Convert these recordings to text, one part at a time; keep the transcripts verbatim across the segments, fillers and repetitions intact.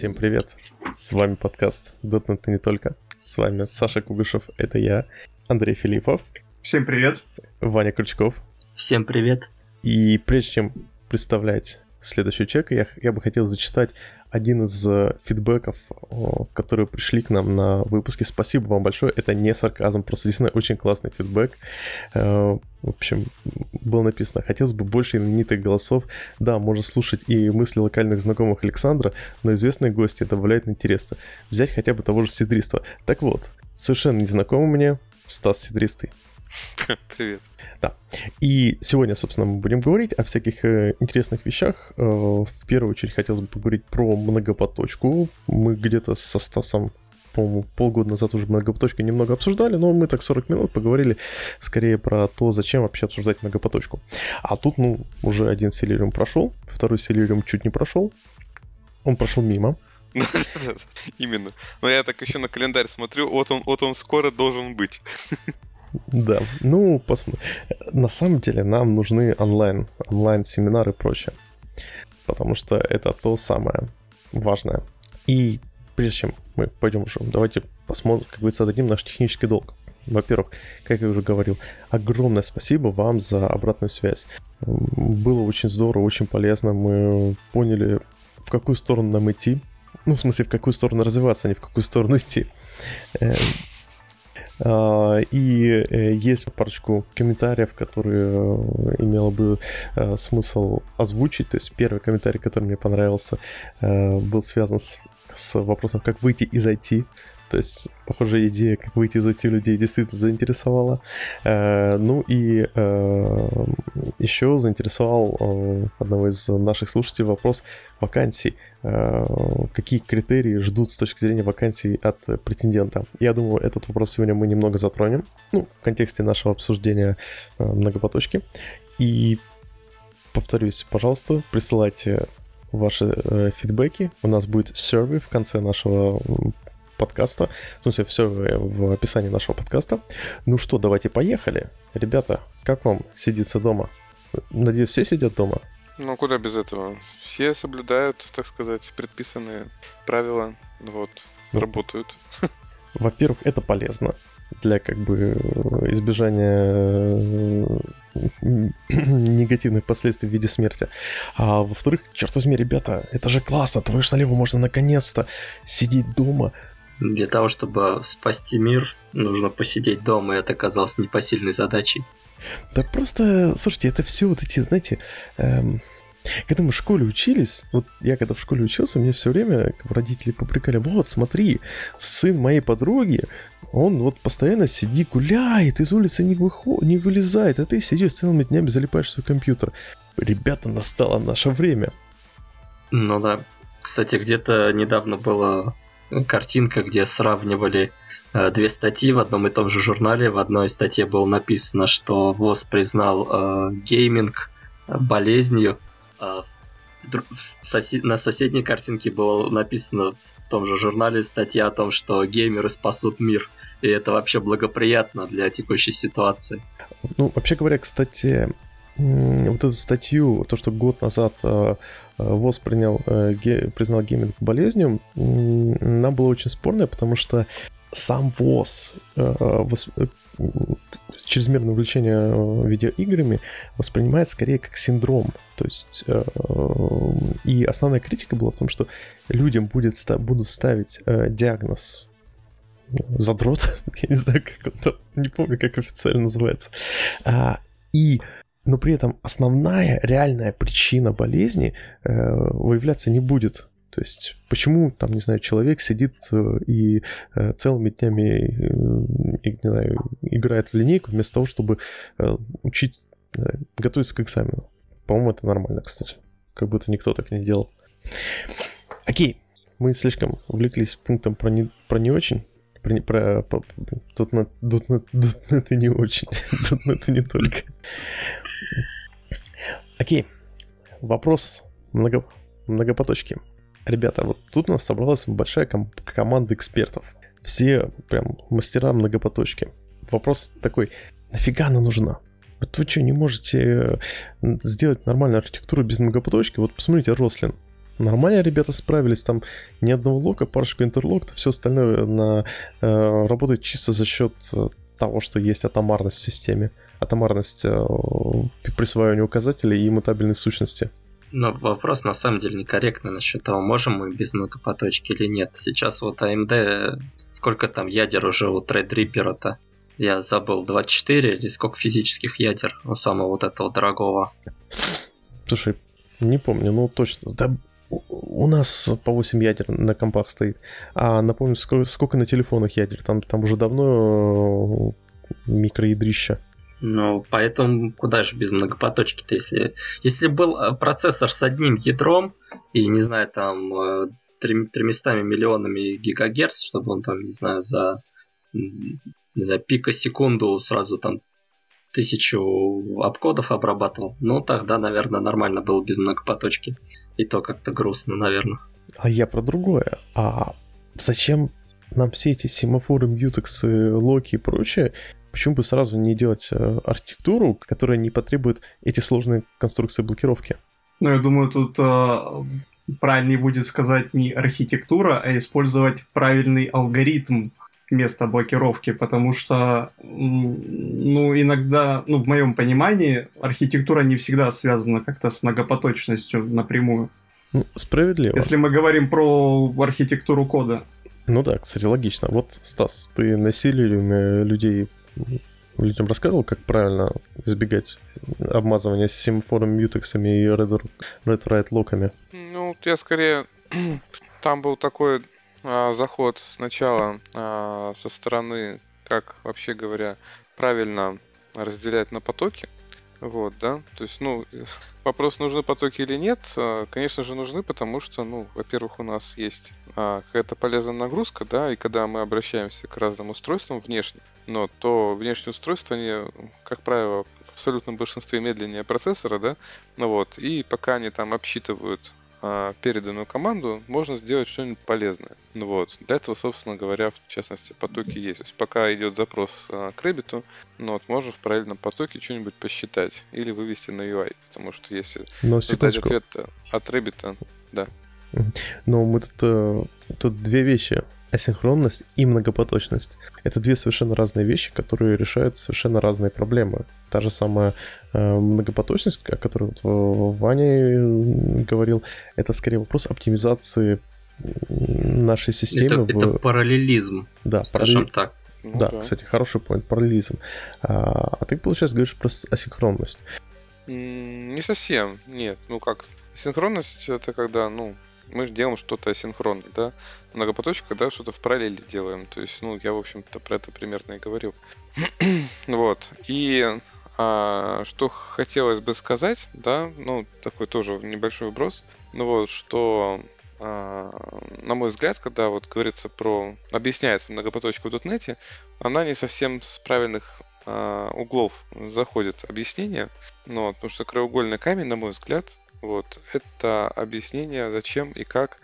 Всем привет, с вами подкаст .дот нет и не только. С вами Саша Кугушев, это я, Андрей Филиппов. Всем привет. Ваня Крючков. Всем привет. И прежде чем представлять следующего человека, я, я бы хотел зачитать один из фидбэков, которые пришли к нам на выпуске. Спасибо вам большое, это не сарказм, просто действительно очень классный фидбэк. В общем, было написано: хотелось бы больше именитых голосов. Да, можно слушать и мысли локальных знакомых Александра, но известные гости добавляют интереса. Взять хотя бы того же Сидриства. Так вот, совершенно незнакомый мне Стас Сидристый. Привет. Да. И сегодня, собственно, мы будем говорить о всяких э, интересных вещах. Э, в первую очередь хотелось бы поговорить про многопоточку. Мы где-то со Стасом, по-моему, полгода назад уже многопоточку немного обсуждали, но мы так сорок минут поговорили скорее про то, зачем вообще обсуждать многопоточку. А тут, ну, уже один Селириум прошел, второй Селириум чуть не прошел. Он прошел мимо. Именно. Но я так еще на календарь смотрю, вот он, вот он скоро должен быть. Да, ну, посмотрим. На самом деле нам нужны онлайн, онлайн-семинары и прочее, потому что это то самое важное. И прежде чем мы пойдем уже, давайте посмотрим, как говорится, отдадим наш технический долг. Во-первых, как я уже говорил, огромное спасибо вам за обратную связь. Было очень здорово, очень полезно. Мы поняли, в какую сторону нам идти. Ну, в смысле, в какую сторону развиваться, а не в какую сторону идти. И есть парочку комментариев, которые имело бы смысл озвучить. То есть первый комментарий, который мне понравился, был связан с, с вопросом, как выйти из ай ти. То есть, похоже, идея, как выйти из ай ти, людей действительно заинтересовала. Ну и еще заинтересовал одного из наших слушателей вопрос вакансий. Какие критерии ждут с точки зрения вакансий от претендента? Я думаю, этот вопрос сегодня мы немного затронем, ну, в контексте нашего обсуждения многопоточки. И повторюсь, пожалуйста, присылайте ваши э, фидбэки. У нас будет сервис в конце нашего подкаста. В смысле, все в описании нашего подкаста. Ну что, давайте поехали. Ребята, как вам сидится дома? Надеюсь, все сидят дома? Ну, куда без этого? Все соблюдают, так сказать, предписанные правила, вот, ну, работают. Во-первых, это полезно для, как бы, избежания негативных последствий в виде смерти. А во-вторых, черт возьми, ребята, это же классно, твою ж налево можно наконец-то сидеть дома. Для того, чтобы спасти мир, нужно посидеть дома, и это казалось непосильной задачей. Да просто, слушайте, это все вот эти, знаете, эм, когда мы в школе учились, вот я когда в школе учился, мне все время родители попрекали: вот, смотри, сын моей подруги, он вот постоянно сидит, гуляет, из улицы не, выход... не вылезает, а ты сидишь целыми днями, залипаешь в свой компьютер. Ребята, настало наше время. Ну да. Кстати, где-то недавно была картинка, где сравнивали э, две статьи в одном и том же журнале. В одной статье было написано, что ВОЗ признал э, гейминг болезнью. А в, в сосед... На соседней картинке было написано в том же журнале статья о том, что геймеры спасут мир. И это вообще благоприятно для текущей ситуации. Ну, вообще говоря, кстати, вот эту статью, то, что год назад э, ВОЗ принял, э, ге, признал гейминг болезнью, э, нам было очень спорно, потому что сам ВОЗ э, вос, э, чрезмерное увлечение видеоиграми воспринимает скорее как синдром. То есть э, и основная критика была в том, что людям будет, будут ставить э, диагноз задрот, я не знаю, как он там, не помню, как официально называется, а, и но при этом основная реальная причина болезни э, выявляться не будет. То есть почему, там, не знаю, человек сидит и э, целыми днями, э, и, не знаю, играет в линейку вместо того, чтобы э, учить, не знаю, готовиться к экзамену. По-моему, это нормально, кстати. Как будто никто так не делал. Окей, мы слишком увлеклись пунктом про не, про не очень. Про, про, про .дот нет, .дот нет, .дот нет и не очень. .дот нет и не только. Окей. Вопрос много, многопоточки. Ребята, вот тут у нас собралась большая ком- команда экспертов. Все прям мастера многопоточки. Вопрос такой: нафига она нужна? Вот вы что, не можете сделать нормальную архитектуру без многопоточки? Вот посмотрите, Рослин. Нормально ребята справились, там ни одного лока, парочку интерлоктов, все остальное на, э, работает чисто за счет того, что есть атомарность в системе. Атомарность э, присваивания указателей и мутабельной сущности. Но вопрос на самом деле некорректный насчет того, можем мы без многопоточки или нет. Сейчас вот эй эм ди, сколько там ядер уже у Threadripper-то? Я забыл, двадцать четыре или сколько физических ядер у самого вот этого дорогого? Слушай, не помню, ну точно. Да, у нас по восемь ядер на компах стоит. А напомню, сколько, сколько на телефонах ядер? Там, там уже давно микроядрища. Ну, поэтому куда же без многопоточки-то, если... Если был процессор с одним ядром и, не знаю, там тремястами миллионами гигагерц, чтобы он там, не знаю, за, не знаю, пикосекунду сразу там тысячу обкодов обрабатывал, ну, тогда, наверное, нормально было без многопоточки. И то как-то грустно, наверное. А я про другое. А зачем нам все эти семафоры, мьютексы, локи и прочее? Почему бы сразу не делать архитектуру, которая не потребует эти сложные конструкции блокировки? Ну, я думаю, тут э, правильнее будет сказать не архитектура, а использовать правильный алгоритм вместо блокировки, потому что, ну, иногда, ну, в моем понимании, архитектура не всегда связана как-то с многопоточностью напрямую. Ну, справедливо. Если мы говорим про архитектуру кода. Ну да, кстати, логично. Вот, Стас, ты насилием людей... людям рассказывал, как правильно избегать обмазывания семафором, мьютексами и read-write локами? Ну, я скорее... Там был такой а, заход сначала а, со стороны, как, вообще говоря, правильно разделять на потоки. Вот, да. То есть, ну, вопрос, нужны потоки или нет, конечно же, нужны, потому что, ну, во-первых, у нас есть а, какая-то полезная нагрузка, да, и когда мы обращаемся к разным устройствам внешним, но то внешние устройства, они, как правило, в абсолютном большинстве медленнее процессора, да, ну вот, и пока они там обсчитывают а, переданную команду, можно сделать что-нибудь полезное. Ну вот, для этого, собственно говоря, в частности, потоки есть. То есть пока идет запрос а, к Рэббиту, ну вот, можно в параллельном потоке что-нибудь посчитать или вывести на ю ай, потому что если ждать ответ от Рэббита, да. Но мы тут, тут две вещи. Асинхронность и многопоточность. Это две совершенно разные вещи, которые решают совершенно разные проблемы. Та же самая э, многопоточность, о которой вот Ваня говорил, это скорее вопрос оптимизации нашей системы. Это, в... это параллелизм, да, скажем параллель... так. Ну, да, да, кстати, хороший point, параллелизм. А, а ты, получается, говоришь про асинхронность. Не совсем, нет. Ну как, асинхронность — это когда, ну, мы делаем что-то асинхронно, да. Многопоточка, когда что-то в параллели делаем. То есть, ну, я, в общем-то, про это примерно и говорил. Вот. И а, что хотелось бы сказать, да, ну, такой тоже небольшой вброс. Ну вот, что, а, на мой взгляд, когда вот говорится про... объясняется многопоточка в .дот нет, она не совсем с правильных а, углов заходит объяснение. Ну, вот, потому что краеугольный камень, на мой взгляд, вот, это объяснение, зачем и как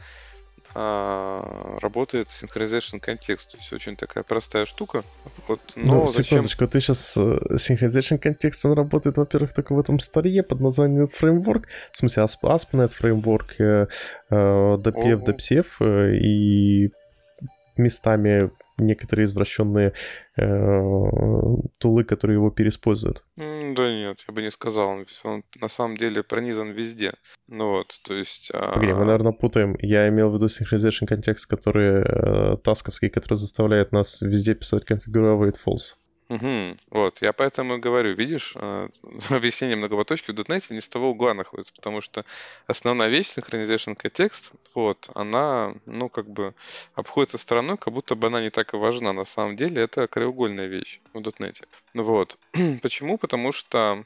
а, работает Synchronization контекст. То есть очень такая простая штука. Вот, но ну, зачем... секундочку, ты сейчас Synchronization контекст, он работает, во-первых, только в этом старье под названием Framework. В смысле, ASP.NET Framework, ди пи эф, ди пи си эф и местами некоторые извращенные э, тулы, которые его переиспользуют. Mm, да нет, я бы не сказал. Он, он на самом деле пронизан везде. Ну вот, то есть... Погоди, мы, наверное, путаем. Я имел в виду Synchronization контекст, который э, тасковский, который заставляет нас везде писать configure false. Угу. Вот, я поэтому и говорю, видишь, объяснение многопоточки в .дот нет не с того угла находится, потому что основная вещь, Synchronization контекст, вот, она, ну, как бы обходится стороной, как будто бы она не так и важна. На самом деле это краеугольная вещь в .дот нет. Вот. Почему? Потому что,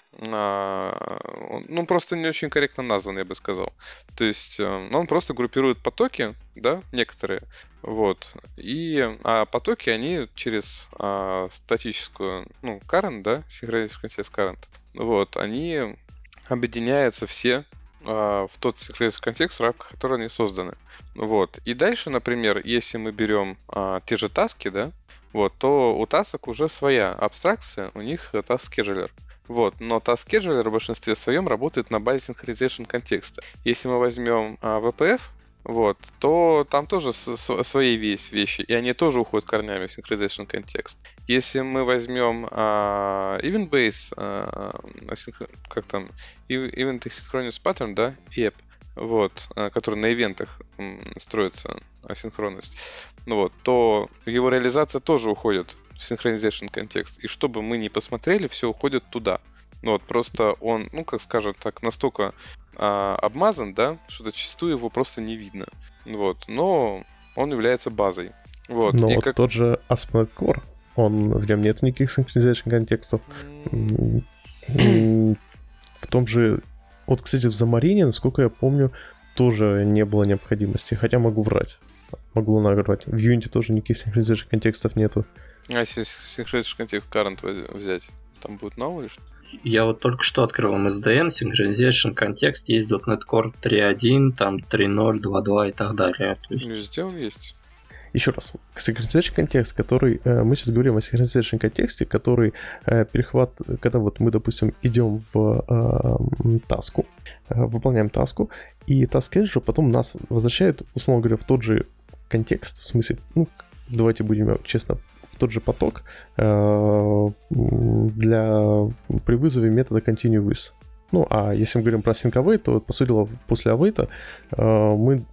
ну, просто не очень корректно назван, я бы сказал. То есть, он просто группирует потоки, да, некоторые, вот, и а потоки, они через а, статическую, ну, current, да, Synchronization контекст current, вот, они объединяются все а, в тот Synchronization контекст, в рамках которого они созданы, вот, и дальше, например, если мы берем а, те же таски, да, вот, то у тасок уже своя абстракция, у них task scheduler. Вот, но task scheduler в большинстве своем работает на базе synchronization контекста. Если мы возьмем а, ви пи эф, вот, то там тоже с- с- свои весь вещи, и они тоже уходят корнями в synchronization контекст. Если мы возьмем а, event-based, а, асинх- как там, e- event asynchronous pattern, да, и эп, вот, а, который на ивентах м, строится асинхронность, ну вот, то его реализация тоже уходит в synchronization контекст. И чтобы мы не посмотрели, все уходит туда. Ну вот, просто он, ну, как скажем так, настолько а, обмазан, да, что зачастую его просто не видно. Вот, но он является базой. Вот, Но и вот как... тот же ASP.NET Core, он, в нем нет никаких synchronization контекстов. М, м, В том же... Вот, кстати, в Xamarin, насколько я помню, тоже не было необходимости. Хотя могу врать. Могу наврать. В Unity тоже никаких synchronization контекстов нету. А если synchronization контекст current воз- взять, там будет новый или что? Я вот только что открыл эм эс ди эн, Synchronization контекст, есть .дот нет Core три точка один, там три точка ноль, два точка два и так далее. То есть... Везде он есть. Еще раз. Synchronization контекст, который... э, Мы сейчас говорим о synchronization контексте, который э, перехват... Когда вот мы, допустим, идем в э, таску, э, выполняем таску, и task scheduler потом нас возвращает, условно говоря, в тот же контекст, в смысле, ну, давайте будем честно, в тот же поток э, для при вызове метода continue with. Ну, а если мы говорим про sync await, то, по сути дела, после await э, мы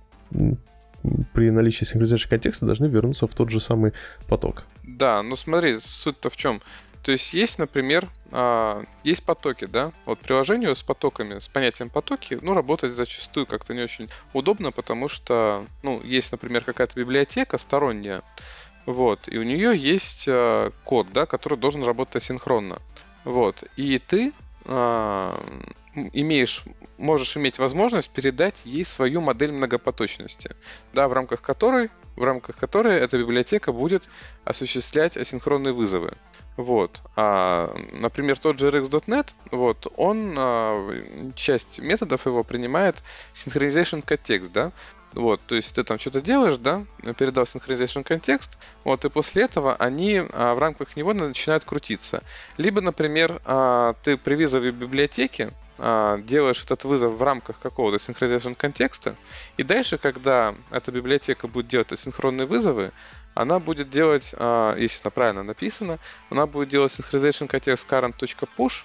при наличии synchronization контекста должны вернуться в тот же самый поток. Да, ну смотри, суть-то в чем? То есть есть, например, а, есть потоки, да? Вот приложению с потоками, с понятием потоки, ну, работать зачастую как-то не очень удобно, потому что, ну, есть, например, какая-то библиотека сторонняя, вот, и у нее есть а, код, да, который должен работать асинхронно, вот, и ты а, имеешь, можешь иметь возможность передать ей свою модель многопоточности, да, в рамках которой, в рамках которой эта библиотека будет осуществлять асинхронные вызовы. Вот. А, например, тот же эр икс точка нет, вот, он а, часть методов его принимает synchronization контекст, да. Вот, то есть ты там что-то делаешь, да, передал synchronization контекст, вот, и после этого они а, в рамках него начинают крутиться. Либо, например, а, ты при вызове библиотеки а, делаешь этот вызов в рамках какого-то synchronization контекста, и дальше, когда эта библиотека будет делать асинхронные вызовы, она будет делать, а, если она правильно написана, она будет делать synchronization контекст current.push,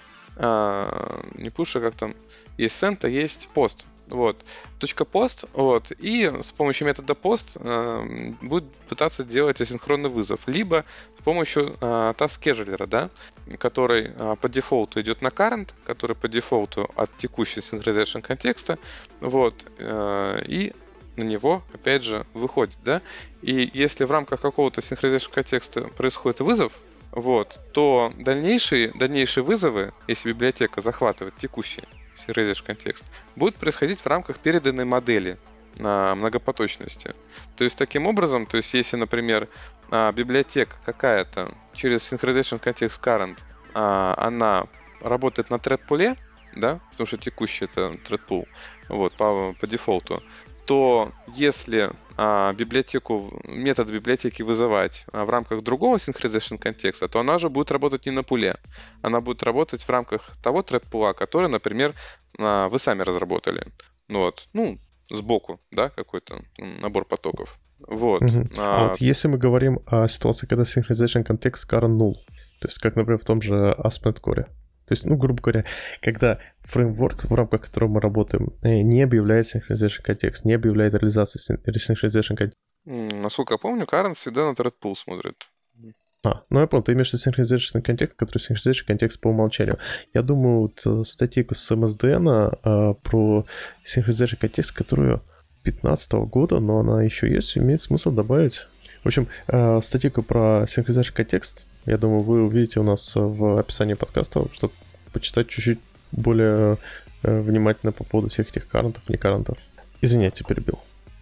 а, не push, а как там, есть send, а есть post. Вот, точка post, вот, и с помощью метода post э, будет пытаться делать асинхронный вызов, либо с помощью э, task scheduler, да, который э, по дефолту идет на current, который по дефолту от текущего synchronization контекста, вот, э, и на него, опять же, выходит, да, и если в рамках какого-то synchronization контекста происходит вызов, вот, то дальнейшие, дальнейшие вызовы, если библиотека захватывает текущий synchronization контекст, будет происходить в рамках переданной модели на многопоточности. То есть таким образом, то есть если, например, библиотека какая-то через synchronization контекст current, она работает на thread-пуле, да, потому что текущий это thread-pool, вот, по, по дефолту, то если а, библиотеку, метод библиотеки вызывать а, в рамках другого synchronization контекста, то она же будет работать не на пуле. Она будет работать в рамках того thread-пула, который, например, а, вы сами разработали. Ну, вот, ну, сбоку, да, какой-то набор потоков. Вот. Угу. А, а вот если мы говорим о ситуации, когда synchronization контекст current null, то есть как, например, в том же эй эс пи точка нет Core, то есть, ну, грубо говоря, когда фреймворк, в рамках которого мы работаем, не объявляет synchronization контекст, не объявляет реализацию synchronization контекста. Насколько я помню, current всегда на thread pool смотрит. А, ну я понял, ты имеешь в виду synchronization контекст, который synchronization контекст по умолчанию. Я думаю, вот статейка с эм эс ди эн а, про synchronization контекст, которую две тысячи пятнадцатого года, но она еще есть, имеет смысл добавить. В общем, а, статейку про synchronization контекст, я думаю, вы увидите у нас в описании подкаста, чтобы почитать чуть-чуть более э, внимательно по поводу всех этих карантов, не карантов. Извиняйте, перебил.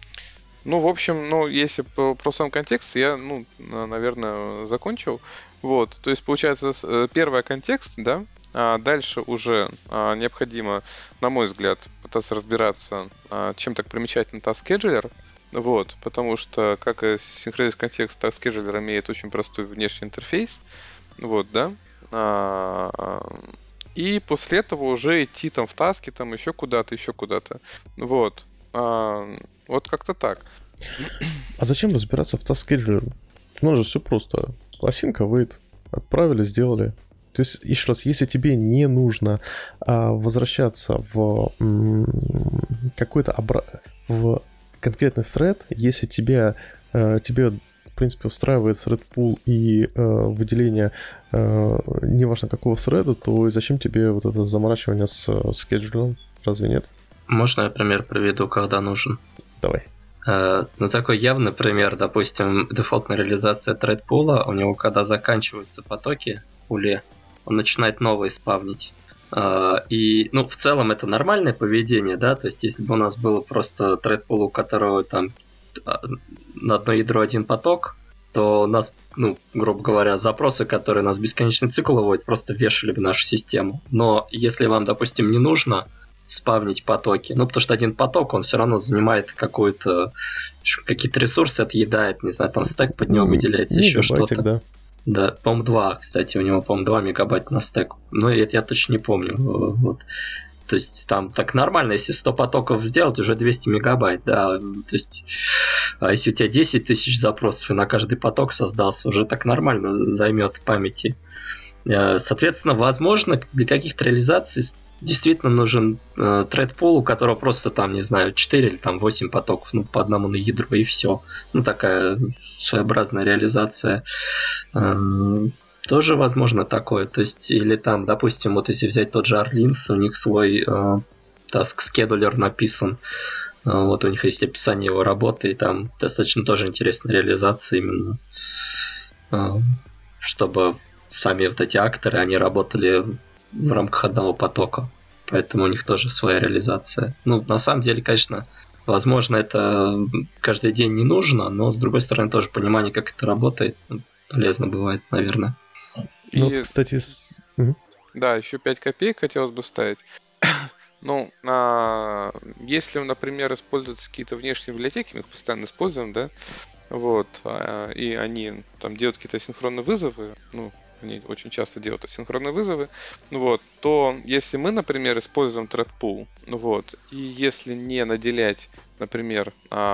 Ну, в общем, ну, если про, про сам контекст, я, ну, наверное, закончил. Вот, то есть, получается, первый контекст, да, а дальше уже а, необходимо, на мой взгляд, пытаться разбираться, а, чем так примечателен task scheduler. Вот, потому что, как и synchronization контекст, task scheduler имеет очень простой внешний интерфейс. Вот, да. А, и после этого уже идти там в таски, там еще куда-то, еще куда-то. Вот. А, вот как-то так. А зачем разбираться в task-scheduler? Ну, же все просто. Осинка, wait. Отправили, сделали. То есть, еще раз, если тебе не нужно а, возвращаться в м, какой-то обра... в конкретный thread, если тебе, а, тебе в принципе, устраивает thread pool и а, выделение а, неважно какого thread, то зачем тебе вот это заморачивание с scheduling? Разве нет? Можно я пример приведу, когда нужен? Давай. Uh, ну, такой явный пример, допустим, дефолтная реализация thread-пула, у него, когда заканчиваются потоки в пуле, он начинает новые спавнить. Uh, и, ну, в целом это нормальное поведение, да, то есть если бы у нас было просто thread-пул, у которого там на одно ядро один поток, то у нас, ну, грубо говоря, запросы, которые у нас бесконечный цикл выводят, просто вешали бы нашу систему. Но если вам, допустим, не нужно спавнить потоки. Ну, потому что один поток, он все равно занимает какую-то, какие-то ресурсы, отъедает, не знаю, там стэк под него выделяется, еще что-то. Да. Да, по-моему, два, кстати, у него, по-моему, два мегабайта на стэк. Ну, это я точно не помню. Вот. То есть там так нормально, если сто потоков сделать, уже двести мегабайт, да. То есть, а если у тебя десять тысяч запросов и на каждый поток создался, уже так нормально займет памяти. Соответственно, возможно, для каких-то реализаций действительно нужен э, thread-pool, у которого просто там, не знаю, четыре или там восемь потоков, ну, по одному на ядро, и все. Ну, такая своеобразная реализация. Э, тоже возможно такое. То есть, или там, допустим, вот если взять тот же Arlins, у них свой э, task scheduler написан. Э, вот у них есть описание его работы, и там достаточно тоже интересная реализация именно. Э, чтобы сами вот эти акторы, они работали в рамках одного потока. Поэтому у них тоже своя реализация. Ну, на самом деле, конечно, возможно, это каждый день не нужно, но, с другой стороны, тоже понимание, как это работает, полезно бывает, наверное. И... Ну, вот, кстати... С... Угу. Да, еще пять копеек хотелось бы ставить. Ну, а, если, например, используются какие-то внешние библиотеки, мы их постоянно используем, да, вот, а, и они там делают какие-то синхронные вызовы, ну, они очень часто делают асинхронные вызовы, вот, то если мы, например, используем thread-pool, вот, и если не наделять, например,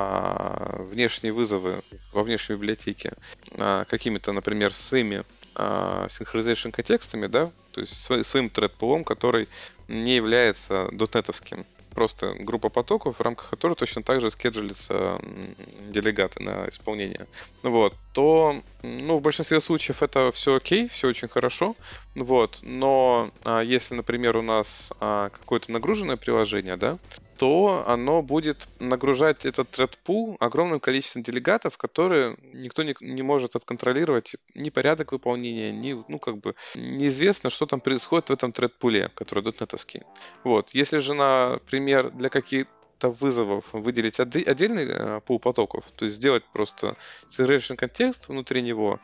внешние вызовы во внешней библиотеке какими-то, например, своими synchronization контекстами, да, то есть своим thread-pool, который не является дотнетовским, просто группа потоков, в рамках которой точно так же скеджулятся делегаты на исполнение. Вот, то, ну, в большинстве случаев это все окей, все очень хорошо, вот, но а, если, например, у нас а, какое-то нагруженное приложение, да, то оно будет нагружать этот thread-pool огромным количеством делегатов, которые никто не, не может отконтролировать ни порядок выполнения, ни, ну, как бы, неизвестно, что там происходит в этом thread-пуле, который дотнетовский. Вот, если же, например, для каких-то вызовов выделить отдельный пул потоков, то есть сделать просто segregation контекст внутри него,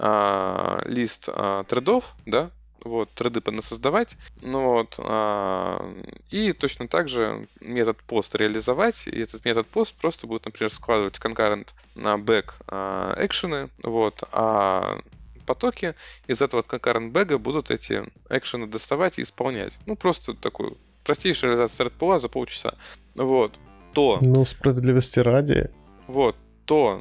а, лист а, тредов, да, вот, треды понасоздавать, ну вот, а, и точно так же метод post реализовать, и этот метод post просто будет, например, складывать concurrent на back а, экшены, вот, а потоки из этого concurrent бэга будут эти экшены доставать и исполнять. Ну, просто такой простейшая реализация thread-пула за полчаса. Вот, то... Ну, справедливости ради. Вот, то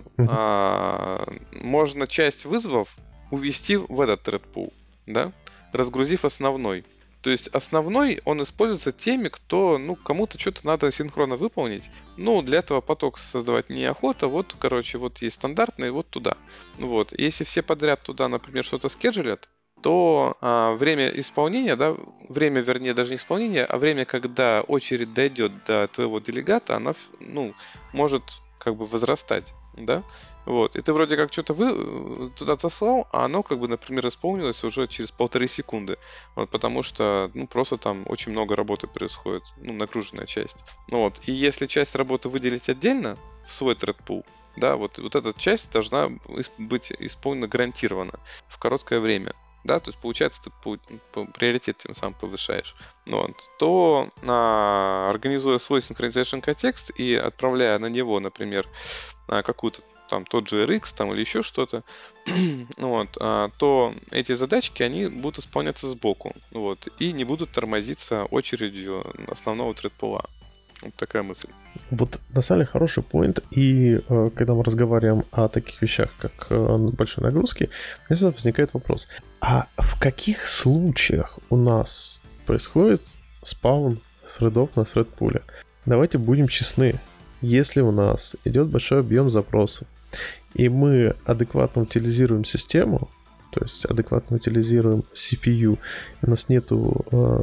а, можно часть вызовов увести в этот thread-пул, да, разгрузив основной. То есть основной, он используется теми, кто, ну, кому-то что-то надо синхронно выполнить. Ну, для этого поток создавать неохота. Вот, короче, вот есть стандартный, вот туда. Вот. Если все подряд туда, например, что-то скеджулят, то а, время исполнения, да, время, вернее, даже не исполнения, а время, когда очередь дойдет до твоего делегата, она, ну, может как бы возрастать, да. Вот, и ты вроде как что-то вы туда заслал, а оно, как бы, например, исполнилось уже через полторы секунды. Вот, потому что, ну, просто там очень много работы происходит, ну, нагруженная часть. Ну, вот, и если часть работы выделить отдельно в свой thread-pool, да, вот, вот эта часть должна быть исполнена гарантированно в короткое время. Да, то есть, получается, ты по, по, приоритет тем самым повышаешь. Ну, вот, то, а, организуя свой synchronization контекст и отправляя на него, например, какую-то там тот же эр икс там, или еще что-то, вот, а, то эти задачки, они будут исполняться сбоку, вот, и не будут тормозиться очередью основного thread-пула. Вот такая мысль. Вот на самом деле хороший поинт, и э, когда мы разговариваем о таких вещах, как э, большой нагрузки, у меня всегда возникает вопрос, а в каких случаях у нас происходит спаун threadов на thread-пуле? Давайте будем честны, если у нас идет большой объем запросов, и мы адекватно утилизируем систему, то есть адекватно утилизируем си пи ю, у нас нету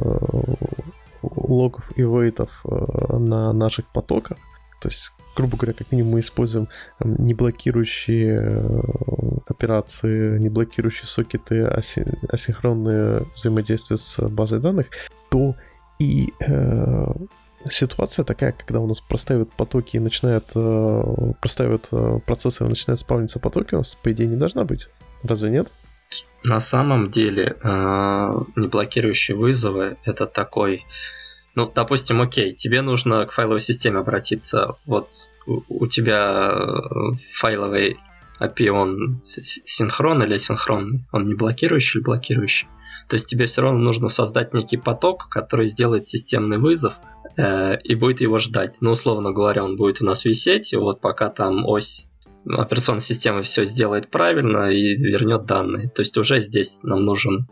э, логов и вейтов э, на наших потоках, то есть, грубо говоря, как минимум мы используем э, не блокирующие э, операции, не блокирующие сокеты, аси- асинхронные взаимодействия с базой данных, то и э, ситуация такая, когда у нас простаивают потоки и начинают э, простаивают э, процессоры, начинают спавниться потоки, у нас, по идее, не должна быть. Разве нет? На самом деле, э, неблокирующие вызовы — это такой... Ну, допустим, окей, тебе нужно к файловой системе обратиться. Вот у, у тебя файловый эй пи ай, он синхронный или асинхронный? Он не блокирующий или блокирующий? То есть тебе все равно нужно создать некий поток, который сделает системный вызов э, и будет его ждать. Ну, условно говоря, он будет у нас висеть, и вот пока там ось операционной системы все сделает правильно и вернет данные. То есть уже здесь нам нужен.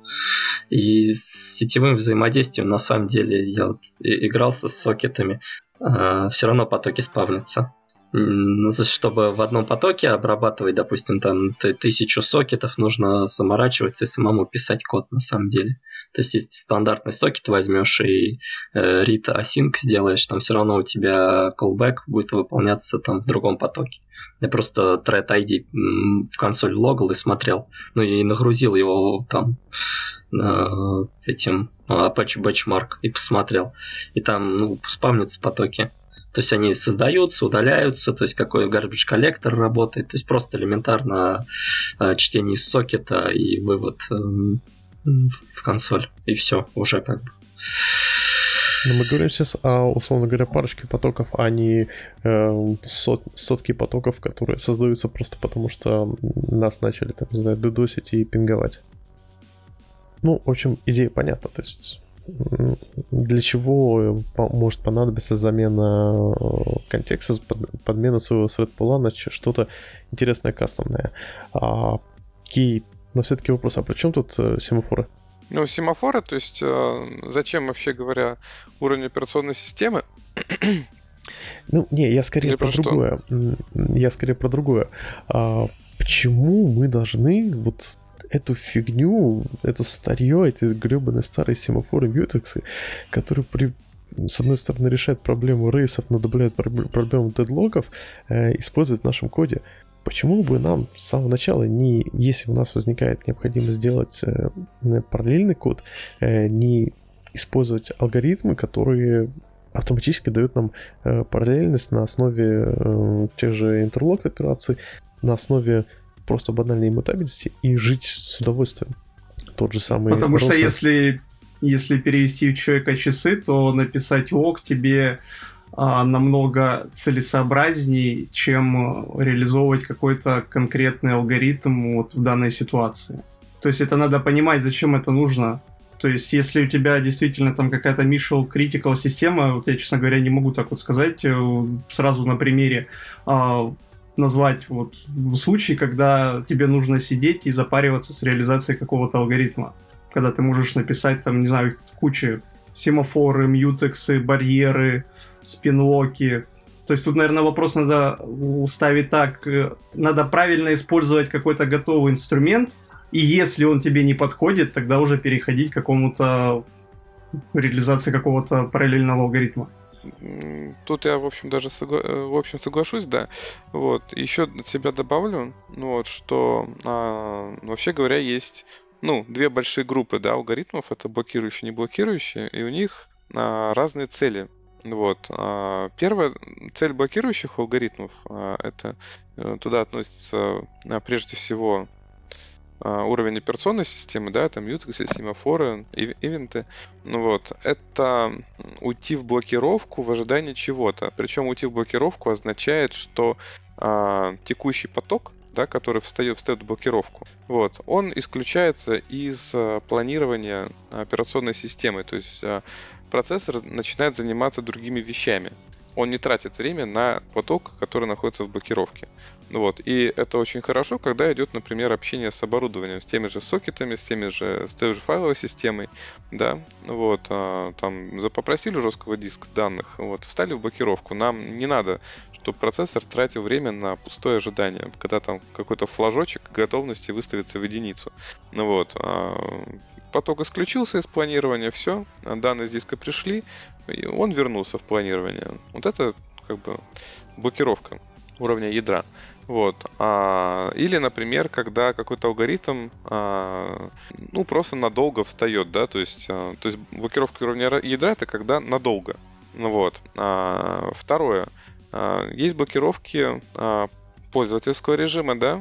И с сетевым взаимодействием, на самом деле, я вот игрался с сокетами, э, все равно потоки спавнятся. Ну, то есть, чтобы в одном потоке обрабатывать, допустим, там тысячу сокетов, нужно заморачиваться и самому писать код на самом деле. То есть, если стандартный сокет возьмешь и э, read async сделаешь, там все равно у тебя callback будет выполняться там в другом потоке. Я просто thread ай ди в консоль логал и смотрел, ну и нагрузил его там э, этим Apache Benchmark и посмотрел. И там, ну, спавнятся потоки. То есть они создаются, удаляются, то есть какой garbage коллектор работает, то есть просто элементарно э, чтение из сокета и вывод э, в консоль, и все, уже как бы. Но мы говорим сейчас о, условно говоря, парочке потоков, а не э, сот, сотки потоков, которые создаются просто потому, что нас начали, там, не знаю, дедосить и пинговать. Ну, в общем, идея понятна, то есть... Для чего может понадобиться замена контекста, подмена своего thread-пула на что-то интересное, кастомное. А, окей, но все-таки вопрос, а при чем тут семафоры? Ну, семафоры, то есть зачем, вообще говоря, уровень операционной системы? Ну, не, я скорее Или про, про другое. Я скорее про другое. А, почему мы должны вот эту фигню, это старье, эти гребаные старые семафоры мьютексы, которые при, с одной стороны решают проблему рейсов, но добавляют проблему дедлогов, э, используют в нашем коде. Почему бы нам с самого начала, не, если у нас возникает необходимость сделать э, параллельный код, э, не использовать алгоритмы, которые автоматически дают нам э, параллельность на основе э, тех же интерлокт операций, на основе просто банальной иммутабельности и жить с удовольствием. Тот же самый... Потому Роса. что если, если перевести у человека часы, то написать лог тебе а, намного целесообразнее, чем реализовывать какой-то конкретный алгоритм вот в данной ситуации. То есть это надо понимать, зачем это нужно. То есть если у тебя действительно там какая-то mission critical система, вот я, честно говоря, не могу так вот сказать сразу на примере, а, назвать вот случай, когда тебе нужно сидеть и запариваться с реализацией какого-то алгоритма. Когда ты можешь написать, там, не знаю, кучу семафоры, мьютексы, барьеры, спинлоки. То есть тут, наверное, вопрос надо ставить так. Надо правильно использовать какой-то готовый инструмент, и если он тебе не подходит, тогда уже переходить к какому-то реализации какого-то параллельного алгоритма. Тут я, в общем, даже согла... в общем, соглашусь, да. Вот. Еще от себя добавлю, ну, вот, что а, вообще говоря, есть, ну, две большие группы, да, алгоритмов. Это блокирующие и не блокирующие, и у них а, разные цели. Вот. А, первая цель блокирующих алгоритмов, а, это туда относится а, прежде всего уровень операционной системы, да, там мьютексы, семафоры, ивенты. Ну вот, это уйти в блокировку в ожидании чего-то. Причем уйти в блокировку означает, что а, текущий поток, да, который встает, встает в блокировку, вот, он исключается из а, планирования операционной системы. То есть а, процессор начинает заниматься другими вещами. Он не тратит время на поток, который находится в блокировке. Вот. И это очень хорошо, когда идет, например, общение с оборудованием, с теми же сокетами, с теми же, с той же файловой системой. Да? Вот. А, там попросили жесткого диска данных, вот, встали в блокировку. Нам не надо, чтобы процессор тратил время на пустое ожидание, когда там какой-то флажочек готовности выставится в единицу. Ну, вот. А, поток исключился из планирования, все, данные с диска пришли, и он вернулся в планирование. Вот это как бы блокировка уровня ядра. Вот. А, или, например, когда какой-то алгоритм а, ну, просто надолго встает, да, то есть, а, то есть блокировка уровня ядра это когда надолго. Вот. А, второе. А, есть блокировки а, пользовательского режима, да,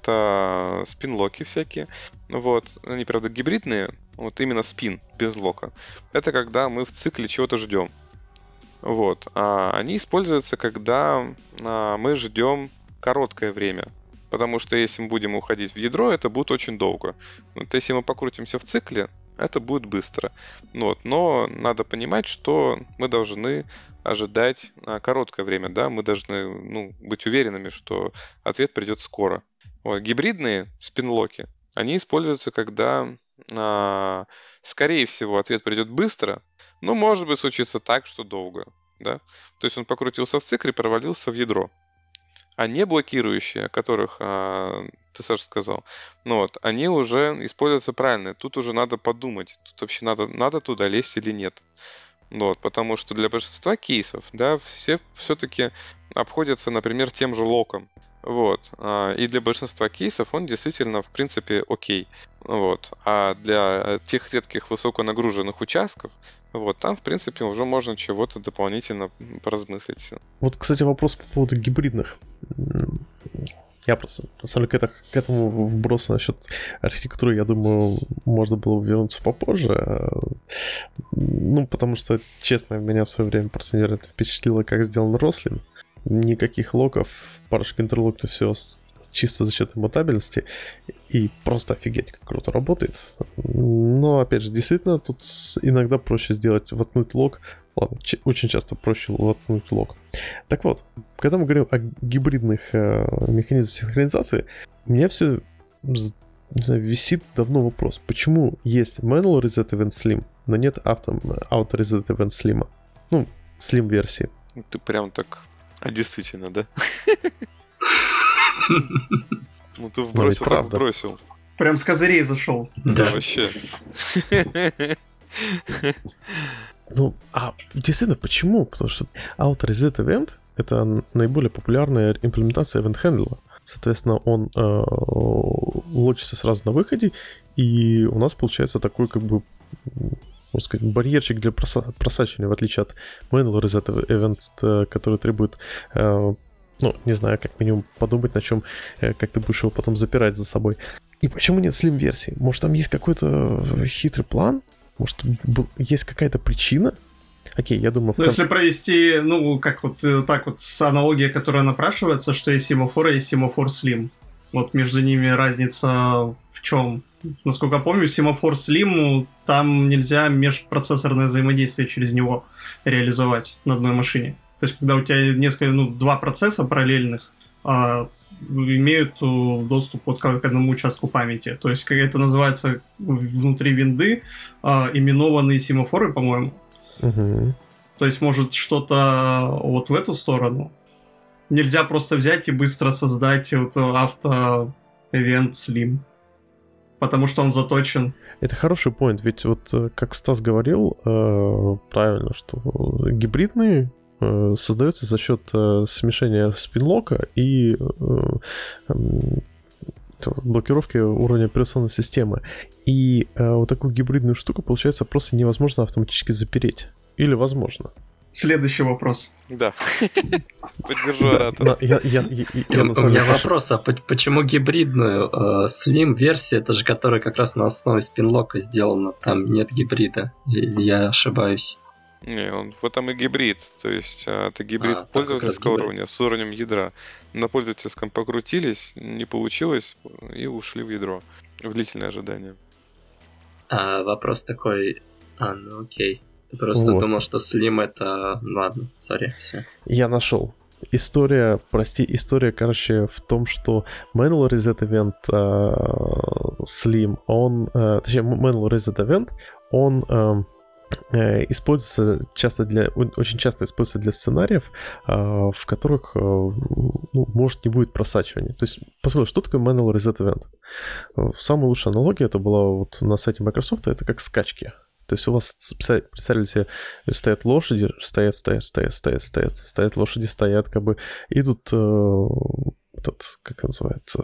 это спин-локи всякие, вот, они, правда, гибридные, вот именно спин, без лока, это когда мы в цикле чего-то ждем, вот, а они используются, когда а, мы ждем короткое время, потому что если мы будем уходить в ядро, это будет очень долго, вот, если мы покрутимся в цикле, это будет быстро, вот, но надо понимать, что мы должны ожидать а, короткое время, да, мы должны, ну, быть уверенными, что ответ придет скоро. Вот. Гибридные спин-локи, они используются, когда, а, скорее всего, ответ придет быстро, но, может быть, случится так, что долго, да. То есть он покрутился в цикле, провалился в ядро. А не блокирующие, о которых а, ты, Саша, сказал, ну вот, они уже используются правильно. Тут уже надо подумать, тут вообще надо, надо туда лезть или нет. Вот, потому что для большинства кейсов, да, все все-таки обходятся, например, тем же локом. Вот. И для большинства кейсов он действительно, в принципе, окей. Вот. А для тех редких высоконагруженных участков, вот, там, в принципе, уже можно чего-то дополнительно поразмыслить. Вот, кстати, вопрос по поводу гибридных. Я просто, на самом деле, к, это, к этому вбросу насчет архитектуры, я думаю, можно было бы вернуться попозже. Ну, потому что, честно, меня в свое время просто невероятно впечатлило, как сделан Рослин. Никаких локов, парочка интерлоктов, все чисто за счет иммутабельности. И просто офигеть, как круто работает. Но, опять же, действительно, тут иногда проще сделать, воткнуть лок. Ладно, ч- очень часто проще воткнуть лок. Так вот, когда мы говорим о гибридных э, механизмах синхронизации, у меня все, не знаю, висит давно вопрос. Почему есть Manual Reset Event Slim, но нет Auto, Auto Reset Event Slim? Ну, Slim-версии. Ты прям так... А действительно, да? Ну ты вбросил, так вбросил. Прям с козырей зашел. Да, вообще. Ну, а действительно, почему? Потому что Auto Reset Event — это наиболее популярная имплементация Event Handler. Соответственно, он э, лочится сразу на выходе, и у нас получается такой, как бы, можно сказать, барьерчик для проса- просачивания, в отличие от Manual Reset Event, который требует, э, ну, не знаю, как минимум подумать, на чем, э, как ты будешь его потом запирать за собой. И почему нет Slim-версии? Может, там есть какой-то хитрый план? Может, есть какая-то причина? Окей, я думаю... Ну, если провести, ну, как вот так вот, с аналогией, которая напрашивается, что есть семафор, и есть семафор Slim. Вот между ними разница в чем? Насколько я помню, семафор Slim, там нельзя межпроцессорное взаимодействие через него реализовать на одной машине. То есть, когда у тебя несколько, ну, два процесса параллельных, а, имеют доступ вот к одному участку памяти. То есть, это называется внутри винды а, именованные семафоры, по-моему. Угу. То есть, может, что-то вот в эту сторону. Нельзя просто взять и быстро создать вот авто-эвент Slim. Потому что он заточен. Это хороший поинт, ведь вот как Стас говорил, э, правильно, что гибридные э, создаются за счет э, смешения спинлока и э, э, блокировки уровня операционной системы. И э, вот такую гибридную штуку, получается, просто невозможно автоматически запереть. Или возможно. Следующий вопрос. Да. Поддержу оратора. У меня вопрос, а почему гибридную? Slim-версия, это же которая как раз на основе спинлока сделана, там нет гибрида. Или я ошибаюсь? Не, он в этом и гибрид. То есть это гибрид А, пользовательского гибрид. уровня с уровнем ядра. На пользовательском покрутились, не получилось, и ушли в ядро. В длительное ожидание. А, вопрос такой... А, ну окей. Я просто Вот. думал, что Slim это... Ладно, сори, все. Я нашел. История, прости, история, короче, в том, что Manual Reset Event э, Slim, он, э, точнее, Manual Reset Event, он э, э, используется часто для, очень часто используется для сценариев, э, в которых э, ну, может не будет просачивания. То есть, посмотрим, что такое Manual Reset Event? Э, Самая лучшая аналогия это была вот на сайте Microsoft, это как скачки. То есть у вас, представили себе, стоят лошади, стоят, стоят, стоят, стоят, стоят, стоят лошади, стоят, как бы, и тут э, этот, как он называется,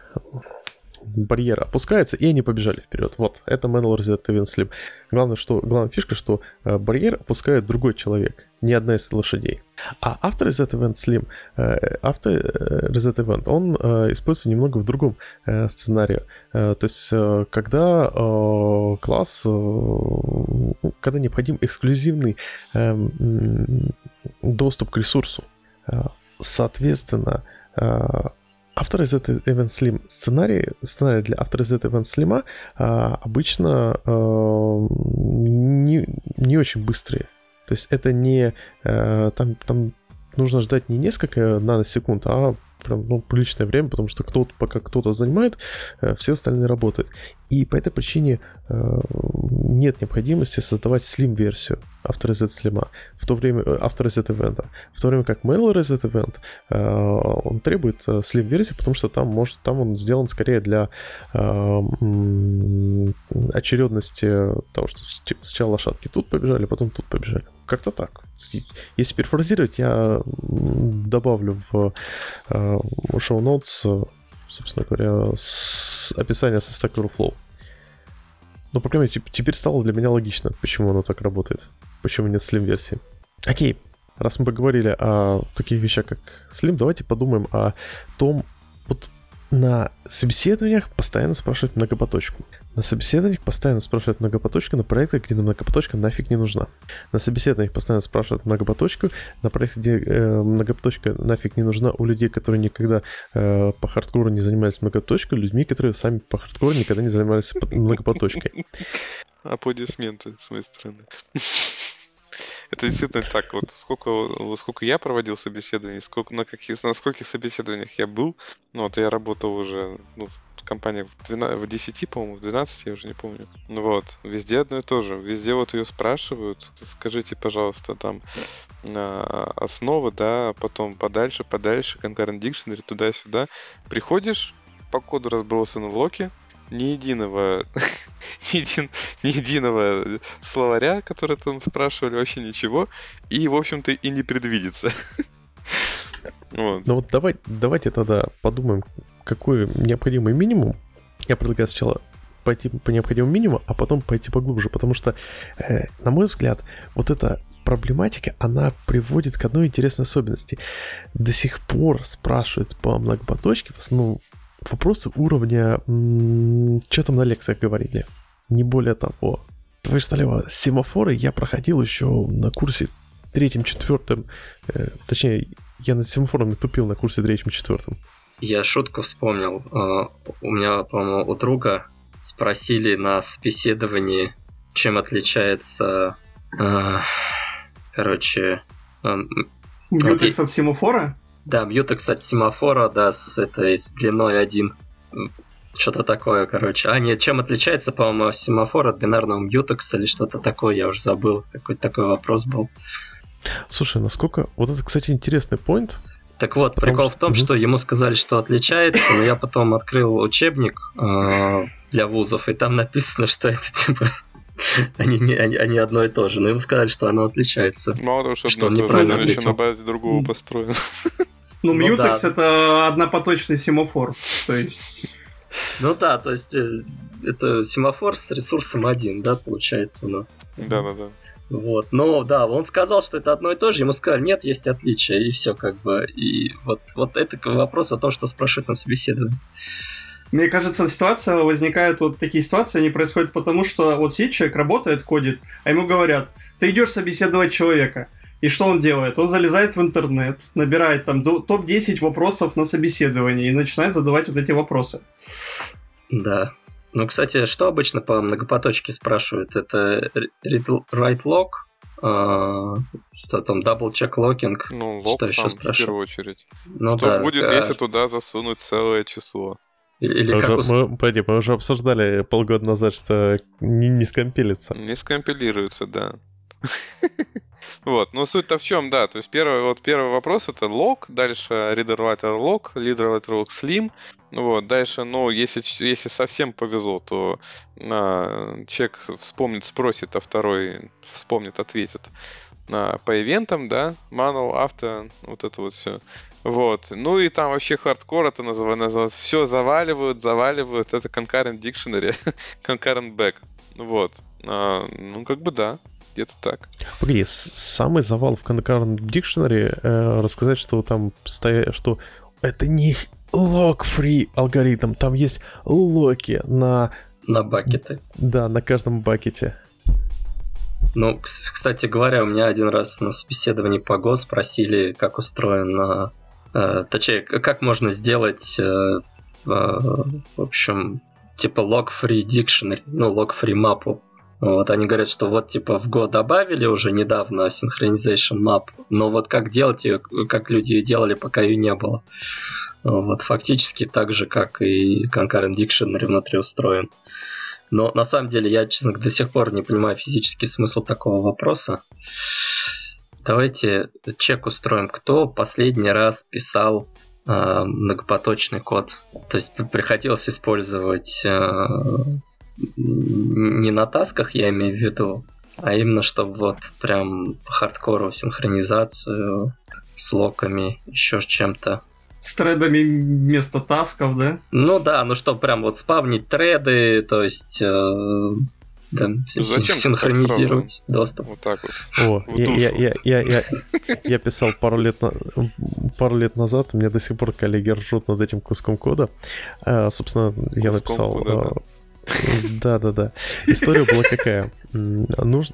барьер опускается, и они побежали вперед. Вот, это Manual Reset Event Slim. Главное, что, главная фишка, что э, барьер опускает другой человек, не одна из лошадей. А After Reset Event Slim, э, After Reset Event, он э, используется немного в другом э, сценарии. Э, то есть, э, когда э, класс, э, когда необходим эксклюзивный э, м, доступ к ресурсу, э, соответственно, э, After Reset Event Slim сценарий, сценарий для After Reset Event Slim а, обычно а, не, не очень быстрые. То есть это не... А, там, там нужно ждать не несколько наносекунд, а прям ну, приличное время, потому что кто-то, пока кто-то занимает, все остальные работают. И по этой причине э, нет необходимости создавать Slim-версию After Reset Slim, в то время After Reset Event. В то время как Manual Reset Event, э, он требует Slim-версии, потому что там, может, там он сделан скорее для э, м- очередности того, что сначала лошадки тут побежали, потом тут побежали. Как-то так. Если перефразировать, я добавлю в э, шоу-ноутс, собственно говоря, с описание со Stack Overflow. Но, по крайней мере, теперь стало для меня логично, почему оно так работает. Почему нет Slim-версии. Окей, раз мы поговорили о таких вещах, как Slim, давайте подумаем о том, вот на собеседованиях постоянно спрашивают многопоточку. На собеседованиях постоянно спрашивают многопоточку на проектах, где многопоточка нафиг не нужна. На собеседованиях постоянно спрашивают многопоточку на проектах, где э, многопоточка нафиг не нужна у людей, которые никогда э, по хардкору не занимались многопоточкой, людьми, которые сами по хардкору никогда не занимались многопоточкой. Аплодисменты с моей стороны. Это действительно так. Вот сколько, вот сколько я проводил собеседований, сколько, на, каких, на скольких собеседованиях я был. Ну, вот я работал уже ну, в компании в, двенадцати, в десяти, по-моему, в двенадцати, я уже не помню. Ну вот, везде одно и то же. Везде вот ее спрашивают. Скажите, пожалуйста, там основы, да, потом подальше, подальше, concurrent dictionary, туда-сюда. Приходишь, по коду разбросаны локи, ни единого, ни, един, ни единого словаря, который там спрашивали, вообще ничего, и, в общем-то, и не предвидится. Вот. Ну вот давай, давайте тогда подумаем, какой необходимый минимум. Я предлагаю сначала пойти по необходимому минимуму, а потом пойти поглубже, потому что, э, на мой взгляд, вот эта проблематика, она приводит к одной интересной особенности. До сих пор спрашивают по многопоточке, в основном, вопросы уровня, м- что там на лекциях говорили, не более того. Твои Сталева, семафоры я проходил еще на курсе третьем-четвертом, э, точнее, я над семафорами тупил на курсе третьем-четвертом. Я шутку вспомнил. У меня, по-моему, у друга спросили на собеседовании, чем отличается, короче... Мьютекс от семафора? Да, Mutex от семафора, да, с этой с длиной один. Что-то такое, короче. А, нет, чем отличается, по-моему, семафор от бинарного Mutex или что-то такое, я уже забыл. Какой-то такой вопрос был. Слушай, насколько... Вот это, кстати, интересный поинт. Так вот, Потому прикол что... в том, угу. что ему сказали, что отличается, но я потом открыл учебник э, для вузов, и там написано, что это типа... Они, не, они, они одно и то же, но ему сказали, что оно отличается. Мало того, что, что одно он то же, неправильно оно еще ответил. на базе другого построено. Ну, Ну, Mutex да. это однопоточный семафор, то есть... Ну да, то есть э, это семафор с ресурсом один, да, получается у нас. Да-да-да. Вот, но да, он сказал, что это одно и то же, ему сказали, нет, есть отличия, и все как бы. И вот, вот это вопрос о том, что спрашивают на собеседовании. Мне кажется, ситуация возникает, вот такие ситуации, они происходят потому, что вот сидит человек, работает, кодит, а ему говорят, ты идешь собеседовать человека, и что он делает? Он залезает в интернет, набирает там топ десять вопросов на собеседование и начинает задавать вот эти вопросы. Да. Ну, кстати, что обычно по многопоточке спрашивают? Это read write log, э, что там double check locking. Ну, лог что сам, еще в первую очередь. Ну, что да, будет, а... если туда засунуть целое число? Или мы, как уже, ус... мы, пойди, мы уже обсуждали полгода назад, что не, не скомпилится. Не скомпилируется, да. Вот, но суть-то в чем, да, то есть первый, вот первый вопрос это лог, дальше reader writer log, reader writer log slim, вот, дальше, ну, если, если совсем повезло, то а, человек вспомнит, спросит, а второй вспомнит, ответит а, по ивентам, да, manual, авто, вот это вот все. Вот, ну и там вообще хардкор это называется, все заваливают, заваливают, это concurrent dictionary, concurrent back, вот, а, ну, как бы да. Где-то так. Погоди, самый завал в Concurrent Dictionary э, рассказать, что там стоя... что это не log-free алгоритм, там есть локи на... На бакеты. Да, на каждом бакете. Ну, кстати говоря, у меня один раз на собеседовании по ГО спросили, как устроено... Э, точнее, как можно сделать, э, э, в общем, типа log-free dictionary, ну, log-free мапу. Вот, они говорят, что вот типа в Go добавили уже недавно synchronization map, но вот как делать ее, как люди ее делали, пока ее не было. Вот, фактически так же, как и concurrent dictionary внутри устроен. Но на самом деле я, честно, до сих пор не понимаю физический смысл такого вопроса. Давайте чек устроим. Кто последний раз писал э, многопоточный код? То есть приходилось использовать... Э, не на тасках, я имею в виду, а именно, чтобы вот прям по хардкору синхронизацию с локами, еще с чем-то. С тредами вместо тасков, да? Ну да, ну что, прям вот спавнить треды, то есть э, да, синхронизировать доступ. Вот так вот. О, я, я, я, я, я, я писал пару лет, на, пару лет назад, у меня до сих пор коллеги ржут над этим куском кода. А, собственно, куском я написал... Кода, да. Да-да-да. История была какая? Нужно...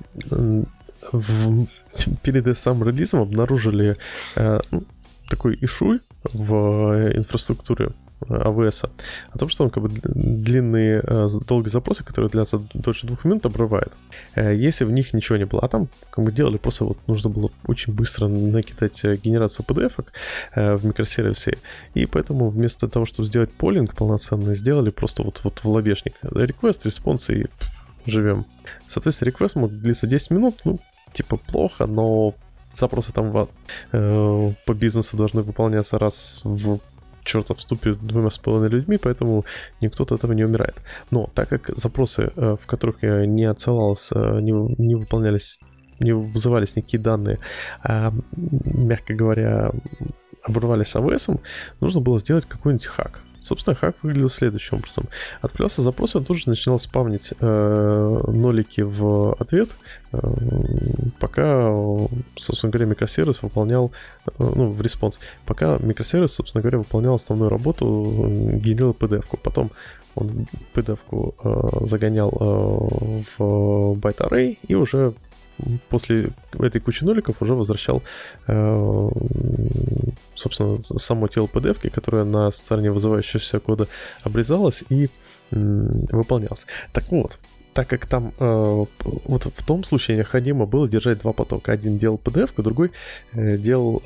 В... Перед самым релизом обнаружили э, такой ишуй в инфраструктуре эй ви эс о том, что он как бы длинные, долгие запросы, которые длятся дольше двух минут, обрывает. Если в них ничего не было. А там как бы делали просто вот нужно было очень быстро накидать генерацию пи ди эф-ок в микросервисе. И поэтому вместо того, чтобы сделать полинг полноценный, сделали просто вот, вот в лобешник. Request, response и пфф, живем. Соответственно, request мог длиться десять минут, ну, типа плохо, но запросы там э, по бизнесу должны выполняться раз в чертов вступе двумя с половиной людьми, поэтому никто от этого не умирает. Но так как запросы, в которых не отсылалось, не, не выполнялись, не вызывались никакие данные, а, мягко говоря, обрывались эй ви эс, нужно было сделать какой-нибудь хак. Собственно, хак выглядел следующим образом. Отправлялся запрос, он тут же начинал спавнить э, нолики в ответ, э, пока, собственно говоря, микросервис выполнял, э, ну, в респонс, пока микросервис, собственно говоря, выполнял основную работу, генерировал пи ди эф-ку. Потом он пи ди эф-ку э, загонял э, в байт-аррей и уже после этой кучи ноликов уже возвращал, э, собственно, само тело пи ди эф-ки, которое на стороне вызывающегося кода обрезалось и э, выполнялось. Так вот, так как там э, вот в том случае необходимо было держать два потока. Один делал пи ди эф-ку, другой э, делал,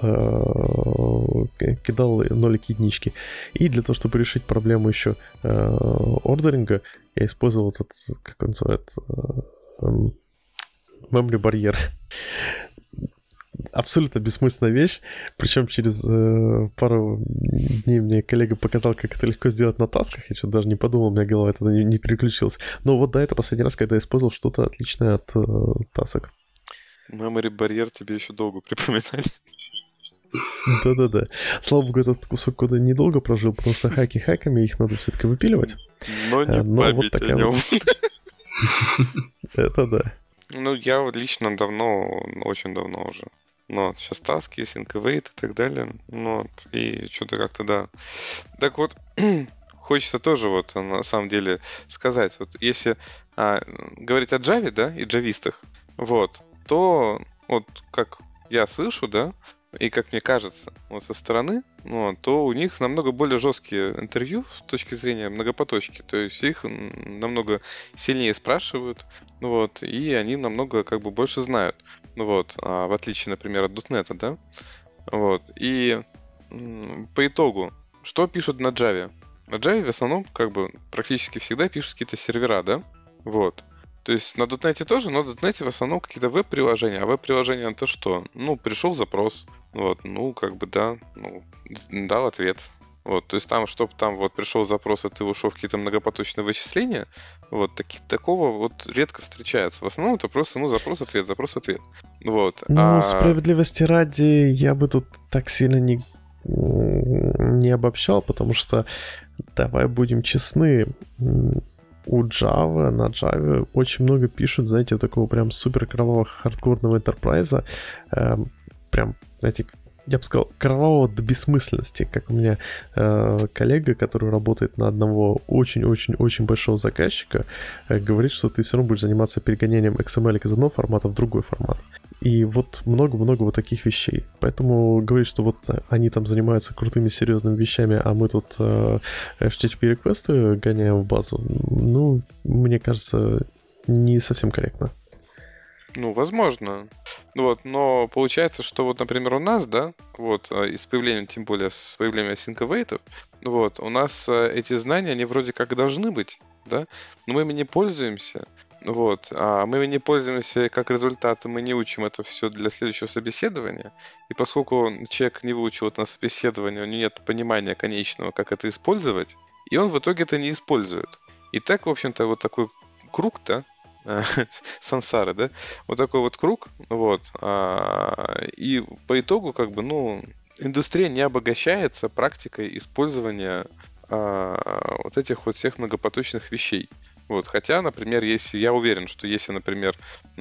э, кидал нолики единички. И для того, чтобы решить проблему еще э, ордеринга, я использовал этот, как он называется, э, memory барьер. Абсолютно бессмысленная вещь. Причем через э, пару дней мне коллега показал, как это легко сделать на тасках. Я что-то даже не подумал, у меня голова это не, не переключилась. Но вот да, это последний раз, когда я использовал что-то отличное от э, тасок. Memory барьер тебе еще долго припоминали. Да-да-да. Слава богу, этот кусок кода недолго прожил, потому что хаки хаками, их надо все-таки выпиливать. Но не Но память вот такая о нем. Это да. Ну, я вот лично давно, очень давно уже. Но сейчас таски, sync-await и так далее. Ну, вот, и что-то как-то, да. Так вот, хочется тоже вот на самом деле сказать, вот если а, говорить о Java, да, и джавистах, вот, то вот как я слышу, да, и как мне кажется, вот со стороны, вот, то у них намного более жесткие интервью с точки зрения многопоточки. То есть их намного сильнее спрашивают, вот, и они намного как бы больше знают. Вот, а в отличие, например, от .дот нет, да. Вот, и м, по итогу, что пишут на Java? На Java в основном как бы практически всегда пишут какие-то сервера, да? Вот. То есть на .дот нет тоже, но в .дот нет в основном какие-то веб-приложения. А веб-приложение это что? Ну, пришел запрос, вот, ну, как бы, да, ну, дал ответ. Вот, то есть там, чтобы там вот пришел запрос, а ты ушел в какие-то многопоточные вычисления, вот, таки, такого вот редко встречается. В основном это просто, ну, запрос-ответ, запрос-ответ. Вот. Ну, а... справедливости ради, я бы тут так сильно не, не обобщал, потому что, давай будем честны, у Java, на Java очень много пишут, знаете, вот такого прям супер кровавого хардкорного enterprise, э, прям, знаете, я бы сказал, кровавого до бессмысленности, как у меня э, коллега, который работает на одного очень-очень-очень большого заказчика, э, говорит, что ты все равно будешь заниматься перегонянием икс эм эль из одного формата в другой формат. И вот много-много вот таких вещей. Поэтому говорить, что вот они там занимаются крутыми, серьезными вещами, а мы тут э, эйч ти ти пи-реквесты гоняем в базу, ну, мне кажется, не совсем корректно. Ну, возможно. Вот, но получается, что вот, например, у нас, да, вот, и с появлением, тем более с появлением async await, вот, у нас эти знания, они вроде как должны быть, да, но мы ими не пользуемся. Вот, а мы не пользуемся, как результат, мы не учим это все для следующего собеседования. И поскольку человек не выучил это на собеседовании, у него нет понимания конечного, как это использовать, и он в итоге это не использует. И так, в общем-то, вот такой круг-то, сансары, да, вот такой вот круг, вот, и по итогу, как бы, ну, индустрия не обогащается практикой использования вот этих вот всех многопоточных вещей. Вот, хотя, например, если я уверен, что если, например,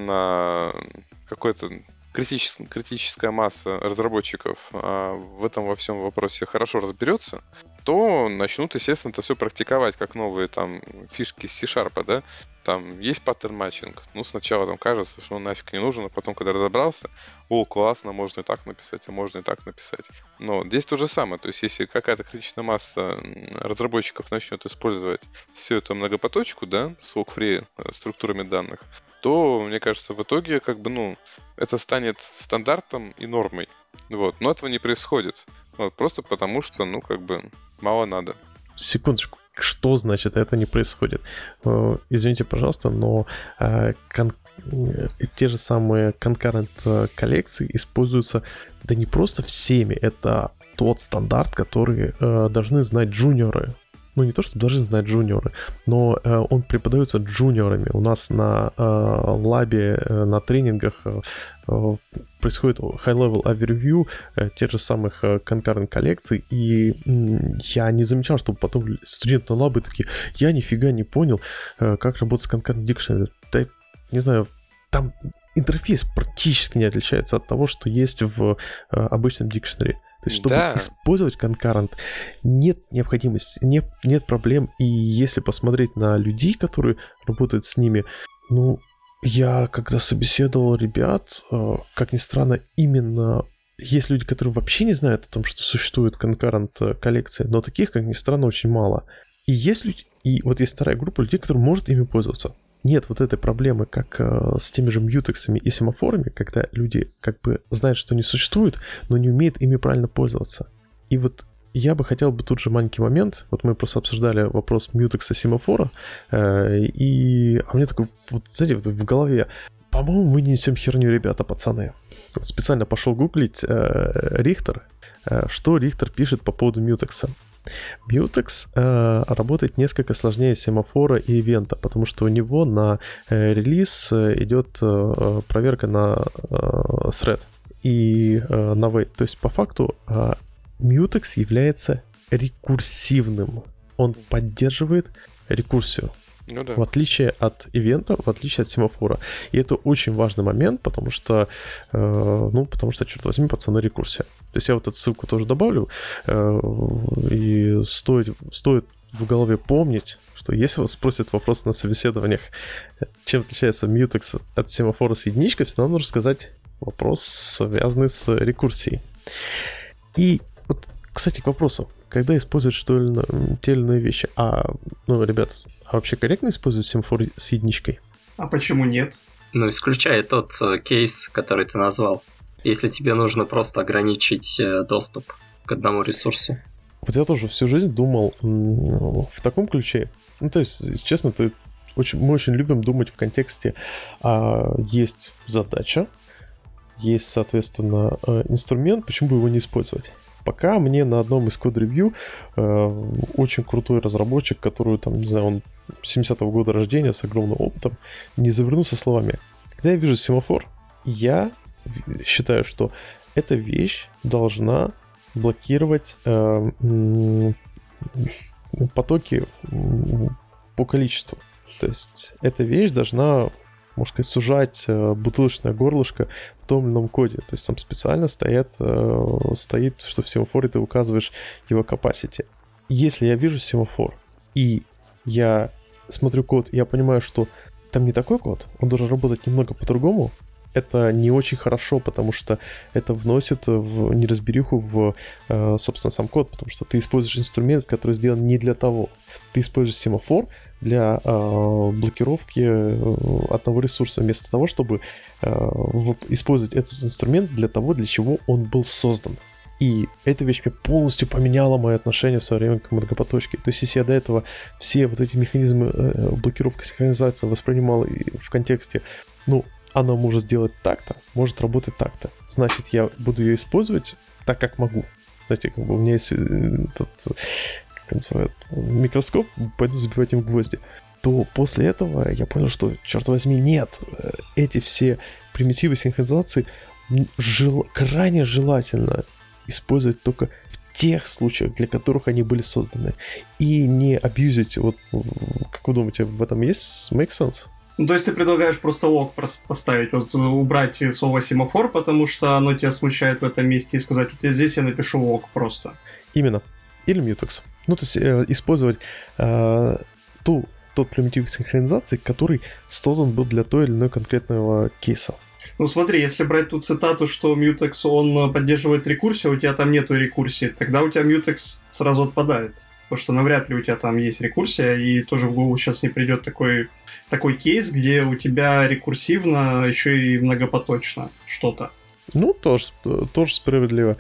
на какой-то критическая, критическая масса разработчиков а, в этом во всем вопросе хорошо разберется, то начнут, естественно, это все практиковать, как новые там фишки C-Sharp, да, там есть паттерн-матчинг, ну, сначала там кажется, что он нафиг не нужен, а потом, когда разобрался, о, классно, можно и так написать, а можно и так написать. Но здесь то же самое, то есть если какая-то критичная масса разработчиков начнет использовать всю эту многопоточку, да, с лог-фри структурами данных, то, мне кажется, в итоге, как бы, ну, это станет стандартом и нормой. Вот. Но этого не происходит. Вот. Просто потому, что, ну, как бы, мало надо. Секундочку. Что значит это не происходит? Извините, пожалуйста, но кон- те же самые concurrent коллекции используются, да не просто всеми, это тот стандарт, который должны знать джуниоры. Ну, не то, что должны знать джуниоры, но э, он преподается джуниорами. У нас на э, лабе, э, на тренингах э, происходит high-level overview э, тех же самых э, concurrent коллекций, и э, я не замечал, что потом студенты лабы такие, я нифига не понял, э, как работать с concurrent dictionary. Да, не знаю, там интерфейс практически не отличается от того, что есть в э, обычном dictionary. То есть, чтобы да. использовать concurrent, нет необходимости, нет, нет проблем. И если посмотреть на людей, которые работают с ними, ну, я когда собеседовал ребят, как ни странно, именно есть люди, которые вообще не знают о том, что существует concurrent коллекции, но таких, как ни странно, очень мало. И есть люди, и вот есть вторая группа людей, которые может ими пользоваться. Нет вот этой проблемы, как э, с теми же мьютексами и семафорами, когда люди как бы знают, что они существуют, но не умеют ими правильно пользоваться. И вот я бы хотел бы тут же маленький момент, вот мы просто обсуждали вопрос мьютекса семафора, э, и а мне такой, вот знаете, вот в голове, по-моему, мы не несем херню, ребята, пацаны. Вот специально пошел гуглить э, Рихтер, э, что Рихтер пишет по поводу мьютекса. Mutex э, работает несколько сложнее семафора и ивента, потому что у него на э, релиз идет э, проверка на э, thread и э, на wait. То есть по факту э, Mutex является рекурсивным. Он поддерживает рекурсию. Ну, да. В отличие от ивента, в отличие от семафора. И это очень важный момент, потому что, э, ну, потому что, черт возьми, пацаны, рекурсия. То есть я вот эту ссылку тоже добавлю, э, и стоит, стоит в голове помнить, что если вас спросят вопрос на собеседованиях, чем отличается Mutex от семафора с единичкой, всегда нужно сказать вопрос, связанный с рекурсией. И вот, кстати, к вопросу, когда используют что или иное, те или иные вещи, а, ну, ребят, а вообще корректно использовать семафор с единичкой? А почему нет? Ну, исключая тот э, кейс, который ты назвал. Если тебе нужно просто ограничить э, доступ к одному ресурсу. Вот я тоже всю жизнь думал м- в таком ключе. Ну, то есть, честно, ты очень, мы очень любим думать в контексте, а, есть задача, есть, соответственно, инструмент, почему бы его не использовать? Пока мне на одном из код-ревью э, очень крутой разработчик, который, там, не знаю, он семидесятого года рождения с огромным опытом, не завернулся словами. Когда я вижу семафор, я считаю, что эта вещь должна блокировать э, э, потоки по количеству. То есть эта вещь должна, можно сказать, сужать э, бутылочное горлышко в том или ином коде. То есть там специально стоят, э, стоит, что в семафоре ты указываешь его capacity. Если я вижу семафор, и я смотрю код, и я понимаю, что там не такой код, он должен работать немного по-другому, это не очень хорошо, потому что это вносит в неразбериху в, э, собственно, сам код, потому что ты используешь инструмент, который сделан не для того. Ты используешь семафор для э, блокировки э, одного ресурса, вместо того, чтобы э, в, использовать этот инструмент для того, для чего он был создан. И эта вещь мне полностью поменяла мое отношение в свое время к многопоточке. То есть, если я до этого все вот эти механизмы э, блокировки, синхронизации воспринимал в контексте, ну, она может сделать так-то, может работать так-то. Значит, я буду ее использовать так, как могу. Знаете, как бы у меня есть этот, как называют, микроскоп, пойду забивать им гвозди. То после этого я понял, что, черт возьми, нет, эти все примитивы синхронизации жел... крайне желательно использовать только в тех случаях, для которых они были созданы. И не абьюзить, вот, как вы думаете, в этом есть make sense? Ну, то есть ты предлагаешь просто лог поставить, вот убрать слово семафор, потому что оно тебя смущает в этом месте, и сказать, вот здесь я напишу лог просто. Именно. Или mutex. Ну, то есть э, использовать э, ту, тот примитив синхронизации, который создан был для той или иной конкретного кейса. Ну смотри, если брать ту цитату, что mutex, он поддерживает рекурсию, а у тебя там нету рекурсии, тогда у тебя mutex сразу отпадает. Потому что навряд ли у тебя там есть рекурсия, и тоже в голову сейчас не придет такой, такой кейс, где у тебя рекурсивно еще и многопоточно что-то. Ну, тоже, тоже справедливо.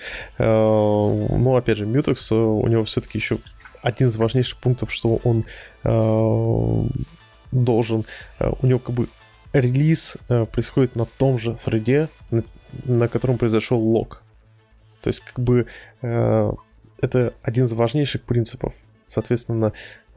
Но, опять же, mutex, у него все-таки еще один из важнейших пунктов, что он должен, у него как бы релиз происходит на том же thread, на котором произошел лог. То есть, как бы, это один из важнейших принципов. Соответственно,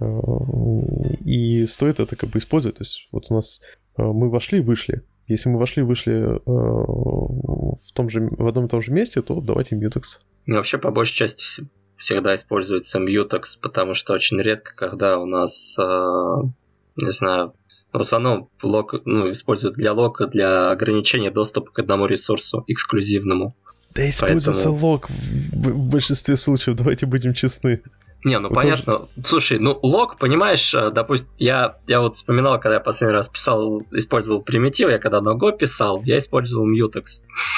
и стоит это как бы использовать. То есть, вот у нас мы вошли, вышли. Если мы вошли, вышли в, том же, в одном и том же месте, то давайте mutex. Ну, вообще, по большей части всегда используется mutex, потому что очень редко, когда у нас, не знаю, в основном лог, ну, используют для лока, для ограничения доступа к одному ресурсу эксклюзивному. Да используется Поэтому... лог в, в большинстве случаев, давайте будем честны. Не, ну вот понятно. Тоже... Слушай, ну лог, понимаешь, допустим, я, я вот вспоминал, когда я последний раз писал, использовал примитив, я когда на Go писал, я использовал mutex.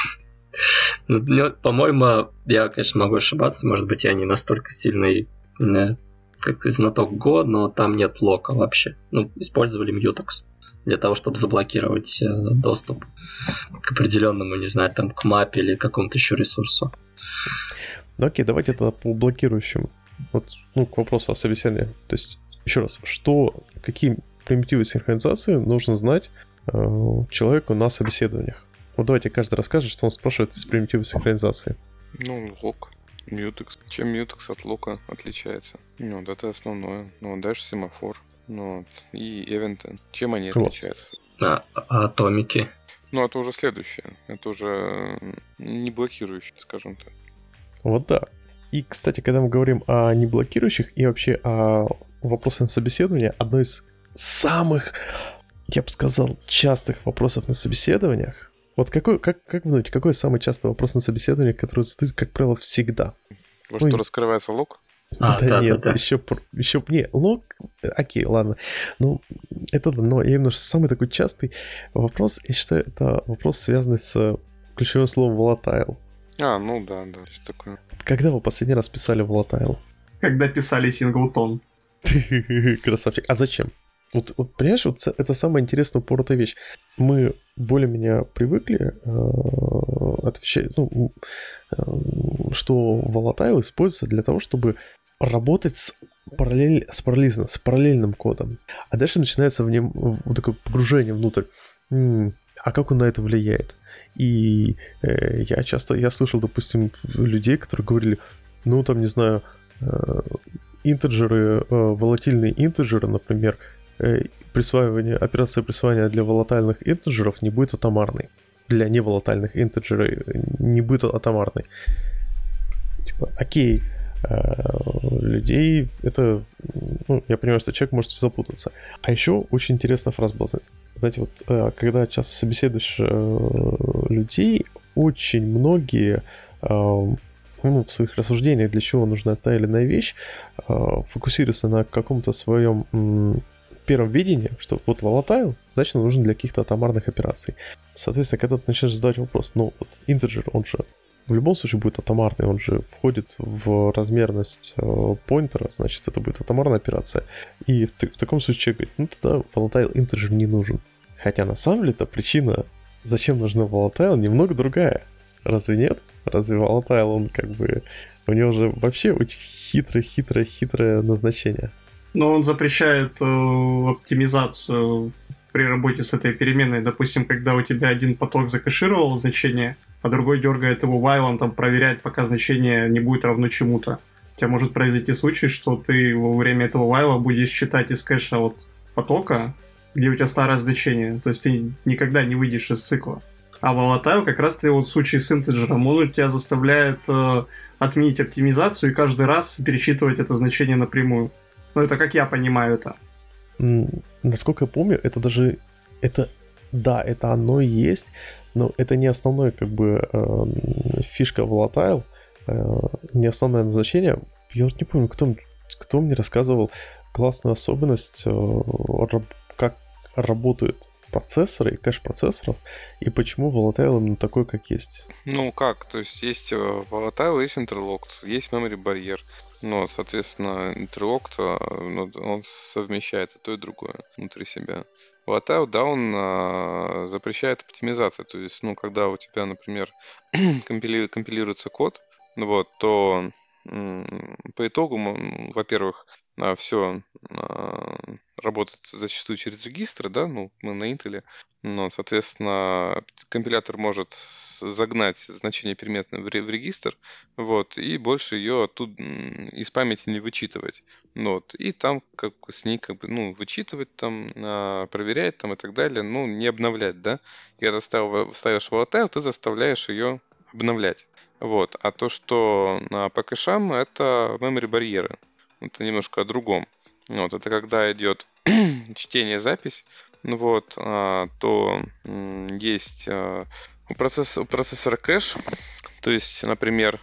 По-моему, я, конечно, могу ошибаться, может быть, я не настолько сильный как знаток Go, но там нет лока вообще. Ну, использовали mutex для того, чтобы заблокировать э, доступ к определенному, не знаю, там, к мапе или какому-то еще ресурсу. Ну окей, давайте это по блокирующим. Вот, ну, к вопросу о собеседовании. То есть, еще раз, что, какие примитивы синхронизации нужно знать э, человеку на собеседованиях? Вот давайте каждый расскажет, что он спрашивает из примитивов синхронизации. Ну, лог, mutex. Чем mutex от лока отличается? Ну, вот это основное. Ну, дальше семафор. Ну, и ивенты. Чем они отличаются? А, атомики. Ну, это уже следующее. Это уже не блокирующее, скажем так. Вот да. И, кстати, когда мы говорим о неблокирующих и вообще о вопросах на собеседование, одно из самых, я бы сказал, частых вопросов на собеседованиях. Вот какой, как, как вы думаете, какой самый частый вопрос на собеседовании, который задают, как правило, всегда? Во ну, что раскрывается лог? А, Да да, нет, да, да. еще, еще, не, лог, окей, ладно. Ну, это да, но именно что самый такой частый вопрос, я считаю, это вопрос, связанный с ключевым словом volatile. А, ну да, да, есть такое. Когда вы последний раз писали volatile? Когда писали синглтон. Красавчик. А зачем? Вот, вот понимаешь, вот это самая интересная упоротая вещь. Мы более-менее привыкли э, отвечать, ну, э, что volatile используется для того, чтобы работать с, параллель, с, параллельным, с параллельным кодом. А дальше начинается в нем вот такое погружение внутрь. М-м, а как он на это влияет? И э, я часто, я слышал, допустим, людей, которые говорили, ну, там, не знаю, э, интеджеры, э, волатильные интеджеры, например, э, присваивание, операция присваивания для волатильных интеджеров не будет атомарной. Для неволатильных интеджеров не будет атомарной. Типа, окей, э, людей это... Ну, я понимаю, что человек может запутаться. А еще очень интересная фраза была. Знаете, вот э, когда часто собеседуешь э, людей, очень многие... Э, ну, в своих рассуждениях, для чего нужна та или иная вещь, фокусируется на каком-то своем м, первом видении, что вот volatile, значит, он нужен для каких-то атомарных операций. Соответственно, когда ты начинаешь задавать вопрос, ну, вот интеджер, он же в любом случае будет атомарный, он же входит в размерность э, поинтера, значит, это будет атомарная операция. И в, в таком случае человек говорит, ну, тогда volatile интеджер не нужен. Хотя на самом деле-то причина, зачем нужна volatile, немного другая. Разве нет? Разве volatile, он как бы... У него же вообще очень хитрое-хитрое-хитрое назначение. Но он запрещает э, оптимизацию при работе с этой переменной. Допустим, когда у тебя один поток закэшировал значение, а другой дергает его вайлом, там проверяет, пока значение не будет равно чему-то. У тебя может произойти случай, что ты во время этого вайла будешь считать из кэша вот потока, где у тебя старое значение. То есть ты никогда не выйдешь из цикла. А volatile как раз-таки вот в случае с интеджером, он у тебя заставляет э, отменить оптимизацию и каждый раз пересчитывать это значение напрямую. Ну, это как я понимаю это. М, Насколько я помню, это даже... Это, да, это оно и есть, но это не основное, как бы, э, фишка volatile, э, не основное назначение. Я вот не помню, кто, кто мне рассказывал классную особенность, э, раб, как работают процессоры и кэш процессоров, и почему volatile именно такой, как есть. Ну как, то есть есть э, volatile, есть interlocked, есть memory барьер. Ну, соответственно, interlocked, э, ну, он совмещает и то, и другое внутри себя. Volatile, да, он э, запрещает оптимизацию. То есть, ну, когда у тебя, например, компили- компилируется код, ну, вот, то м, по итогу, м, во-первых, все работает зачастую через регистры, да, ну, мы на Intel, но, соответственно, компилятор может с- загнать значение переменной в ре- в регистр, вот, и больше ее оттуда м, из памяти не вычитывать, ну, вот, и там как с ней, как бы, ну, вычитывать там, а, проверять там и так далее, ну, не обновлять, да, и когда ставишь, ставишь volatile, ты заставляешь ее обновлять, вот, а то, что а, по кэшам, это memory барьеры, это немножко о другом. Вот, это когда идет чтение, запись, ну вот, а, то м, есть а, у, процесс, у процессора кэш, то есть, например,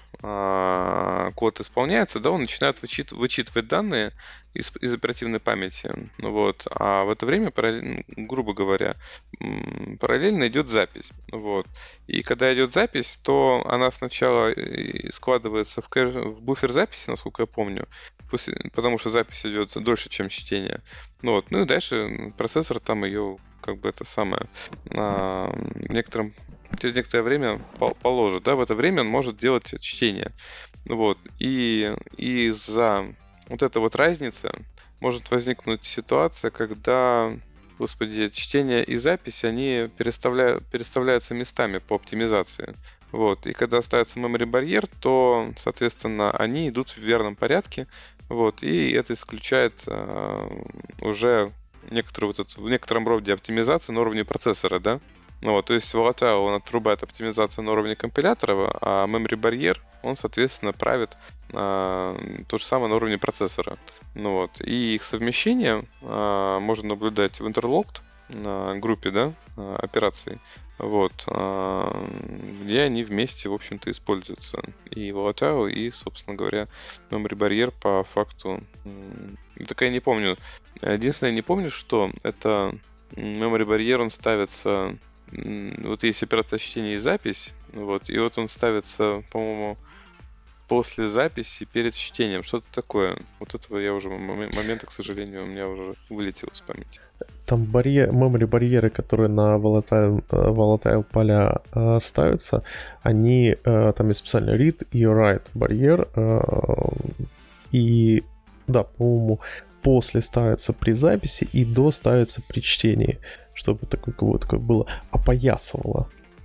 а, код исполняется, да, он начинает вычит, вычитывать данные из, из оперативной памяти, ну вот, а в это время, параллель- ну, грубо говоря, м, параллельно идет запись, вот, и когда идет запись, то она сначала э, складывается в, кэш, в буфер записи, насколько я помню, после- потому что запись идет дольше, чем чтение, ну вот, ну и дальше процессор там ее, как бы это самое, а, некоторым через некоторое время по- положит, да, в это время он может делать чтение, вот, и из-за вот этой вот разницы может возникнуть ситуация, когда, господи, чтение и запись, они переставляют, переставляются местами по оптимизации, вот, и когда ставится memory барьер, то, соответственно, они идут в верном порядке, вот, и это исключает а, уже некоторую вот эту, в некотором роде оптимизацию на уровне процессора, да. Ну вот, то есть volatile, он отрубает оптимизацию на уровне компилятора, а memory барьер, он, соответственно, правит а, то же самое на уровне процессора. Ну вот, и их совмещение а, можно наблюдать в interlocked а, группе, да, а, операций. вот, где они вместе, в общем-то, используются. И volatile, и, собственно говоря, memory барьер по факту. Так я не помню. Единственное, я не помню, что это memory барьер, он ставится... Вот есть операция чтения и запись, вот, и вот он ставится, по-моему, после записи, перед чтением. Что-то такое. Вот этого я уже момента, к сожалению, у меня уже вылетело с памяти. Там барьер, memory барьеры, которые на volatile, volatile поля э, ставятся, они, э, там есть специальный read и write барьер, э, и, да, по-моему, после ставится при записи и до ставится при чтении, чтобы такое, как будто было опоясывало.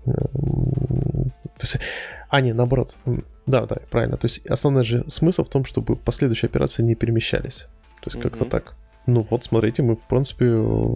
То есть, а, не, наоборот. Да, да, правильно. То есть основной же смысл в том, чтобы последующие операции не перемещались. То есть mm-hmm. как-то так. Ну вот, смотрите, мы, в принципе,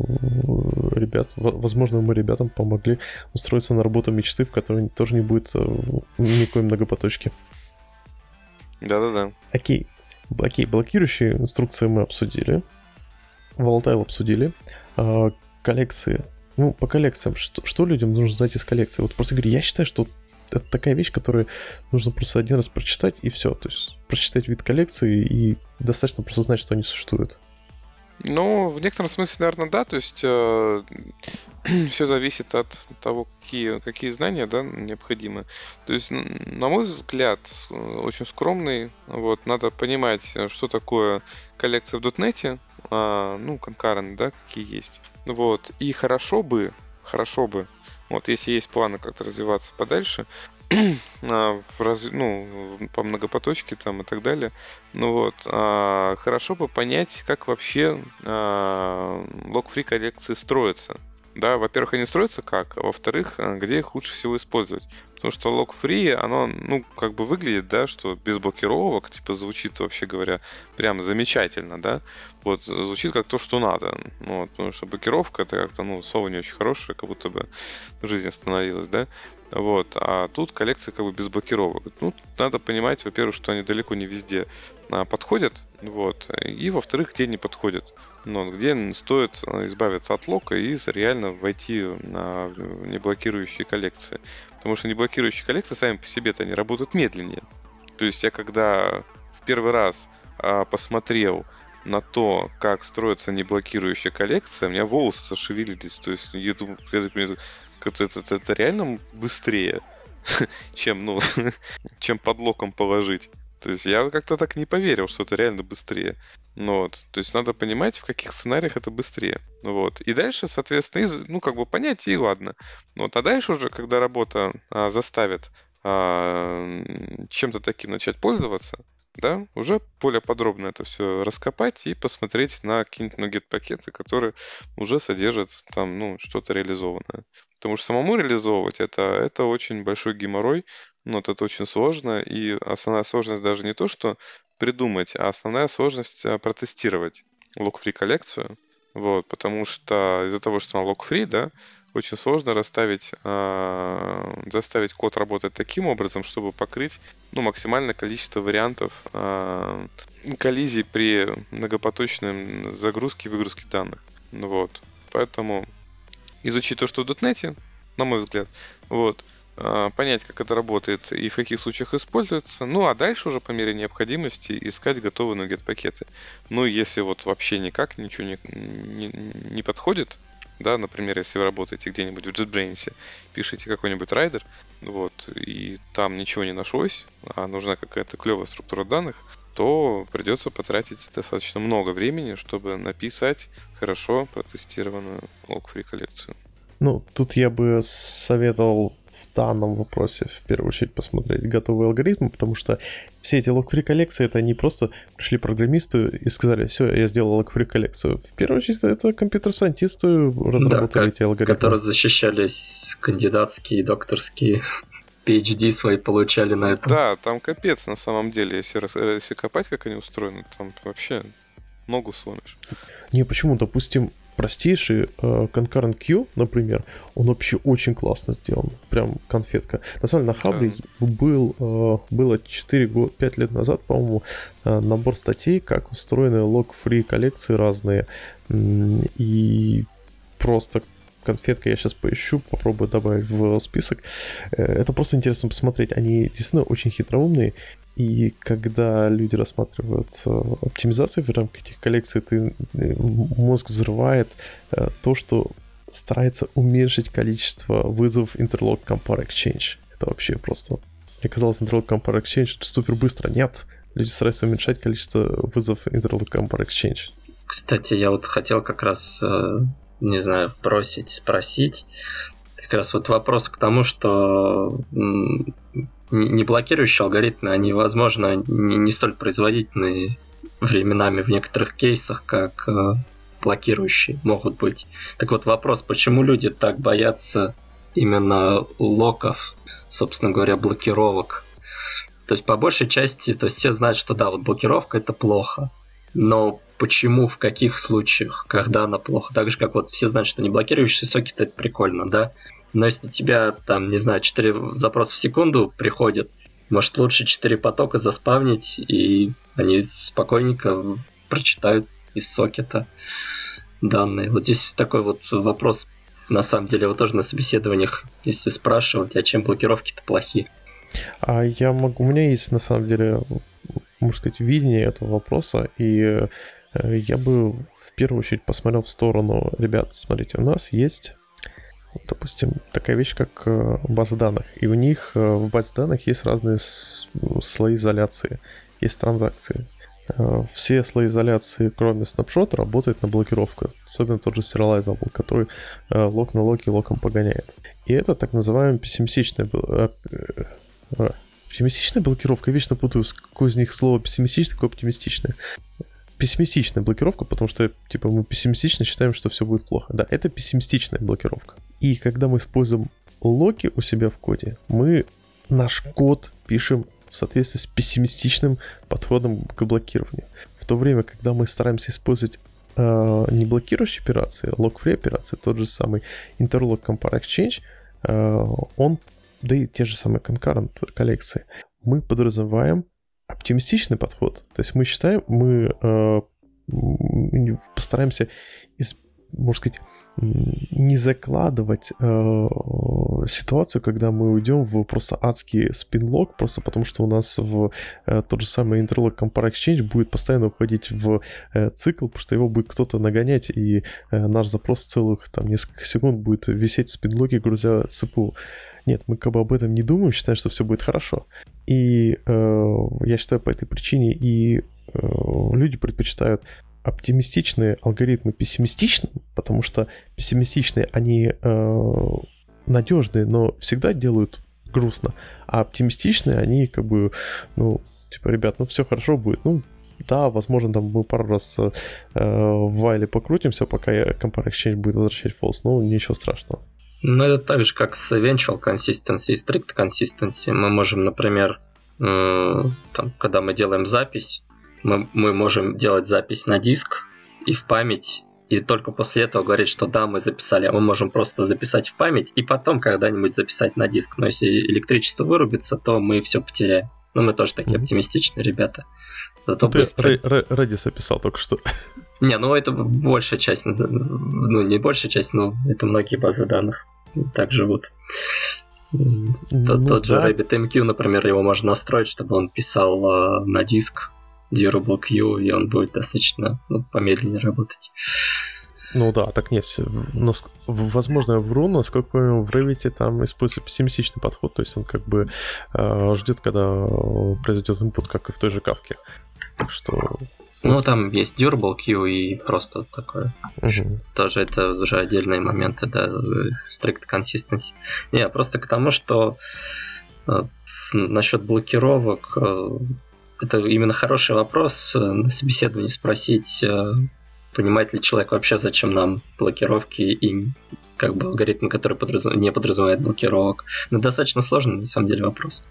ребят, возможно, мы ребятам помогли устроиться на работу мечты, в которой тоже не будет никакой многопоточки. Да-да-да. Окей. Окей, блокирующие инструкции мы обсудили. Volatile обсудили. А, коллекции. Ну, по коллекциям. Что, что людям нужно знать из коллекции? Вот просто говорю, я считаю, что это такая вещь, которую нужно просто один раз прочитать, и все. То есть прочитать вид коллекции, и достаточно просто знать, что они существуют. Ну, в некотором смысле, наверное, да. То есть э, все зависит от того, какие, какие знания, да, необходимы. То есть, на мой взгляд, очень скромный. Вот, надо понимать, что такое коллекция в дотнете, э, ну, concurrent, да, какие есть. Вот. И хорошо бы, хорошо бы, вот, если есть планы как-то развиваться подальше, в раз... ну, по многопоточке там и так далее, ну вот, а, хорошо бы понять, как вообще а, лог-фри коллекции строятся. Да, во-первых, они строятся как, а во-вторых, где их лучше всего использовать. Потому что лог-фри, оно, ну, как бы выглядит, да, что без блокировок, типа, звучит, вообще говоря, прям замечательно, да. Вот, звучит как то, что надо. Ну, вот, потому что блокировка, это как-то, ну, слово не очень хорошее, как будто бы жизнь остановилась, да. Вот, а тут коллекция как бы без блокировок. Ну, надо понимать, во-первых, что они далеко не везде а, подходят, вот, и, во-вторых, где не подходят. Ну, где стоит избавиться от лока и реально войти на неблокирующие коллекции. Потому что неблокирующие коллекции сами по себе-то они работают медленнее. То есть я когда в первый раз а, посмотрел на то, как строится неблокирующая коллекция, у меня волосы зашевелились. То есть я думаю, это, это, это, это реально быстрее, чем, ну, чем под локом положить. То есть я как-то так не поверил, что это реально быстрее. Ну, вот. То есть надо понимать, в каких сценариях это быстрее. Вот. И дальше, соответственно, из, ну, как бы понять, и ладно. Вот. А дальше уже, когда работа а, заставит а, чем-то таким начать пользоваться, да, уже более подробно это все раскопать и посмотреть на какие-нибудь нугет-пакеты, которые уже содержат там, ну, что-то реализованное. Потому что самому реализовывать это, это очень большой геморрой, но вот это очень сложно, и основная сложность даже не то, что придумать, а основная сложность протестировать лог-фри коллекцию, вот, потому что из-за того, что она лог-фри, да, очень сложно расставить, э, заставить код работать таким образом, чтобы покрыть, ну, максимальное количество вариантов э, коллизий при многопоточной загрузке и выгрузке данных. Вот. Поэтому изучить то, что в дотнете, на мой взгляд, вот, э, понять, как это работает и в каких случаях используется, ну, а дальше уже по мере необходимости искать готовые нугет-пакеты. Ну, если вот вообще никак ничего не, не, не подходит, да, например, если вы работаете где-нибудь в JetBrains, пишете какой-нибудь райдер, вот, и там ничего не нашлось, а нужна какая-то клевая структура данных, то придется потратить достаточно много времени, чтобы написать хорошо протестированную лог-фри коллекцию. Ну, тут я бы советовал в данном вопросе в первую очередь посмотреть готовые алгоритмы, потому что все эти лог-фри коллекции, это не просто пришли программисты и сказали, все, я сделал лог-фри коллекцию. В первую очередь это компьютер-сайентисты разработали да, эти алгоритмы. Которые защищались кандидатские, докторские, пи эйч ди свои получали на этом. Да, там капец на самом деле, если, если копать, как они устроены, там вообще ногу сломишь. Не, почему, допустим, простейший э, concurrent queue, например, он вообще очень классно сделан. Прям конфетка. На самом деле на Хабре да. был, э, было четыре-пять лет назад, по-моему, э, набор статей, как устроены лог-фри коллекции разные. И просто конфетка, я сейчас поищу, попробую добавить в список. Это просто интересно посмотреть. Они действительно очень хитроумные. И когда люди рассматривают оптимизации в рамках этих коллекций, ты, мозг взрывает то, что старается уменьшить количество вызовов Interlock Compare Exchange. Это вообще просто... Мне казалось, Interlock Compare Exchange это супер быстро. Нет! Люди стараются уменьшать количество вызовов Interlock Compare Exchange. Кстати, я вот хотел как раз, не знаю, бросить, спросить. Как раз вот вопрос к тому, что не блокирующие алгоритмы, они, возможно, не столь производительны временами в некоторых кейсах, как блокирующие могут быть. Так вот вопрос, почему люди так боятся именно локов, собственно говоря, блокировок? То есть по большей части, то есть все знают, что да, вот блокировка это плохо, но почему, в каких случаях, когда она плохо? Так же, как вот все знают, что не блокирующие сокеты это прикольно, да? Но если у тебя там, не знаю, четыре запроса в секунду приходят, может лучше четыре потока заспавнить, и они спокойненько прочитают из сокета данные. Вот здесь такой вот вопрос, на самом деле, вот тоже на собеседованиях, если спрашивать, а чем блокировки-то плохи? А я могу, у меня есть, на самом деле, можно сказать, видение этого вопроса, и я бы в первую очередь посмотрел в сторону, ребят, смотрите, у нас есть, допустим, такая вещь, как база данных, и у них в базе данных есть разные слои изоляции, есть транзакции. Все слои изоляции, кроме снапшота, работают на блокировку. Особенно тот же Serializable, который лок на локе локом погоняет. И это так называемая пессимистичная, пессимистичная блокировка. Я вечно путаю, какое из них слово пессимистичное, какое оптимистичное. Пессимистичная блокировка, потому что типа мы пессимистично считаем, что все будет плохо. Да, это пессимистичная блокировка. И когда мы используем локи у себя в коде, мы наш код пишем в соответствии с пессимистичным подходом к блокированию. В то время, когда мы стараемся использовать э, не блокирующие операции, а log-free операции, тот же самый Interlock Compare Exchange, э, он, да и те же самые concurrent коллекции, мы подразумеваем оптимистичный подход. То есть мы считаем, мы э, постараемся из можно сказать, не закладывать э, ситуацию, когда мы уйдем в просто адский спинлог, просто потому что у нас в э, тот же самый Interlock Compare Exchange будет постоянно уходить в э, цикл, потому что его будет кто-то нагонять, и э, наш запрос целых там несколько секунд будет висеть в спинлоге, грузя цепу. Нет, мы как бы об этом не думаем, считаем, что все будет хорошо. И э, я считаю, по этой причине и э, люди предпочитают оптимистичные алгоритмы пессимистичным, потому что пессимистичные, они э, надежные, но всегда делают грустно, а оптимистичные, они как бы, ну, типа, ребят, ну все хорошо будет, ну, да, возможно, там мы пару раз э, в вайле покрутимся, пока Compare Exchange будет возвращать false, но ничего страшного. Ну, это так же, как с eventual consistency и strict consistency. Мы можем, например, э, там, когда мы делаем запись, Мы, мы можем делать запись на диск и в память, и только после этого говорить, что да, мы записали. А мы можем просто записать в память и потом когда-нибудь записать на диск. Но если электричество вырубится, то мы все потеряем. Ну, мы тоже такие mm-hmm. оптимистичные ребята. Зато ну, быстро... Ты Redis описал только что. Не, ну это большая часть, ну не большая часть, но это многие базы данных так живут. Тот, ну, тот же да. RabbitMQ, например, его можно настроить, чтобы он писал э, на диск Durable Queue, и он будет достаточно ну, помедленнее работать. Ну да, так нет. Возможно, я вру, насколько я помню, в Revit там используется пессимистичный подход, то есть он как бы э, ждет, когда произойдет input, как и в той же кавке. Так что... Ну, вот. Там есть Durable Queue и просто такое. Угу. Тоже это уже отдельные моменты, да, strict consistency. Не, просто к тому, что э, насчет блокировок... Э, Это именно хороший вопрос на собеседовании спросить, понимает ли человек вообще, зачем нам блокировки и как бы алгоритм, который подразум... не подразумевает блокировок. Но достаточно сложный, на самом деле, вопрос.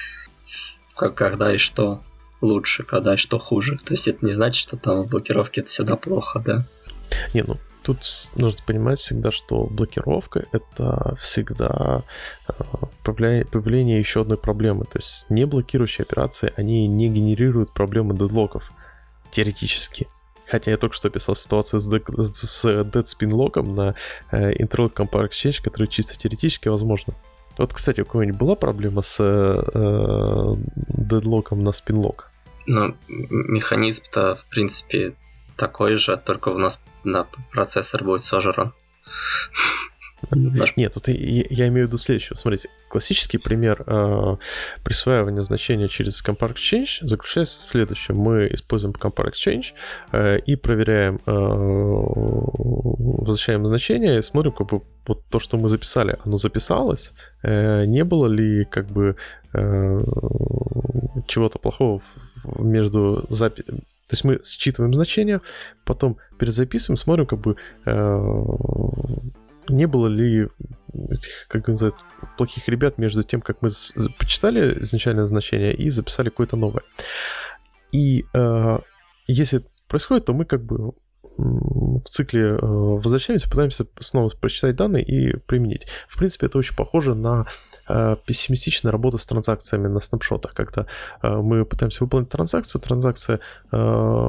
Как, когда и что лучше, когда и что хуже. То есть это не значит, что там блокировки это всегда плохо, да? Не, ну тут нужно понимать всегда, что блокировка — это всегда появление, появление еще одной проблемы. То есть не блокирующие операции, они не генерируют проблемы дедлоков теоретически. Хотя я только что описал ситуацию с, дек- с Deadspin локом на э, Interlock Compare Exchange, который чисто теоретически возможно. Вот, кстати, у кого-нибудь была проблема с э, дедлоком на спинлок? Ну, механизм-то, в принципе, такой же, только у нас на процессор будет сожран. Нет, тут я, я имею в виду следующее. Смотрите, классический пример э, присваивания значения через Compare Exchange заключается в следующем. Мы используем Compare Exchange э, и проверяем, э, возвращаем значение и смотрим, как бы вот то, что мы записали, оно записалось, э, не было ли как бы э, чего-то плохого между записью. То есть мы считываем значение, потом перезаписываем, смотрим, как бы э, не было ли этих, как называют, плохих ребят между тем, как мы почитали изначальное значение и записали какое-то новое. И э, если это происходит, то мы как бы в цикле э, возвращаемся, пытаемся снова прочитать данные и применить. В принципе, это очень похоже на э, пессимистичную работу с транзакциями на снапшотах, когда э, мы пытаемся выполнить транзакцию, транзакция э,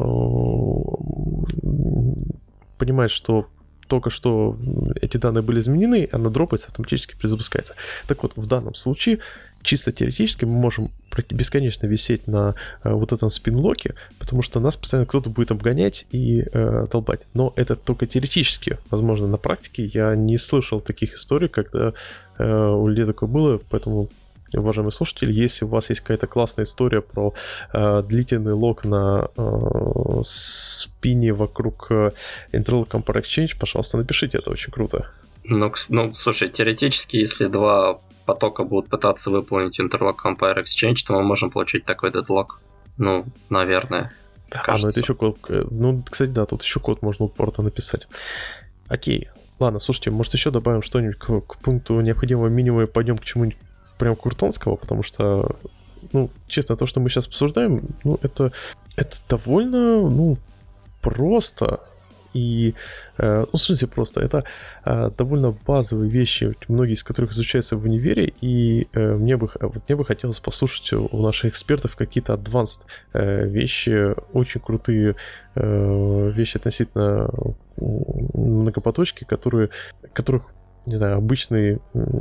понимает, что только что эти данные были изменены, она дропается, автоматически перезапускается. Так вот, в данном случае, чисто теоретически, мы можем бесконечно висеть на э, вот этом спинлоке, потому что нас постоянно кто-то будет обгонять и э, долбать. Но это только теоретически. Возможно, на практике я не слышал таких историй, когда э, у людей такое было, поэтому, уважаемые слушатели, если у вас есть какая-то классная история про э, длительный лог на э, спине вокруг э, Interlock Compare Exchange, пожалуйста, напишите, это очень круто. Ну, ну, слушай, теоретически, если два потока будут пытаться выполнить Interlock Compare Exchange, то мы можем получить такой дедлок. Ну, наверное. А, ну это еще код. Ну, кстати, да, тут еще код можно у порта написать. Окей. Ладно, слушайте, может еще добавим что-нибудь к, к пункту необходимого минимума и пойдем к чему-нибудь прям куртонского, потому что, ну, честно, то, что мы сейчас обсуждаем, ну, это, это довольно, ну, просто. И, э, ну, в смысле просто, это э, довольно базовые вещи, многие из которых изучаются в универе, и э, мне, бы, вот мне бы хотелось послушать у наших экспертов какие-то advanced э, вещи, очень крутые э, вещи относительно многопоточки, которые, которых, не знаю, обычный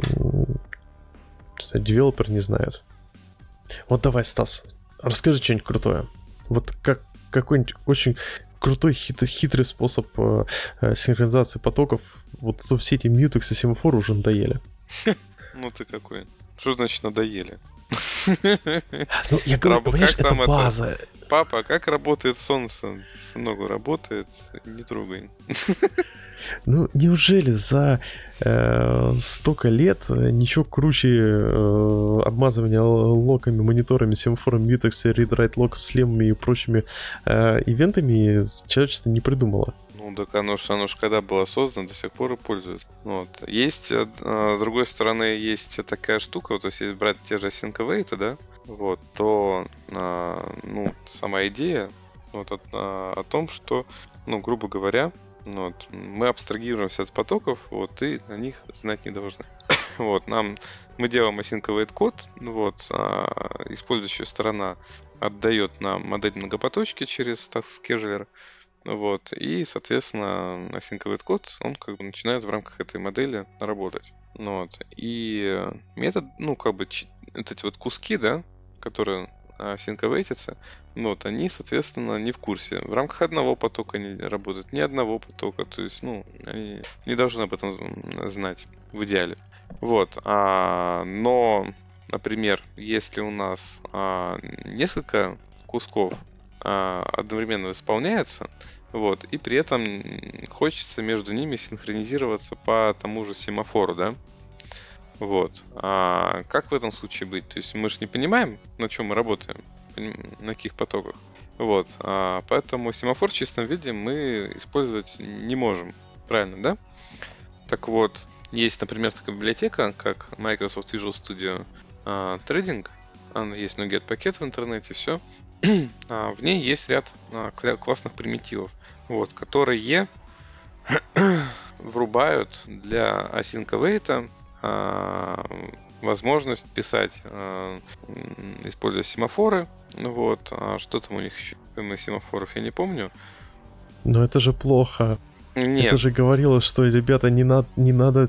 девелопер не знает. Вот давай, Стас, расскажи что-нибудь крутое. Вот как какой-нибудь очень крутой хит, хитрый способ э, синхронизации потоков. Вот все эти мьютекс и семафоры уже надоели. Ну ты какой? Что значит надоели? Ну, я говорю, понимаешь, это база. Папа, а как работает солнце? Сынок, работает, не трогай. Ну, неужели за э, столько лет ничего круче э, обмазывания локами, мониторами, семафорами, мьютекс, read-write локов с лемами и прочими э, ивентами человечество не придумало. Ну, так оно ж, оно ж когда было создано, до сих пор и пользуется. Вот. Есть, э, с другой стороны, есть такая штука, вот если брать те же async await, да, вот, то, э, ну, сама идея вот, от, о, о том, что, ну, грубо говоря, вот, мы абстрагируемся от потоков, вот, и на них знать не должны. Вот, нам, мы делаем async await код, вот, а использующая сторона отдает нам модель многопоточки через task-scheduler, вот, и, соответственно, async await код, он как бы начинает в рамках этой модели работать. Вот, и метод, ну, как бы, вот эти вот куски, да, которые async await, ну, вот, они, соответственно, не в курсе. В рамках одного потока не работают, ни одного потока, то есть, ну, они не должны об этом знать в идеале. Вот, а, но, например, если у нас а, несколько кусков а, одновременно исполняется, вот, и при этом хочется между ними синхронизироваться по тому же семафору, да, вот. А как в этом случае быть? То есть мы же не понимаем, на чем мы работаем, на каких потоках. Вот. А поэтому семафор в чистом виде мы использовать не можем. Правильно, да? Так вот, есть, например, такая библиотека, как Microsoft Visual Studio uh, Trading. Она есть, ну, get-пакет в интернете, все. В ней есть ряд uh, классных примитивов, вот, которые врубают для async await возможность писать, используя семафоры. Вот. А что там у них еще? Помимо семафоров я не помню. Но это же плохо. Нет. Это же говорилось, что, ребята, не, на, не надо...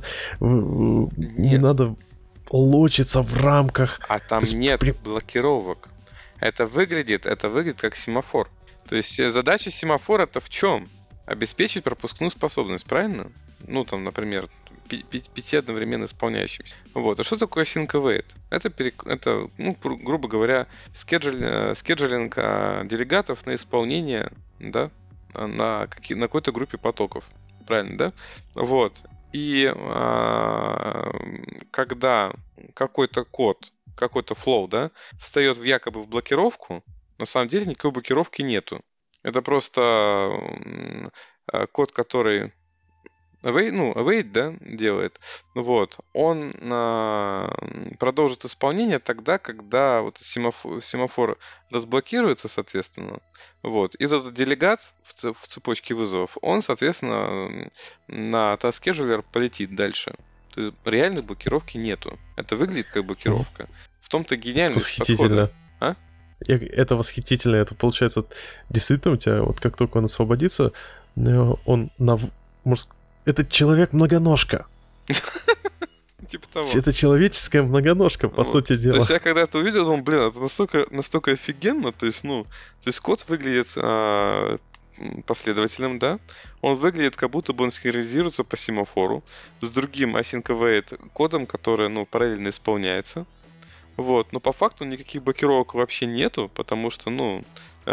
Не Нет. надо лочиться в рамках. А там есть нет при- блокировок. Это выглядит, это выглядит как семафор. То есть э, задача семафора-то в чем? Обеспечить пропускную способность, правильно? Ну, там, например, пи- пи- пяти одновременно исполняющимся. Вот. А что такое sync await? Это, перек- это ну, гру- грубо говоря, скеджуль- э, скеджулинг а, делегатов на исполнение, да, на, каки- на какой-то группе потоков. Правильно, да? Вот. И а, когда какой-то код, какой-то флоу, да, встает в якобы в блокировку, на самом деле никакой блокировки нету. Это просто м, а, код, который await, ну, await, да, делает, вот, он а, продолжит исполнение тогда, когда вот семафор, семафор разблокируется, соответственно, вот, и этот делегат в, ц- в цепочке вызовов, он, соответственно, на таскеджулер полетит дальше. То есть реальной блокировки нету. Это выглядит как блокировка. В том-то гениальность Восхитительно. подхода. А? Я- Это восхитительно. Это получается, действительно, у тебя вот как только он освободится, э, он на... в- можно ск- Это человек-многоножка. Типа того. Это человеческая многоножка, по Вот. сути То дела. есть я когда это увидел, думал, блин, это настолько, настолько офигенно, то есть, ну, то есть код выглядит а, м, последовательным, да, он выглядит, как будто бы он синхронизируется по семафору с другим async await кодом, который, ну, параллельно исполняется. Вот, но по факту никаких блокировок вообще нету, потому что, ну,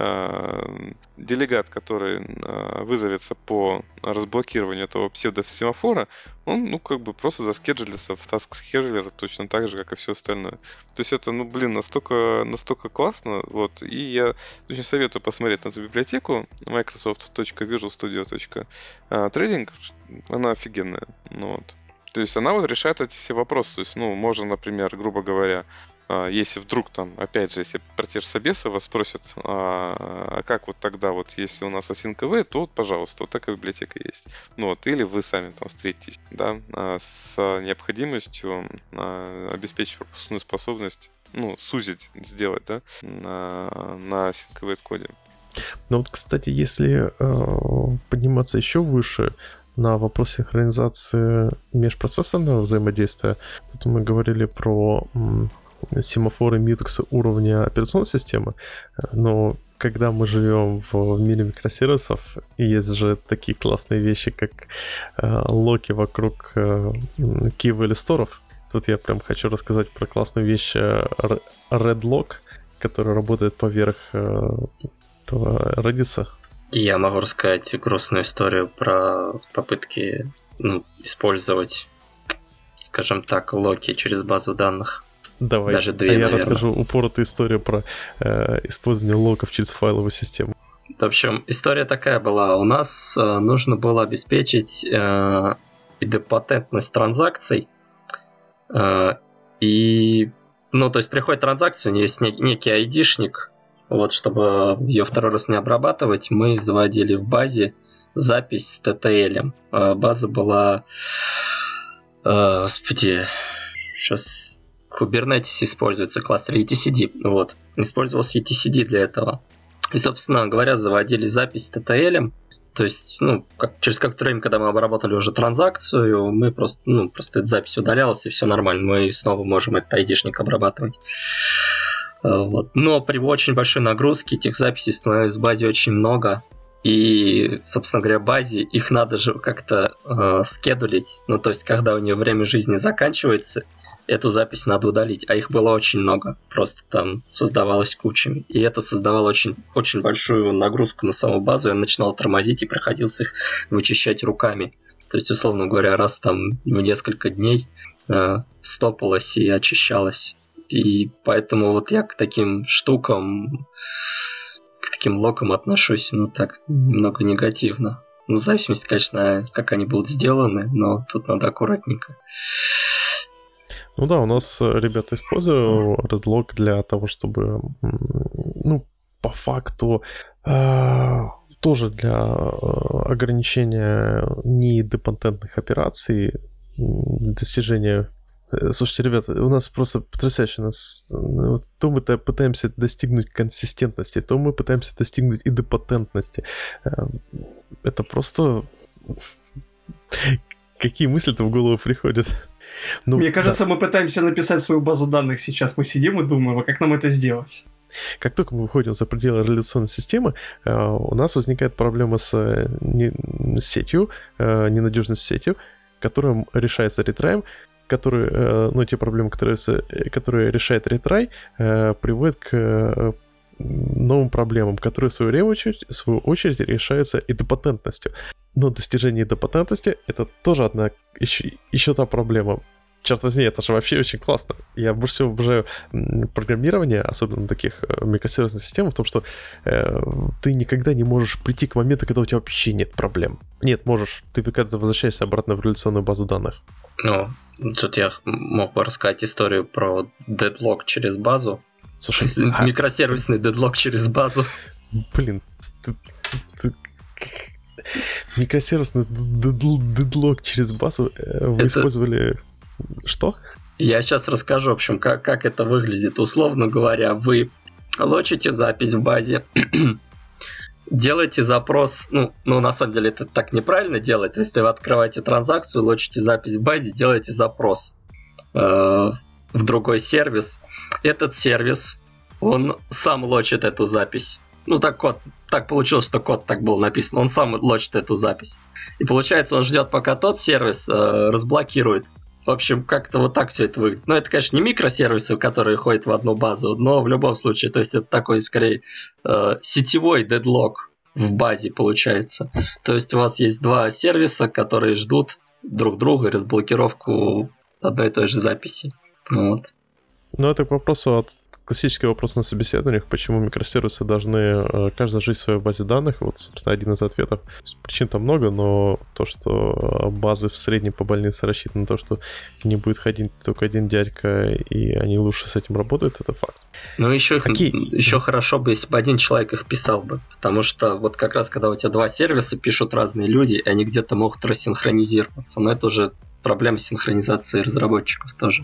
э, делегат, который э, вызовется по разблокированию этого псевдосемафора, он, ну, как бы просто заскеджулится в task scheduler точно так же, как и все остальное. То есть это, ну, блин, настолько, настолько классно, вот, и я очень советую посмотреть на эту библиотеку microsoft точка visual studio точка trading, она офигенная, ну, вот. То есть она вот решает эти все вопросы. То есть, ну, можно, например, грубо говоря, а, если вдруг там, опять же, если про те же собесы вас спросят, а, а как вот тогда вот, если у нас async await, то вот, пожалуйста, вот такая библиотека есть. Ну вот, или вы сами там встретитесь, да, а, с необходимостью а, обеспечить пропускную способность, ну, сузить, сделать, да, на, на async await коде. Ну вот, кстати, если э, подниматься еще выше на вопрос синхронизации межпроцессорного взаимодействия, тут мы говорили про м, семафоры Mutex уровня операционной системы, но когда мы живем в мире микросервисов, есть же такие классные вещи, как э, локи вокруг э, кива или сторов. Тут я прям хочу рассказать про классную вещь э, Redlock, который работает поверх э, этого Redis. Я могу рассказать грустную историю про попытки, ну, использовать, скажем так, локи через базу данных. Давай, Даже две, а я наверное. расскажу упоротую историю про э, использование локов через файловую систему. В общем, история такая была. У нас э, нужно было обеспечить э, идемпотентность транзакций. Э, и, ну, то есть приходит транзакция, у нее есть не- некий айдишник. Вот, чтобы ее второй раз не обрабатывать, мы заводили в базе запись с ти ти эл. Э, база была... Э, господи, сейчас... Kubernetes используется, кластер и ти си ди. Вот. Использовался и ти си ди для этого. И, собственно говоря, заводили запись с ти ти эл. То есть, ну, как, через какое-то время, когда мы обработали уже транзакцию, мы просто, ну, просто эта запись удалялась, и все нормально. Мы снова можем этот айдишник обрабатывать. Вот. Но при очень большой нагрузке этих записей становилось в базе очень много. И, собственно говоря, базе их надо же как-то э, скедулить. Ну, то есть, когда у нее время жизни заканчивается, эту запись надо удалить. А их было очень много. Просто там создавалось кучами. И это создавало очень, очень большую нагрузку на саму базу. Я начинал тормозить и приходилось их вычищать руками. То есть, условно говоря, раз там в несколько дней э, стопалось и очищалось. И поэтому вот я к таким штукам, к таким локам отношусь, ну, так, немного негативно. Ну, в зависимости, конечно, как они будут сделаны, но тут надо аккуратненько. Ну да, у нас ребята используют Redlock для того, чтобы, ну, по факту, э, тоже для ограничения недепатентных операций, достижения Слушайте, ребята, у нас просто потрясающе. У нас, вот, то мы пытаемся достигнуть консистентности, то мы пытаемся достигнуть идопатентности. Это просто... Какие мысли-то в голову приходят? Ну, Мне кажется, да. мы пытаемся написать свою базу данных сейчас. Мы сидим и думаем, а как нам это сделать? Как только мы выходим за пределы реляционной системы, у нас возникает проблема с, не, с сетью, ненадежностью сетью, которая решается ретраем, который, ну, те проблемы, которые, которые решает ретрай, приводят к новым проблемам, которые в свою очередь, в свою очередь решаются идопатентностью. Но достижение идопатентности — это тоже одна еще, еще та проблема. Черт возьми, это же вообще очень классно. Я больше всего обожаю программирование, особенно таких микросервисных систем, в том, что э, ты никогда не можешь прийти к моменту, когда у тебя вообще нет проблем. Нет, можешь. Ты когда возвращаешься обратно в реляционную базу данных. Ну, тут я мог бы рассказать историю про дедлог через базу. Слушай, а... микросервисный дедлог через базу. Блин, ты, ты, ты... микросервисный дедлог через базу вы это... использовали... Что? Я сейчас расскажу, в общем, как, как это выглядит. Условно говоря, вы лочите запись в базе, делаете запрос, ну, ну, на самом деле это так неправильно делать. Если вы открываете транзакцию, лочите запись в базе, делаете запрос э, в другой сервис. Этот сервис, он сам лочит эту запись. Ну, так код, так получилось, что код так был написан. Он сам лочит эту запись. И получается, он ждет, пока тот сервис э, разблокирует. В общем, как-то вот так все это выглядит. Но это, конечно, не микросервисы, которые ходят в одну базу, но в любом случае, то есть это такой, скорее, э, сетевой дедлог в базе получается. То есть у вас есть два сервиса, которые ждут друг друга разблокировку одной и той же записи. Вот. Ну, это к вопросу от классический вопрос на собеседованиях, почему микросервисы должны э, каждый жить в своей базе данных. Вот, собственно, один из ответов. Причин там много, но то, что базы в среднем по больнице рассчитаны на то, что не будет ходить только один дядька, и они лучше с этим работают, это факт. Ну, еще, их, еще хорошо бы, если бы один человек их писал бы. Потому что вот как раз, когда у тебя два сервиса пишут разные люди, и они где-то могут рассинхронизироваться. Но это уже проблема синхронизации разработчиков тоже.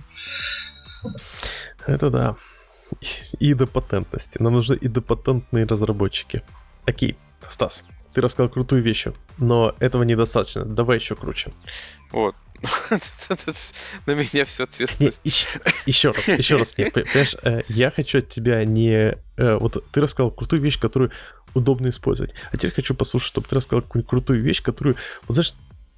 Это да. И идопатентности. Нам нужны идопатентные разработчики. Окей, Стас, ты рассказал крутую вещь, но этого недостаточно. Давай еще круче. Вот. На меня все ответственность. Еще раз, еще раз. Понимаешь, я хочу от тебя не... Вот ты рассказал крутую вещь, которую удобно использовать. А теперь хочу послушать, чтобы ты рассказал какую-нибудь крутую вещь, которую... Вот знаешь...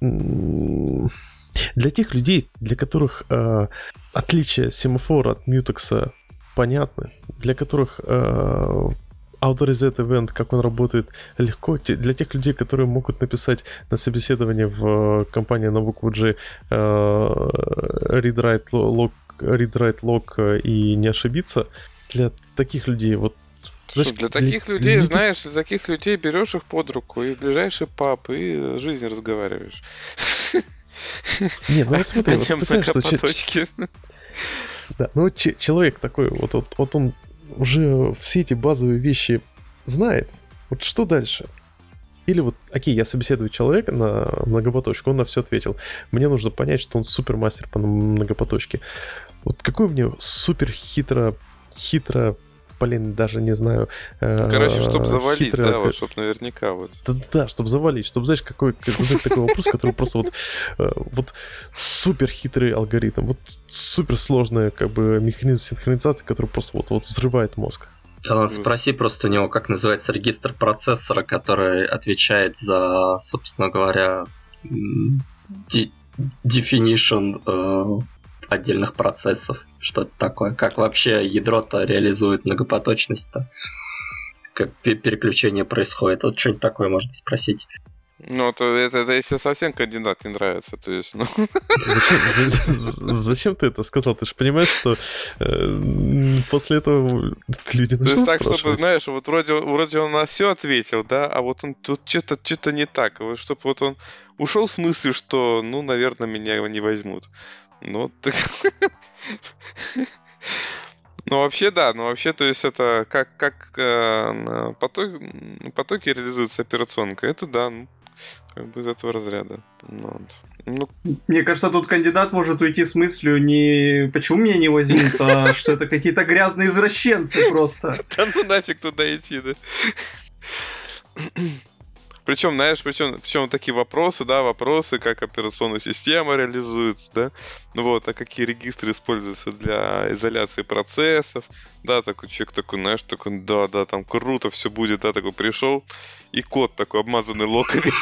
Для тех людей, для которых э, отличие семафора от мьютекса понятны, для которых э, Auto-Reset Event, как он работает, легко, те, для тех людей, которые могут написать на собеседовании в компании на букву G э, read-write log, read-write log и не ошибиться, для таких людей вот. Слушай, для таких для, людей, для... знаешь, для таких людей берешь их под руку и в ближайший паб и жизнь разговариваешь. Нет, ну вот смотри, вот представь, что... Да, ну вот ч- человек такой, вот, вот, вот он уже все эти базовые вещи знает. Вот что дальше? Или вот, окей, я собеседую человека на многопоточку, он на все ответил. Мне нужно понять, что он супермастер по многопоточке. Вот какой мне супер хитро, хитро, блин, даже не знаю. Короче, чтобы завалить, хитро, да, вот, чтобы наверняка вот. Да, да, чтобы завалить, чтобы, знаешь, какой задать такой вопрос, который просто вот, вот супер хитрый алгоритм, вот супер сложная как бы механизм синхронизации, который просто вот, вот взрывает мозг. Спроси просто у него, как называется регистр процессора, который отвечает за, собственно говоря, de- definition э, отдельных процессов. Что это такое? Как вообще ядро-то реализует многопоточность-то? Как переключение происходит? Вот что-нибудь такое можно спросить. Ну, это, это, это если совсем кандидат не нравится, то есть, ну... Зачем, за, зачем ты это сказал? Ты же понимаешь, что э, после этого люди начнут То есть так, спрашивать. чтобы, знаешь, вот вроде, вроде он на все ответил, да, а вот он тут что-то, что-то не так. Вот, чтобы вот он ушел с мыслью, что, ну, наверное, меня его не возьмут. Ну, так... Ну, вообще, да, ну, вообще, то есть, это как, как э, поток, потоки реализуются операционкой, это да, ну, как бы из этого разряда. Ну, Ну, Мне кажется, тут кандидат может уйти с мыслью не почему меня не возьмут, а что это какие-то грязные извращенцы просто. да ну нафиг туда идти, да. Причем, знаешь, причем, причем такие вопросы, да, вопросы, как операционная система реализуется, да, ну вот, а какие регистры используются для изоляции процессов, да, такой человек такой, знаешь, такой, да, да, там круто все будет, да, такой пришел, и кот такой обмазанный локами.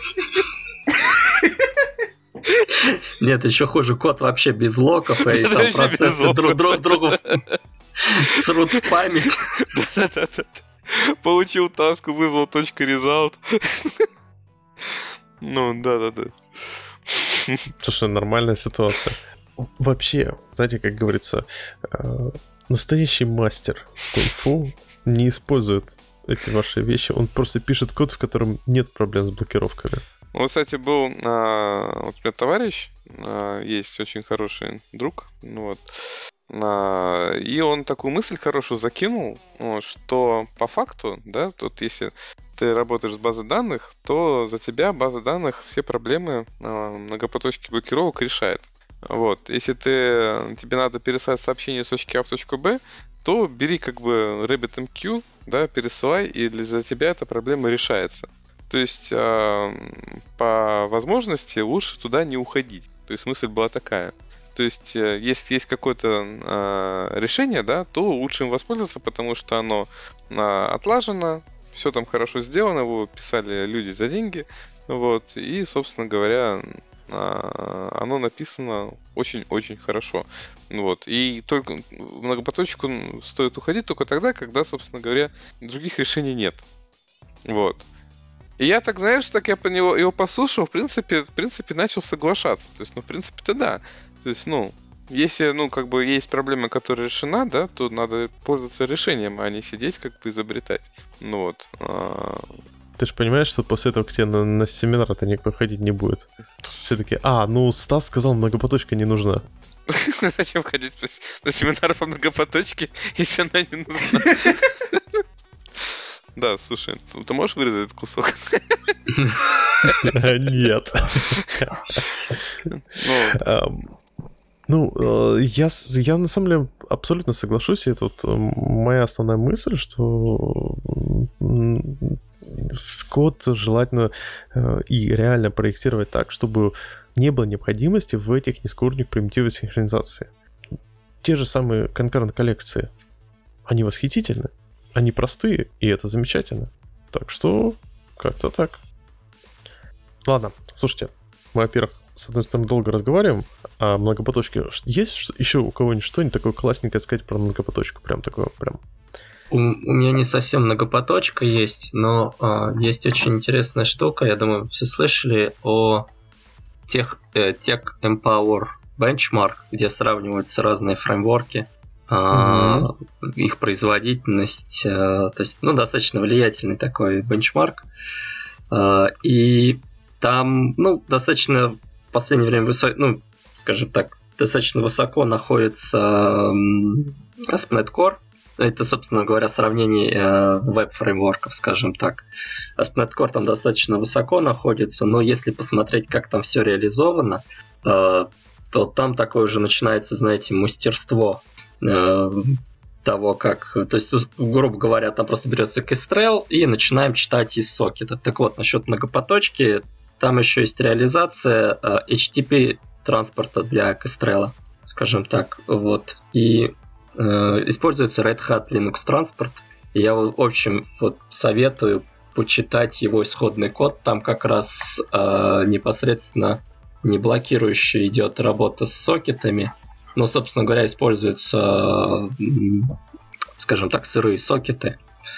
Нет, еще хуже, код вообще без локов, и там Вообще без процессы локов. друг друг другу срут в память. Да-да-да. Получил таску, вызвал точка result. Ну, да-да-да. Слушай, нормальная ситуация. Вообще, знаете, как говорится, э, настоящий мастер кунг-фу не использует эти ваши вещи. Он просто пишет код, в котором нет проблем с блокировками. Вот, кстати, был а, вот у меня товарищ, а, есть очень хороший друг, ну вот, а, и он такую мысль хорошую закинул, вот, что по факту, да, тут если ты работаешь с базой данных, то за тебя база данных все проблемы а, многопоточки блокировок решает. Вот, если ты, тебе надо переслать сообщение с точки А в точку Б, то бери как бы RabbitMQ, да, пересылай, и для, за тебя эта проблема решается. То есть, э, по возможности лучше туда не уходить. То есть, мысль была такая. То есть, э, если есть какое-то э, решение, да, то лучше им воспользоваться, потому что оно э, отлажено, все там хорошо сделано, его писали люди за деньги, вот, и, собственно говоря, э, оно написано очень-очень хорошо. Вот. И только в многопоточку стоит уходить только тогда, когда, собственно говоря, других решений нет. Вот. И я так, знаешь, так я по него его послушал, в принципе, в принципе, начал соглашаться. То есть, ну, в принципе-то да. То есть, ну, если, ну, как бы есть проблема, которая решена, да, то надо пользоваться решением, а не сидеть, как бы изобретать. Ну вот. А... Ты же понимаешь, что после этого к тебе на, на семинар-то никто ходить не будет. Все таки а, ну, Стас сказал, многопоточка не нужна. Зачем ходить на семинар по многопоточке, если она не нужна? Да, слушай, ты можешь вырезать этот кусок? Нет. Ну, я, я на самом деле абсолютно соглашусь, и тут моя основная мысль, что код желательно и реально проектировать так, чтобы не было необходимости в этих низкоуровневых примитивах синхронизации. Те же самые конкурент коллекции, они восхитительны. Они простые, и это замечательно. Так что, как-то так. Ладно, слушайте, мы, во-первых, с одной стороны, долго разговариваем о многопоточке. Есть еще у кого-нибудь что-нибудь такое классненькое сказать про многопоточку? Прям такое, прям. У, у меня не совсем многопоточка есть, но а, есть очень интересная штука. Я думаю, все слышали о Tech, э, Tech Empower Benchmark, где сравниваются разные фреймворки. Uh-huh. Их производительность, то есть, ну, достаточно влиятельный такой бенчмарк. И там, ну, достаточно в последнее время высоко, ну, скажем так, достаточно высоко находится эй эс пи точка нет Core. Это, собственно говоря, сравнение веб-фреймворков, скажем так. эй эс пи точка нет Core там достаточно высоко находится, но если посмотреть, как там все реализовано, то там такое уже начинается, знаете, мастерство того, как... То есть, грубо говоря, там просто берется Kestrel и начинаем читать из сокета. Так вот, насчет многопоточки, там еще есть реализация эйч ти ти пи транспорта для Kestrel, скажем так. Вот. И э, используется Red Hat Linux транспорт. И я, в общем, вот советую почитать его исходный код. Там как раз э, непосредственно не блокирующая идет работа с сокетами. Но, собственно говоря, используются, скажем так, сырые сокеты.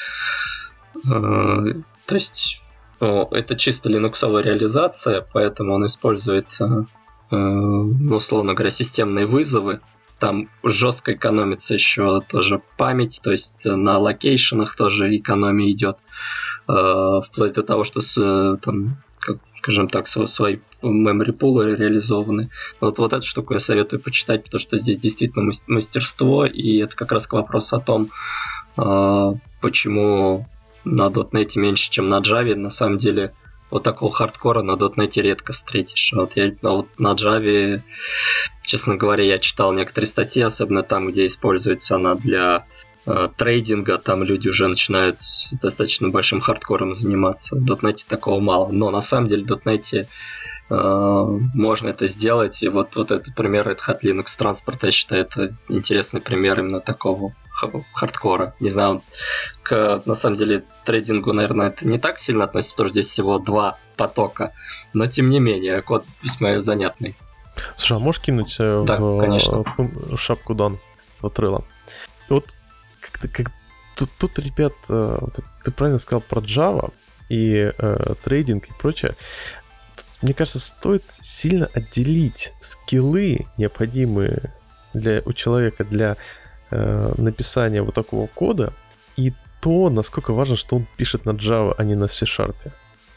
То есть это чисто линуксовая реализация, поэтому он использует, ну, условно говоря, системные вызовы. Там жестко экономится еще тоже память, то есть на локейшенах тоже экономия идет. Вплоть до того, что с, там, как, скажем так, свои memory пулы реализованы. Вот, вот эту штуку я советую почитать, потому что здесь действительно мастерство, и это как раз к вопросу о том, почему на .дот нет меньше, чем на Java. На самом деле вот такого хардкора на .NET редко встретишь. Вот я ну, вот на Java, честно говоря, я читал некоторые статьи, особенно там, где используется она для э, трейдинга, там люди уже начинают с достаточно большим хардкором заниматься. В .NET такого мало, но на самом деле в .NET э, можно это сделать, и вот, вот этот пример Red Hat Linux Transport, я считаю, это интересный пример именно такого хардкора. Не знаю, к, на самом деле, трейдингу, наверное, это не так сильно относится, потому что здесь всего два потока, но тем не менее, код весьма занятный. Слушай, а можешь кинуть э, да, в, конечно. в шапку Дан в Trello? Вот как-то, как, тут, тут, ребят, э, вот ты правильно сказал про Java и э, трейдинг и прочее. Тут, мне кажется, стоит сильно отделить скиллы, необходимые для, у человека для написание вот такого кода и то, насколько важно, что он пишет на Java, а не на C-Sharp. То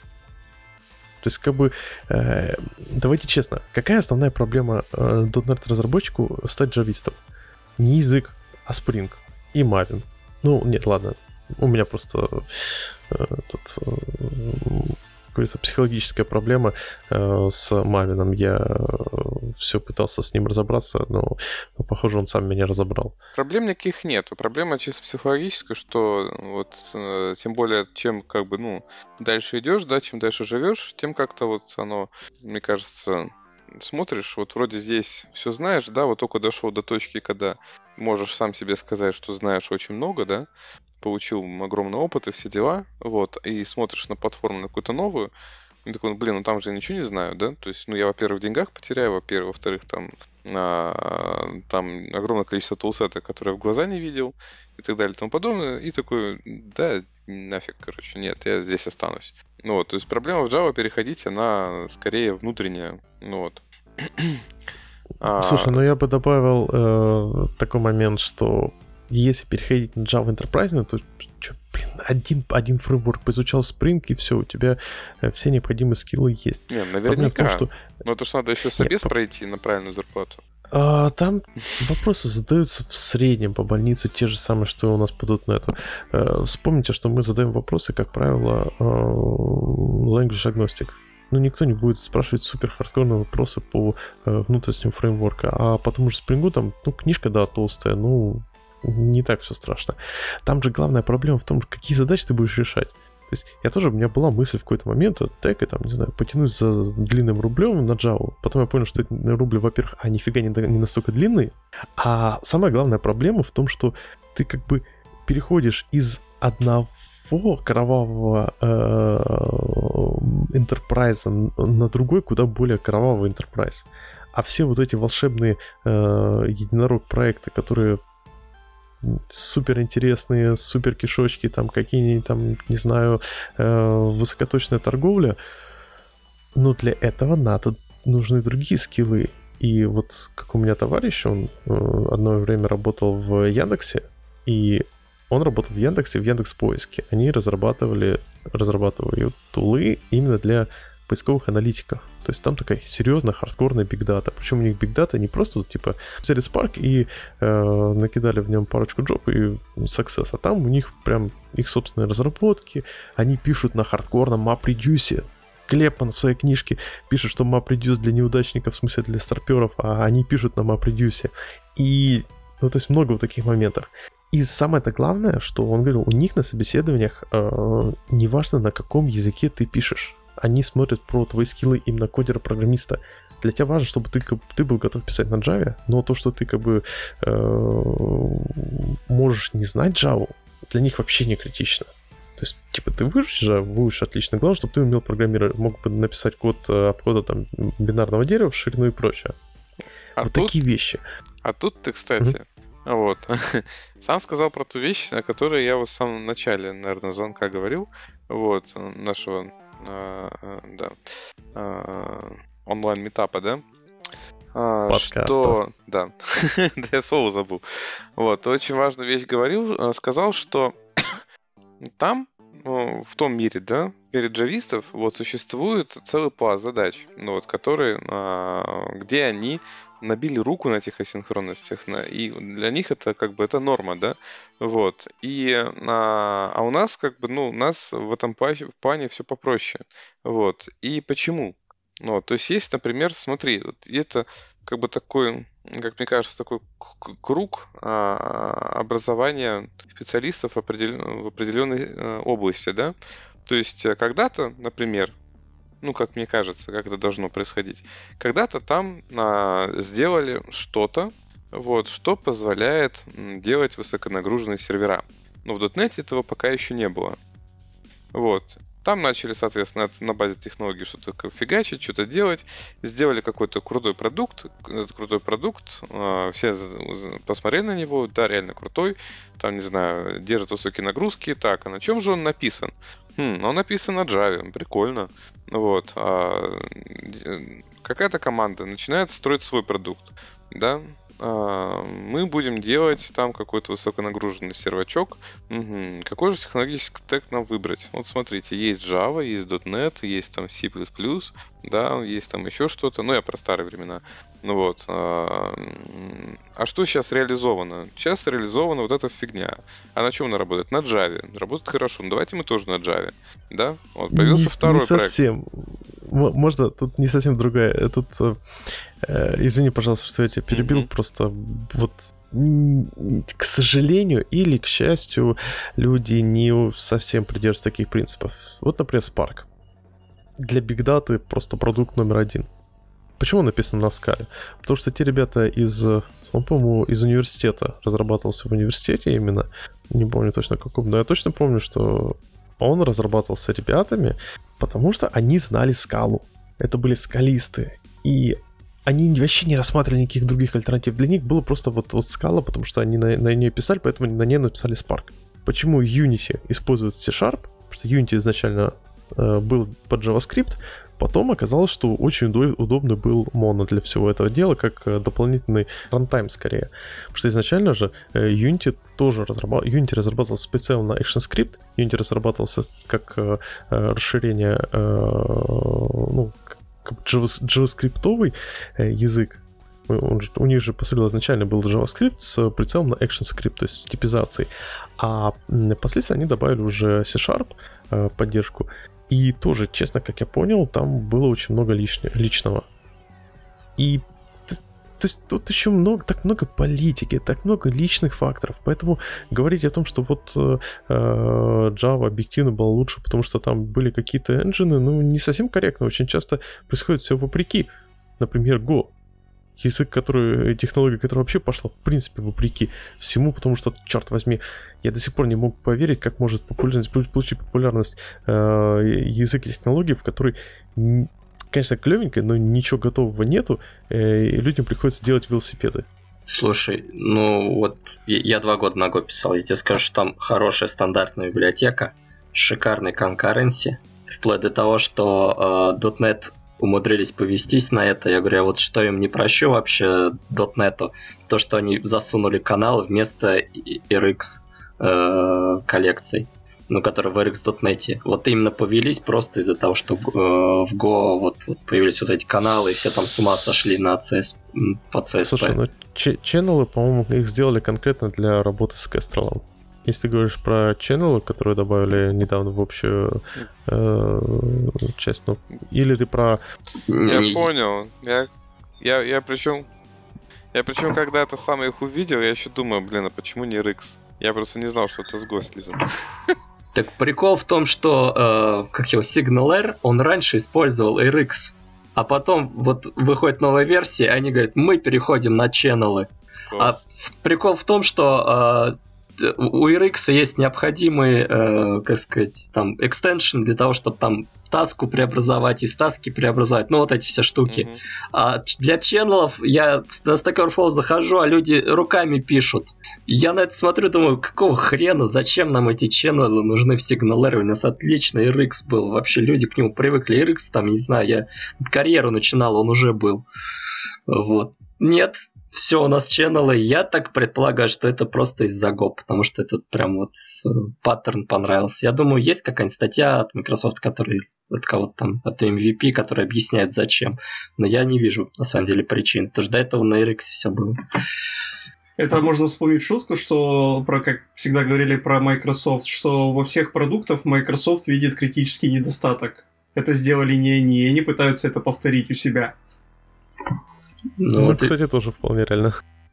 есть, как бы, э, давайте честно, какая основная проблема э, .NET-разработчику стать джавистом? Не язык, а Spring и Maven. Ну, нет, ладно, у меня просто э, этот, э, как говорится, психологическая проблема э, с Maven. Я э, все пытался с ним разобраться, но, но, похоже, он сам меня разобрал. Проблем никаких нет. Проблема чисто психологическая, что вот э, тем более, чем как бы, ну, дальше идешь, да, чем дальше живешь, тем как-то вот оно, мне кажется, смотришь, вот вроде здесь все знаешь, да, вот только дошел до точки, когда можешь сам себе сказать, что знаешь очень много, да, получил огромный опыт и все дела, вот, и смотришь на платформу на какую-то новую, и такой, блин, ну там же я ничего не знаю, да, то есть, ну я, во-первых, в деньгах потеряю, во-первых, во-вторых, там, а, там огромное количество тулсета, которые я в глаза не видел, и так далее, и тому подобное, и такой, да, нафиг, короче, нет, я здесь останусь. Ну вот, то есть проблема в Java переходить, она скорее внутренняя, ну вот. Слушай, ну я бы добавил э, такой момент, что если переходить на Java Enterprise, то что, блин, один, один фреймворк поизучал Spring, и все, у тебя все необходимые скиллы есть. Не, наверняка. Том, что... Но это же надо еще собес Нет, пройти на правильную зарплату. А, там вопросы задаются в среднем по больнице, те же самые, что и у нас по .NET. А, вспомните, что мы задаем вопросы, как правило, language agnostic. Ну, никто не будет спрашивать супер хардкорные вопросы по э, внутренним фреймворка. А по тому же Spring, там, ну, книжка, да, толстая, ну, не так все страшно. Там же главная проблема в том, какие задачи ты будешь решать. То есть я тоже, у меня была мысль в какой-то момент, так и там, не знаю, потянуть за длинным рублем на Java. Потом я понял, что эти рубли, во-первых, а нифига не, не настолько длинные. А самая главная проблема в том, что ты как бы переходишь из одного кровавого э, Enterprise на другой, куда более кровавый Enterprise. А все вот эти волшебные э, единорог-проекты, которые супер интересные, супер кишочки, там какие-нибудь там, не знаю, э, высокоточная торговля, но для этого надо, нужны другие скиллы. И вот как у меня товарищ, он э, одно время работал в Яндексе, и он работал в Яндексе, в Яндекс.Поиске. Они разрабатывали, разрабатывают тулы именно для поисковых аналитиков. То есть там такая серьезная хардкорная бигдата. Причем у них бигдата не просто типа взяли Spark и э, накидали в нем парочку джоб и success, а там у них прям их собственные разработки. Они пишут на хардкорном MapReduce. Клепман в своей книжке пишет, что MapReduce для неудачников, в смысле для старперов, а они пишут на MapReduce. И, ну, то есть много вот таких моментов. И самое-то главное, что он говорил, у них на собеседованиях э, неважно, на каком языке ты пишешь. Они смотрят про твои скиллы именно кодера-программиста. Для тебя важно, чтобы ты, ты был готов писать на Java, но то, что ты как бы э, можешь не знать Java, для них вообще не критично. То есть, типа, ты выучишь Java, выучишь отлично. Главное, чтобы ты умел программировать, мог бы написать код обхода там бинарного дерева в ширину и прочее. А вот тут, такие вещи. А тут ты, кстати, mm-hmm. Вот. Сам сказал про ту вещь, о которой я вот в самом начале, наверное, звонка говорил, вот, нашего, э, э, да, э, онлайн-митапа, да? Подкаста. Что, да, да я слово забыл. Вот, очень важную вещь говорил, сказал, что там в том мире, да, в мире джавистов вот существует целый пласт задач, ну, вот, которые, где они набили руку на этих асинхронностях, и для них это как бы это норма, да, вот, и, а, а у нас как бы, ну, у нас в этом плане, в плане все попроще, вот, и почему? Вот, то есть есть, например, смотри, вот это как бы такой, как мне кажется, такой круг а, образования специалистов в, определен... в определенной а, области, да. То есть когда-то, например, ну, как мне кажется, как это должно происходить, когда-то там а, сделали что-то, вот, что позволяет делать высоконагруженные сервера. Но в .дот нет этого пока еще не было. Вот. Там начали, соответственно, на базе технологий что-то фигачить, что-то делать. Сделали какой-то крутой продукт. Этот крутой продукт, все посмотрели на него, да, реально крутой. Там, не знаю, держит высокие нагрузки. Так, а на чем же он написан? Хм, он написан на Java, прикольно. Вот. А какая-то команда начинает строить свой продукт, да. Мы будем делать там какой-то высоконагруженный сервачок. Угу. Какой же технологический стек нам выбрать? Вот смотрите, есть Java, есть .дот нет, есть там C++, да, есть там еще что-то. Ну, я про старые времена. Ну вот. А что сейчас реализовано? Сейчас реализована вот эта фигня. А на чем она работает? На Java. Работает хорошо. Ну, давайте мы тоже на Java. Да? Вот, появился не, второй не проект. Совсем. Можно, тут не совсем другая. Тут, э, извини, пожалуйста, что я тебя перебил. Mm-hmm. Просто вот, к сожалению или к счастью, люди не совсем придерживаются таких принципов. Вот, например, Spark. Для Big Data просто продукт номер один. Почему он написан на скале? Потому что те ребята из, он, по-моему, из университета, разрабатывался в университете именно, не помню точно каком, но я точно помню, что он разрабатывался ребятами, потому что они знали скалу. Это были скалисты. И они вообще не рассматривали никаких других альтернатив. Для них было просто вот, вот скала, потому что они на, на нее писали, поэтому на ней написали Spark. Почему Unity использует C-Sharp? Потому что Unity изначально э, был под JavaScript. Потом оказалось, что очень удобный был Mono для всего этого дела, как дополнительный рантайм скорее. Потому что изначально же Unity тоже разрабатывал, Unity разрабатывался специально на ActionScript, Unity разрабатывался как расширение, ну, как JavaScript-овый язык. Он же, у них же, по сути, изначально был JavaScript с прицелом на ActionScript, то есть с типизацией. А впоследствии они добавили уже C-Sharp поддержку. И тоже, честно, как я понял, там было очень много лишнего, личного. И то есть тут еще много, так много политики, так много личных факторов. Поэтому говорить о том, что вот э, Java объективно была лучше, потому что там были какие-то энджины, ну, не совсем корректно. Очень часто происходит все вопреки. Например, Go. Язык, который, технология, которая вообще пошла, в принципе, вопреки всему, потому что, черт возьми, я до сих пор не мог поверить, как может популярность, получить популярность э, язык и технологии, в которой, конечно, клевенькая, но ничего готового нету, э, и людям приходится делать велосипеды. Слушай, ну вот я, я два года на Go писал, я тебе скажу, что там хорошая стандартная библиотека, шикарный конкуренси, вплоть до того, что э, .дот нет умудрились повестись на это. Я говорю, а вот что им не прощу вообще .дот нет, то, что они засунули канал вместо эр икс э, коллекций, ну, которые в эр икс точка нет. Вот именно повелись просто из-за того, что э, в Go вот, вот появились вот эти каналы, и все там с ума сошли на си эс, по си эс пи. Слушай, ну, ч- ченнелы, по-моему, их сделали конкретно для работы с Kestrel. Если ты говоришь про channel, которые добавили недавно в общую э, часть, ну, или ты про... Я понял. Я, я, я причем, я причем, когда это сам их увидел, я еще думаю, блин, а почему не эр икс? Я просто не знал, что это с Go слизано. Так прикол в том, что, э, как его, SignalR, он раньше использовал эр икс, а потом вот выходит новая версия, и они говорят, мы переходим на ченнелы. А прикол в том, что... Э, у эр икс есть необходимый, э, как сказать, там, экстеншн для того, чтобы там таску преобразовать, из таски преобразовать, ну, вот эти все штуки. Mm-hmm. А для ченнелов я на Stack Overflow захожу, а люди руками пишут. Я на это смотрю, думаю, какого хрена, зачем нам эти ченнелы нужны в SignalR? У нас отличный эр икс был, вообще люди к нему привыкли. эр икс, там, не знаю, я карьеру начинал, он уже был. Вот. Нет. все, у нас ченнелы. Я так предполагаю, что это просто из-за Go, потому что этот прям вот паттерн понравился. Я думаю, есть какая-нибудь статья от Microsoft, который, от кого-то там, от эм ви пи, которая объясняет, зачем. Но я не вижу, на самом деле, причин. Потому что до этого на эр икс все было. Это можно вспомнить шутку, что, про, как всегда говорили про Microsoft, что во всех продуктах Microsoft видит критический недостаток. Это сделали не они, и они пытаются это повторить у себя. Ну, ну кстати, и... тоже вполне реально.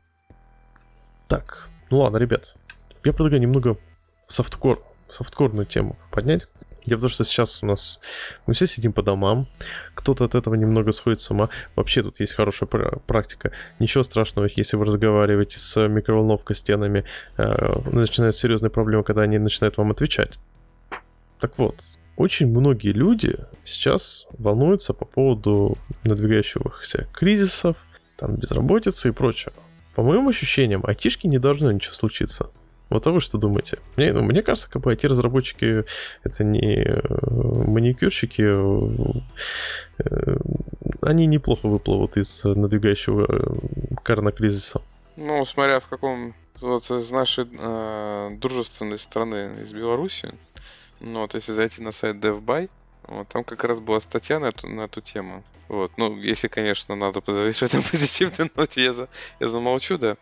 Так, ну ладно, ребят. Я предлагаю немного софткор, софткорную тему поднять. Дело в том, что сейчас у нас мы все сидим по домам, кто-то от этого немного сходит с ума. Вообще тут есть хорошая практика. Ничего страшного, если вы разговариваете с микроволновкой, стенами, э, начинаются серьезные проблемы, когда они начинают вам отвечать. Так вот, очень многие люди сейчас волнуются по поводу надвигающихся кризисов, там, безработицы и прочего. По моим ощущениям, айтишки не должно ничего случиться. Вот а вы что думаете? Мне, ну, мне кажется, как бы ай ти-разработчики это не маникюрщики, они неплохо выплывут из надвигающего коронакризиса. Ну, смотря в каком... Вот из нашей э, дружественной страны, из Беларуси, ну, вот если зайти на сайт DevBuy, вот, там как раз была статья на эту, на эту тему. Вот. Ну, если, конечно, надо завершить на позитивной ноте, я, за, я замолчу, да.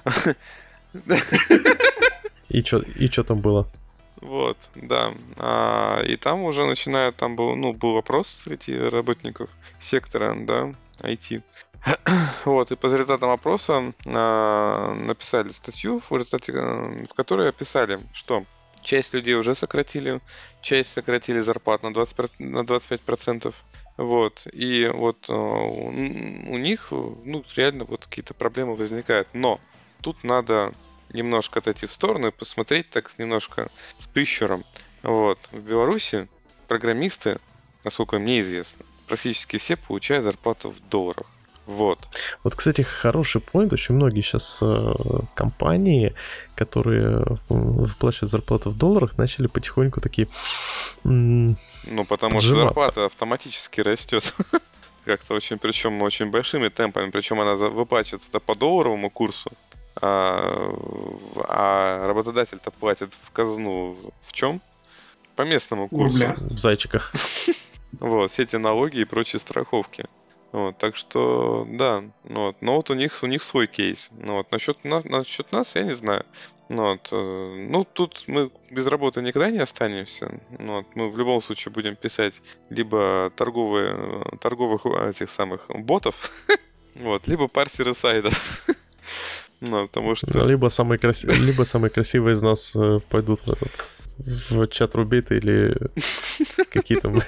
И что и чё там было? Вот, да. А, и там уже начинают, там был, ну, был вопрос среди работников сектора, да, ай ти. Вот, и по результатам опроса а, написали статью, в, результате, в которой описали, что часть людей уже сократили, часть сократили зарплат на двадцать, на двадцать пять процентов. Вот, и вот у, у них, ну, реально вот какие-то проблемы возникают. Но тут надо немножко отойти в сторону и посмотреть так немножко с прищуром. Вот, в Беларуси программисты, насколько мне известно, практически все получают зарплату в долларах. Вот. Вот, кстати, хороший поинт. Очень многие сейчас э, компании, которые выплачивают зарплату в долларах, начали потихоньку такие м- Ну, потому что зарплата автоматически растет. Как-то очень, причем очень большими темпами. Причем она выплачивается по долларовому курсу, а, а работодатель-то платит в казну в, в чем? По местному курсу. Рубля. В зайчиках. Вот, все эти налоги и прочие страховки. Вот, так что, да, ну, вот, но вот у них, у них свой кейс. Ну, вот, насчет, нас, насчет нас я не знаю. Ну, вот, э, ну, тут мы без работы никогда не останемся. Ну, вот, мы в любом случае будем писать либо торговые, торговых этих самых ботов, вот, либо парсеры сайтов. Ну, потому что... Либо самые, краси... либо самые красивые из нас пойдут в этот... в чат Рубита или какие там...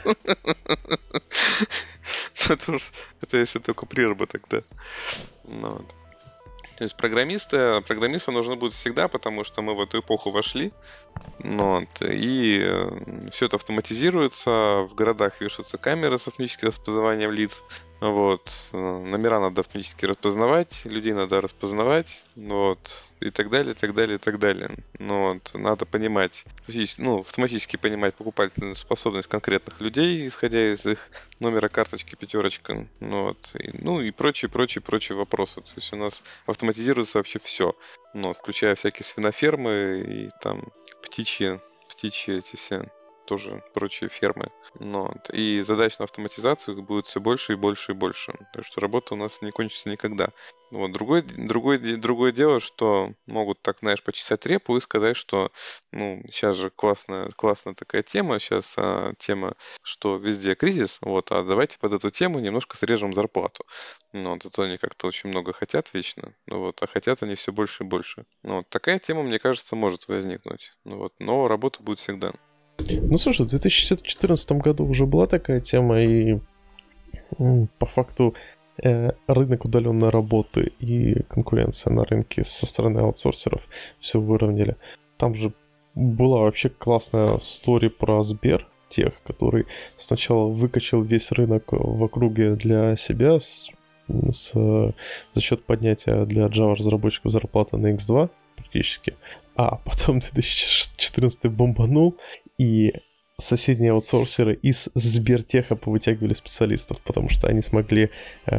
Это если только приработок, да. Ну, вот. То есть программисты, программисты нужны будут всегда, потому что мы в эту эпоху вошли. Ну, вот, и все это автоматизируется, в городах вешаются камеры с автоматическим распознаванием лиц. Вот. Номера надо автоматически распознавать, людей надо распознавать, вот, и так далее, и так далее, и так далее. Ну, вот, надо понимать, ну, автоматически понимать покупательную способность конкретных людей, исходя из их номера карточки, пятерочка, ну, вот, и, ну и прочие, прочие, прочие вопросы. То есть у нас автоматизируется вообще все, ну, включая всякие свинофермы и там птичьи, птичьи эти все тоже прочие фермы. Ну, вот. И задач на автоматизацию будет все больше и больше и больше. Так что работа у нас не кончится никогда. Вот. Другое, другое, другое дело, что могут так, знаешь, почесать репу и сказать, что ну, сейчас же классная, классная такая тема, сейчас а, тема, что везде кризис, вот, а давайте под эту тему немножко срежем зарплату. Ну, вот, это они как-то очень много хотят вечно, ну, вот, а хотят они все больше и больше. Ну, вот, такая тема, мне кажется, может возникнуть. Ну, вот, но работа будет всегда. Ну, слушай, в две тысячи четырнадцатом году уже была такая тема, и по факту э, рынок удаленной работы и конкуренция на рынке со стороны аутсорсеров все выровняли. Там же была вообще классная история про Сбер, тех, который сначала выкачал весь рынок в округе для себя с, с, за счет поднятия для Java-разработчиков зарплаты на икс два практически, а потом две тысячи четырнадцатый бомбанул, и соседние аутсорсеры из Сбертеха повытягивали специалистов, потому что они смогли э,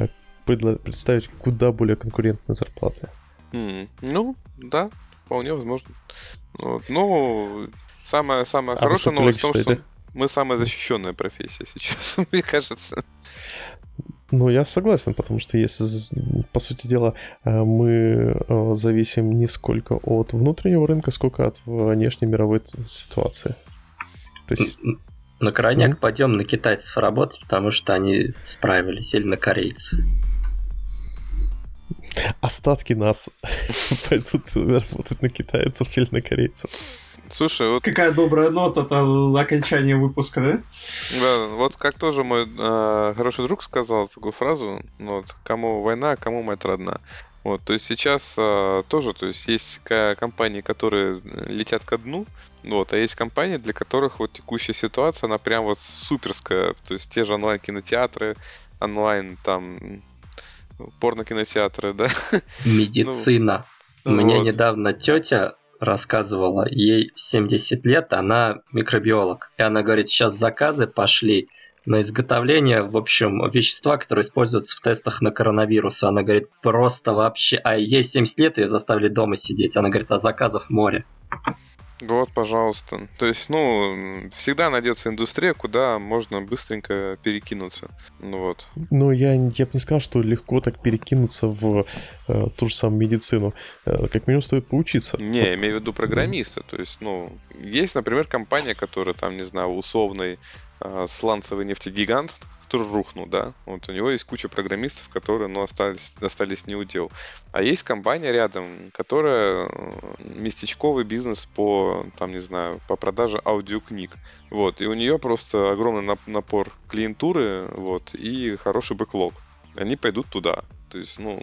представить куда более конкурентные зарплаты. Mm. Ну, да, вполне возможно. Вот. Ну, самая, самая а хорошая новость в том, что мы самая защищенная профессия сейчас, мне кажется. Ну, я согласен, потому что если, по сути дела, мы зависим не сколько от внутреннего рынка, сколько от внешней мировой ситуации. То есть... На крайняк mm-hmm. пойдем на китайцев работать, потому что они справились, или на корейцев. Остатки нас пойдут работать на китайцев или на корейцев. Слушай, вот... Какая добрая нота, это окончание выпуска, да? Да, вот как тоже мой э, хороший друг сказал такую фразу, вот, кому война, кому мать родна. Вот, то есть сейчас э, тоже, то есть есть компании, которые летят ко дну, вот, а есть компании, для которых вот текущая ситуация, она прям вот суперская, то есть те же онлайн-кинотеатры, онлайн там порно-кинотеатры, да? Медицина. Ну, Мне вот. недавно тетя рассказывала, ей семьдесят лет, она микробиолог. И она говорит, сейчас заказы пошли на изготовление, в общем, вещества, которые используются в тестах на коронавирус. Она говорит, просто вообще... А ей семьдесят лет, ее заставили дома сидеть. Она говорит, а заказов море. Вот, пожалуйста. То есть, ну, всегда найдется индустрия, куда можно быстренько перекинуться. Ну вот. Ну, я, я бы не сказал, что легко так перекинуться в э, ту же самую медицину. Э, как минимум стоит поучиться. Не, я имею в виду программиста. То есть, ну, есть, например, компания, которая там, не знаю, условный э, сланцевый нефтегигант, который рухнул, да, вот у него есть куча программистов, которые, ну, остались, остались не у дел. А есть компания рядом, которая местечковый бизнес по, там, не знаю, по продаже аудиокниг, вот, и у нее просто огромный напор клиентуры, вот, и хороший бэклог. Они пойдут туда, то есть, ну...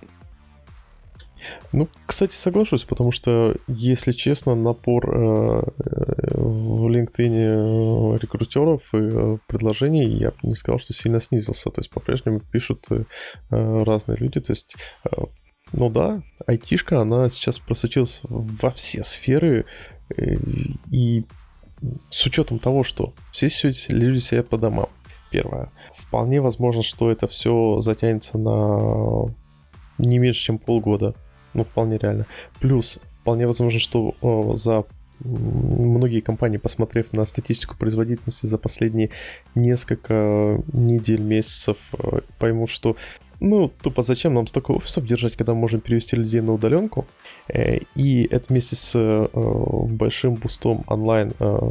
Ну, кстати, соглашусь, потому что, если честно, напор э, в LinkedIn рекрутеров и э, предложений, я бы не сказал, что сильно снизился. То есть по-прежнему пишут э, разные люди. То есть, э, ну да, айтишка, она сейчас просочилась во все сферы. Э, и с учетом того, что все люди сидят по домам, первое, вполне возможно, что это все затянется на не меньше, чем полгода. Ну, вполне реально. Плюс, вполне возможно, что о, за многие компании, посмотрев на статистику производительности за последние несколько недель, месяцев, поймут, что, ну, тупо зачем нам столько офисов держать, когда мы можем перевести людей на удаленку. И это вместе с большим бустом онлайн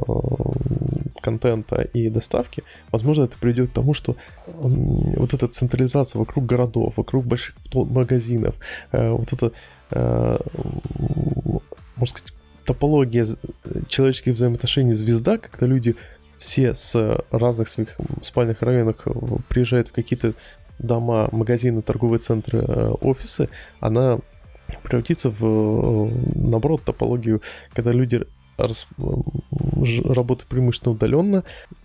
контента и доставки, возможно, это приведет к тому, что вот эта централизация вокруг городов, вокруг больших магазинов, вот эта, можно сказать, топология человеческих взаимоотношений звезда, когда люди все с разных своих спальных районов приезжают в какие-то дома, магазины, торговые центры, офисы, она превратится в, наоборот, топологию, когда люди Рас... работают преимущественно удаленно,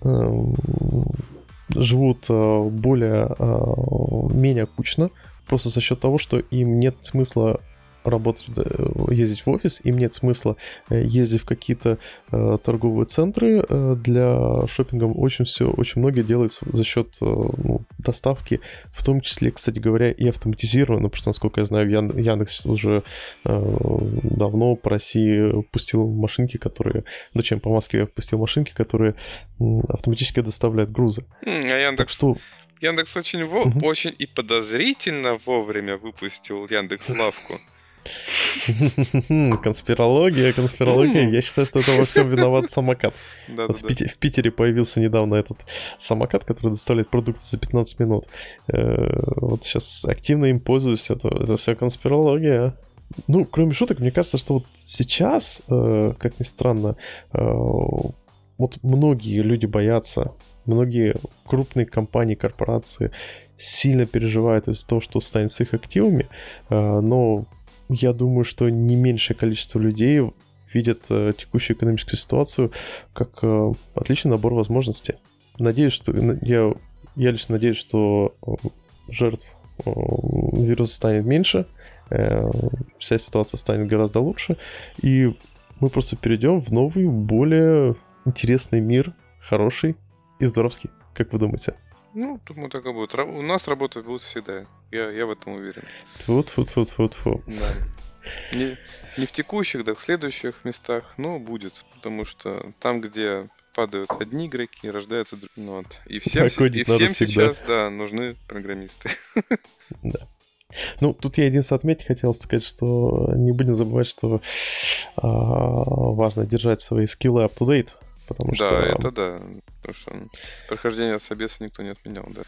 живут более менее кучно, просто за счет того, что им нет смысла работать, ездить в офис, им нет смысла ездить в какие-то э, торговые центры. Э, для шопинга очень все, очень многое делается за счет э, ну, доставки, в том числе, кстати говоря, и автоматизированно, потому что, насколько я знаю, Ян... Яндекс уже э, давно по России пустил машинки, которые, ну чем по Москве пустил машинки, которые э, автоматически доставляют грузы. А Яндекс... Так что... Яндекс очень, во... uh-huh. очень и подозрительно вовремя выпустил Яндекс.Лавку. Конспирология, конспирология. Я считаю, что это во всем виноват самокат. Да, вот да, в, Пит- в Питере появился недавно этот самокат, который доставляет продукты за пятнадцать минут. Вот сейчас активно им пользуюсь. Это, это все конспирология. Ну, кроме шуток, мне кажется, что вот сейчас, как ни странно, вот многие люди боятся, многие крупные компании, корпорации сильно переживают из-за того, что станет с их активами, но я думаю, что не меньшее количество людей видят э, текущую экономическую ситуацию как э, отличный набор возможностей. Надеюсь, что я, я лично надеюсь, что жертв э, вируса станет меньше, э, вся ситуация станет гораздо лучше, и мы просто перейдем в новый, более интересный мир, хороший и здоровский. Как вы думаете? Ну, думаю, так и будет. Ра- У нас работать будут всегда. Я, я в этом уверен. Тьфу-тьфу-тьфу-тьфу. Да. Не, не в текущих, да в следующих местах, но будет. Потому что там, где падают одни игроки, рождаются другие. Ну, вот. И всем, Да, се- и кодить надо всем всегда. сейчас, да, нужны программисты. Да. Ну, тут я единственное отметить хотел сказать, что не будем забывать, что а, важно держать свои скиллы up-to-date, потому Да, что... это да. Потому что прохождение собеса никто не отменял, да.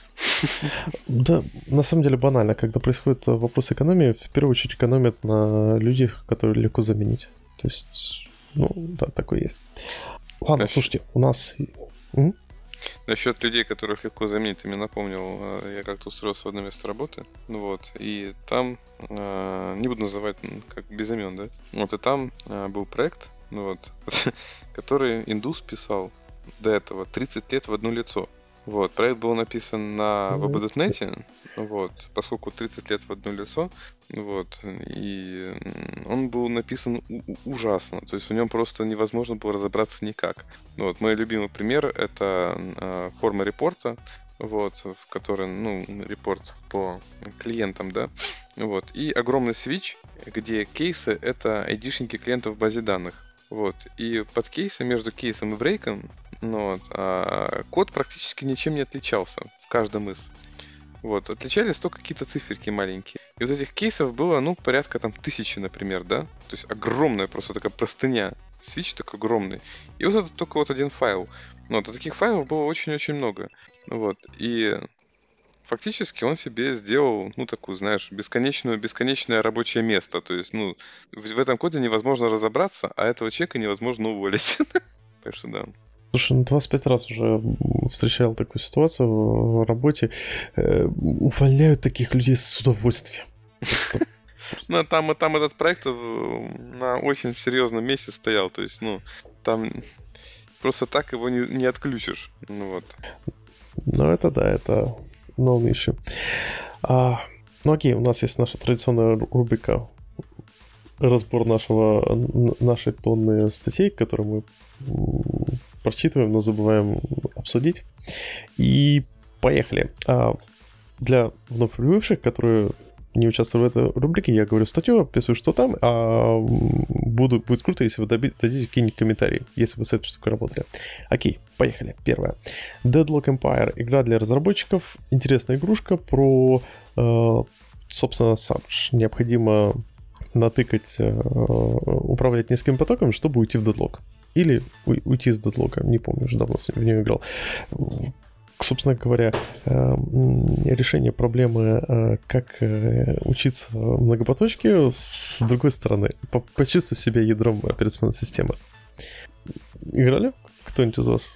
Да, на самом деле банально. Когда происходит вопрос экономии, в первую очередь экономят на людях, которые легко заменить. То есть, ну, да, такое есть. Ладно, Насчет- слушайте, у нас... М? Насчет людей, которых легко заменить, ты мне напомнил, э, я как-то устроился в одно место работы, ну вот, и там, э, не буду называть м, как без имен, да, вот, и там э, был проект, ну вот, который индус писал до этого тридцать лет в одно лицо. Вот, проект был написан на ви би точка нет, вот, поскольку тридцать лет в одно лицо, вот, и м, он был написан у- у- ужасно, то есть в нем просто невозможно было разобраться никак. Вот, мой любимый пример — это э, форма репорта, вот, в которой, ну, репорт по клиентам, да, вот, и огромный свитч, где кейсы — это айдишники клиентов в базе данных. Вот. И под кейсом, между кейсом и брейком, ну, вот, а, код практически ничем не отличался в каждом из. Вот. Отличались только какие-то циферки маленькие. И вот этих кейсов было, ну, порядка там тысячи, например, да? То есть огромная просто такая простыня. Свитч такой огромный. И вот это только вот один файл. Ну, вот, а таких файлов было очень-очень много. Вот. И фактически он себе сделал, ну, такую, знаешь, бесконечную, бесконечное рабочее место. То есть, ну, в, в этом коде невозможно разобраться, а этого человека невозможно уволить. Так что да. Слушай, ну двадцать пять раз уже встречал такую ситуацию в работе. Э, увольняют таких людей с удовольствием. Просто Ну, там, там этот проект э, на очень серьезном месте стоял. То есть, ну, там просто так его не, не отключишь. Ну вот. Ну, это да, это known issue. А, ну, окей, у нас есть наша традиционная ру- рубрика разбор нашего, н- нашей тонны статей, которые мы м, прочитываем, но забываем обсудить. И поехали. А, для вновь прибывших, которые не участвовали в этой рубрике, я говорю статью, описываю, что там, а м, буду, будет круто, если вы доби- дадите какие-нибудь комментарии, если вы с этой штукой работали. Окей, поехали. Первое. Deadlock Empire. Игра для разработчиков. Интересная игрушка про... э, собственно, сам ж необходимо натыкать, э, управлять несколькими потоками, чтобы уйти в дедлок. Или у- уйти из дедлока. Не помню, уже давно в нее играл. Собственно говоря, э, м, решение проблемы, э, как э, учиться многопоточке, с другой стороны, по- почувствуй себя ядром операционной системы. Играли? Кто-нибудь из вас?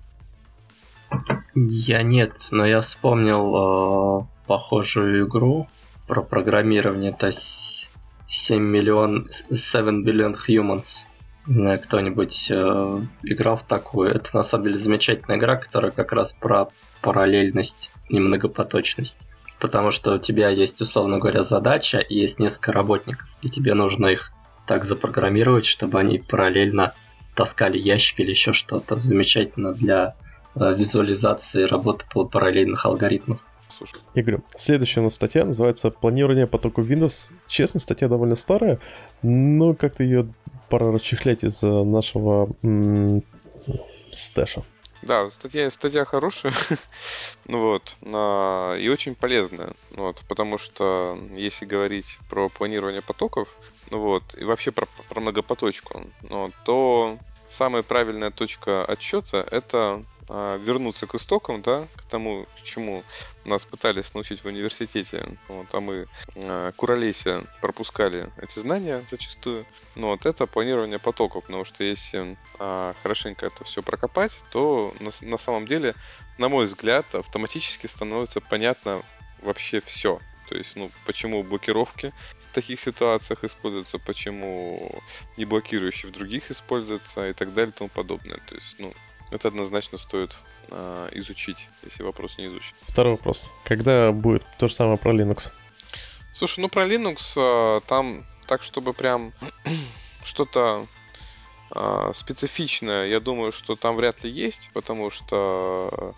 Я нет, но я вспомнил э, похожую игру про программирование. Это с- семь миллион, семь billion humans. Не знаю, кто-нибудь э, играл в такую. Это на самом деле замечательная игра, которая как раз про параллельность и многопоточность. Потому что у тебя есть, условно говоря, задача, и есть несколько работников, и тебе нужно их так запрограммировать, чтобы они параллельно таскали ящик или еще что-то. Замечательно для э, визуализации работы по параллельных алгоритмов. Слушай, Я говорю, следующая у нас статья называется «Планирование потоков Windows». Честно, статья довольно старая, но как-то ее пора расчехлять из-за нашего м- стэша. да, статья, статья хорошая, ну вот, а, и очень полезная, ну вот, потому что если говорить про планирование потоков, ну вот, и вообще про, про многопоточку, ну, то самая правильная точка отсчета — это а, вернуться к истокам, да, к тому, к чему нас пытались научить в университете, вот, а мы а, куролесе пропускали эти знания зачастую. Но вот это планирование потоков, потому что если а, хорошенько это все прокопать, то на, на самом деле, на мой взгляд, автоматически становится понятно вообще все. То есть, ну, почему блокировки в таких ситуациях используются, почему не блокирующие в других используются и так далее и тому подобное. То есть, ну, это однозначно стоит а, изучить, если вопрос не изучен. Второй вопрос. Когда будет то же самое про Linux? Слушай, ну про Linux а, там так, чтобы прям что-то а, специфичное, я думаю, что там вряд ли есть, потому что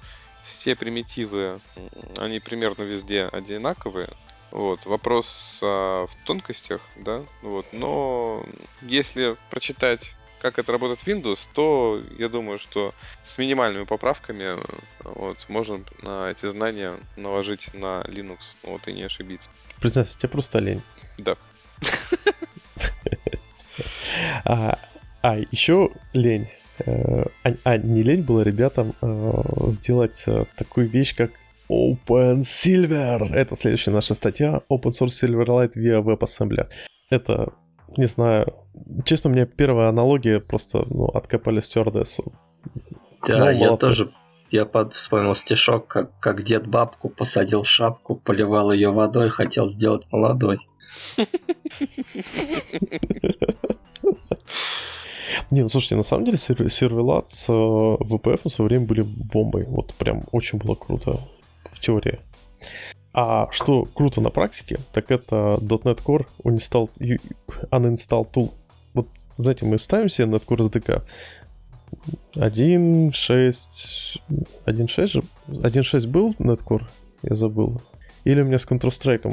все примитивы, они примерно везде одинаковые. Вот. Вопрос а, в тонкостях, да, вот. Но если прочитать, как это работает в Windows, то я думаю, что с минимальными поправками вот, можно а, эти знания наложить на Linux, вот, и не ошибиться. Признайся, тебе просто лень. Да. А, а еще лень. А, а не лень было ребятам а, сделать а, такую вещь, как OpenSilver. Это следующая наша статья. Open Source Silverlight via WebAssembly. Это, не знаю, честно, у меня первая аналогия просто ну, откопали стюардессу. Да, ну, я молодцы. тоже я под, вспомнил стишок, как, как дед бабку посадил в шапку, поливал ее водой, хотел сделать молодой. Не, ну слушайте, на самом деле Silverlight с ви пи эф в свое время были бомбой. Вот прям очень было круто в теории. А что круто на практике, так это .дот нет Core uninstall, uninstall tool. Вот, знаете, мы ставим себе .NET Core эс ди кей. один шесть... один шесть же? один шесть был .NET Core? Я забыл. Или у меня с Counter-Strike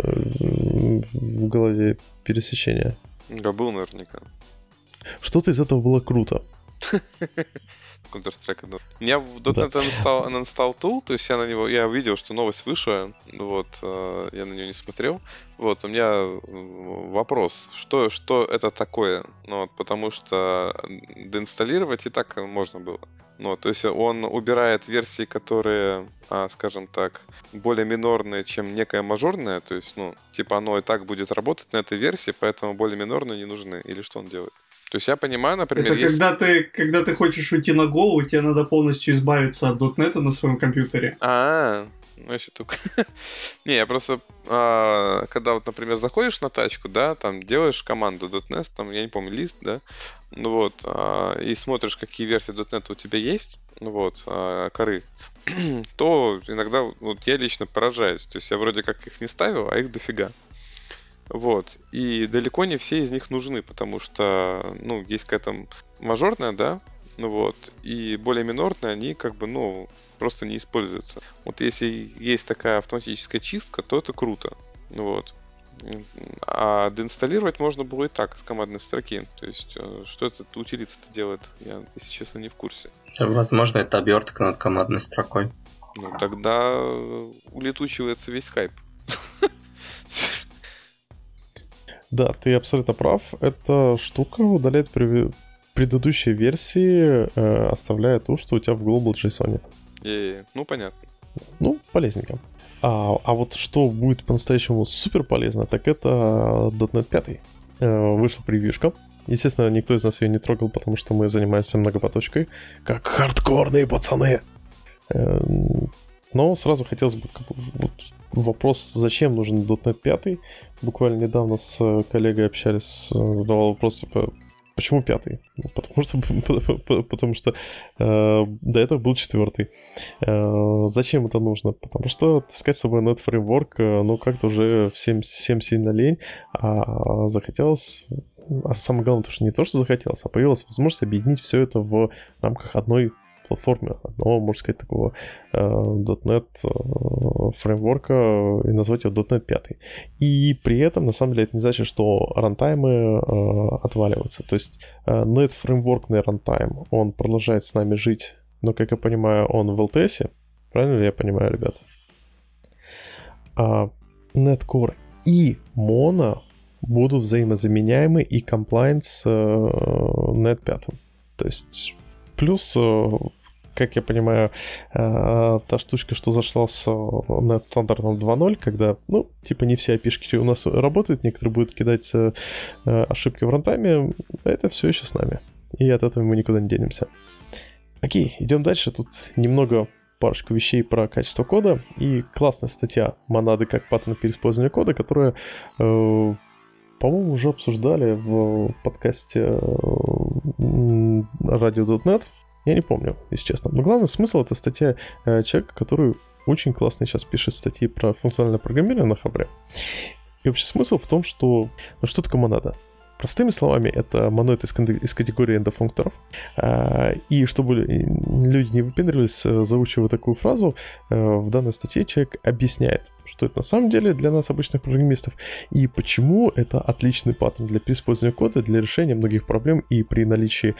в голове пересечение? Да, был наверняка. Что-то из этого было круто. Counter-Strike. Да. У меня в .дот нет uninstall, uninstall tool, то есть я на него, я видел, что новость вышла, вот, э, я на нее не смотрел. Вот, у меня вопрос, что, что это такое? Ну, вот, потому что доинсталлировать и так можно было. Ну, то есть он убирает версии, которые, а, скажем так, более минорные, чем некая мажорная, то есть, ну, типа оно и так будет работать на этой версии, поэтому более минорные не нужны. Или что он делает? То есть я понимаю, например, это есть... когда ты, когда ты хочешь уйти на голову, тебе надо полностью избавиться от .дот нет на своем компьютере. А, ну если только... Не, я просто, а, когда вот, например, заходишь на тачку, да, там делаешь команду .дот нет, там, я не помню, лист, да, ну вот, а, и смотришь, какие версии .дот нет у тебя есть, ну вот, а, коры, то иногда вот я лично поражаюсь. То есть я вроде как их не ставил, а их дофига. Вот. И далеко не все из них нужны, потому что, ну, есть какая-то мажорная, да, ну вот, и более минорные, они как бы, ну, просто не используются. Вот если есть такая автоматическая чистка, то это круто. Ну вот. А доинсталлировать можно было и так, с командной строки. То есть, что это утилита-то делает, я, если честно, не в курсе. Возможно, это обертка над командной строкой. Ну, тогда улетучивается весь хайп. Да, ты абсолютно прав. Эта штука удаляет прев... предыдущие версии, э, оставляя то, что у тебя в Global JSON. И, ну, понятно. Ну, полезненько. А, а вот что будет по-настоящему супер полезно, так это .дот нет пять. Э, вышла превьюшка. Естественно, никто из нас ее не трогал, потому что мы занимаемся многопоточкой, как хардкорные пацаны. Э, но сразу хотелось бы как бы, вот, вопрос, зачем нужен .дот нет пять. Буквально недавно с коллегой общались, задавал вопрос, типа, почему пятый? Ну, потому что, потому что э, до этого был четвертый. Э, зачем это нужно? Потому что таскать с собой .дот нет фреймворк, э, ну, как-то уже всем, всем сильно лень, а захотелось... А самое главное, то, что не то, что захотелось, а появилась возможность объединить все это в рамках одной платформе, одного, можно сказать, такого э, .дот нет э, фреймворка и назвать его .дот нет пять. И при этом, на самом деле, это не значит, что рантаймы э, отваливаются. То есть э, .нет фреймворкный рантайм, он продолжает с нами жить, но, как я понимаю, он в эл ти эс. Правильно ли я понимаю, ребят? А .нет Core и Mono будут взаимозаменяемы и комплайнт с э, .нет пять. То есть плюс, как я понимаю, та штучка, что зашла с .нет стандартом два ноль, когда, ну, типа не все эй пи шки у нас работают, некоторые будут кидать ошибки в рантайме, это все еще с нами. И от этого мы никуда не денемся. Окей, идем дальше. Тут немного парочку вещей про качество кода и классная статья «Монады как паттерн переиспользования кода», которая, э, по-моему, уже обсуждали в подкасте Radio .дот нет. Я не помню, если честно. Но главный смысл — это статья э, человека, который очень классно сейчас пишет статьи про функциональное программирование на Хабре. И общий смысл в том, что... Ну что такое монада? Простыми словами, это моноид из, из категории эндофункторов. И чтобы люди не выпендривались, заучивая такую фразу, в данной статье человек объясняет, что это на самом деле для нас, обычных программистов, и почему это отличный паттерн для переиспользования кода, для решения многих проблем и при наличии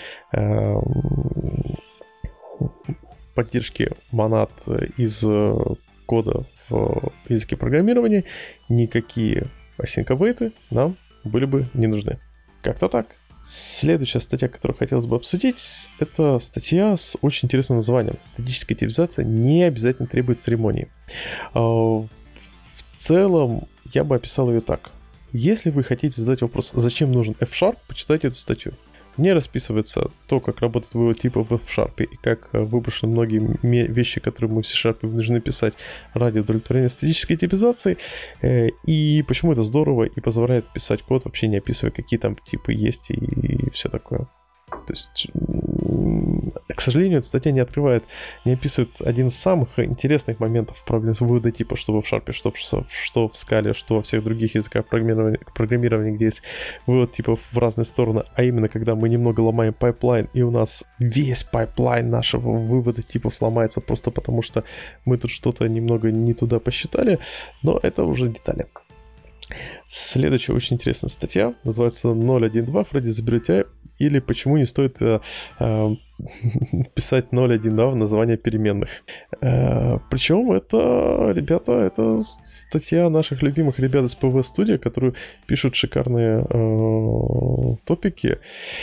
поддержки монад из кода в языке программирования никакие async-await нам были бы не нужны. Как-то так. Следующая статья, которую хотелось бы обсудить, это статья с очень интересным названием. Статическая типизация не обязательно требует церемонии. В целом, я бы описал ее так. Если вы хотите задать вопрос, зачем нужен F-Sharp, почитайте эту статью. В ней расписывается то, как работает вывод типа в F-Sharp и как выброшены многие вещи, которые мы в C-Sharp должны писать ради удовлетворения статической типизации, и почему это здорово и позволяет писать код, вообще не описывая, какие там типы есть и все такое. То есть, к сожалению, эта статья не открывает, не описывает один из самых интересных моментов проблем вывода типа, что в Sharp, что в, что в Scala, что во всех других языках программирования, программирования, где есть вывод типов в разные стороны, а именно, когда мы немного ломаем пайплайн, и у нас весь пайплайн нашего вывода типов ломается просто потому, что мы тут что-то немного не туда посчитали, но это уже детали. Следующая очень интересная статья, называется ноль один два Фредди заберет тебя, или почему не стоит э, э, писать ноль один два в название переменных. Э, причем это, ребята, это статья наших любимых ребят из пи ви Studio, которые пишут шикарные э, топики,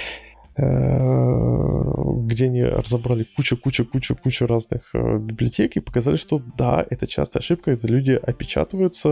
где они разобрали кучу-кучу-кучу-кучу разных э, библиотек и показали, что да, это частая ошибка, это люди опечатываются,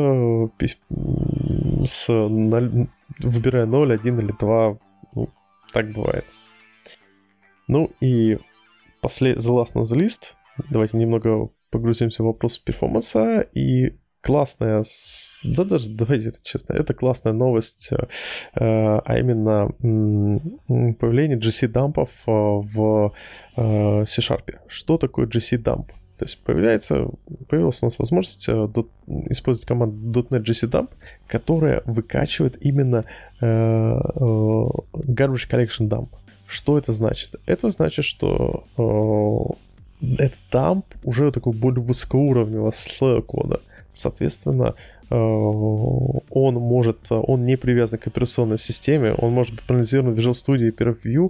с, на, выбирая ноль, один или два, ну, так бывает. Ну и послед... the last not the least, давайте немного погрузимся в вопрос перформанса, и классная, да даже, давайте это честно, это классная новость, а именно появление джи си-дампов в C-Sharp. Что такое джи си-дамп? То есть появляется, появилась у нас возможность использовать команду .NET джи си-дамп, которая выкачивает именно garbage collection dump. Что это значит? Это значит, что этот дамп уже такой более высокоуровневого слоя кода. Соответственно, он может, он не привязан к операционной системе, он может быть проанализирован в Visual Studio и PeerView,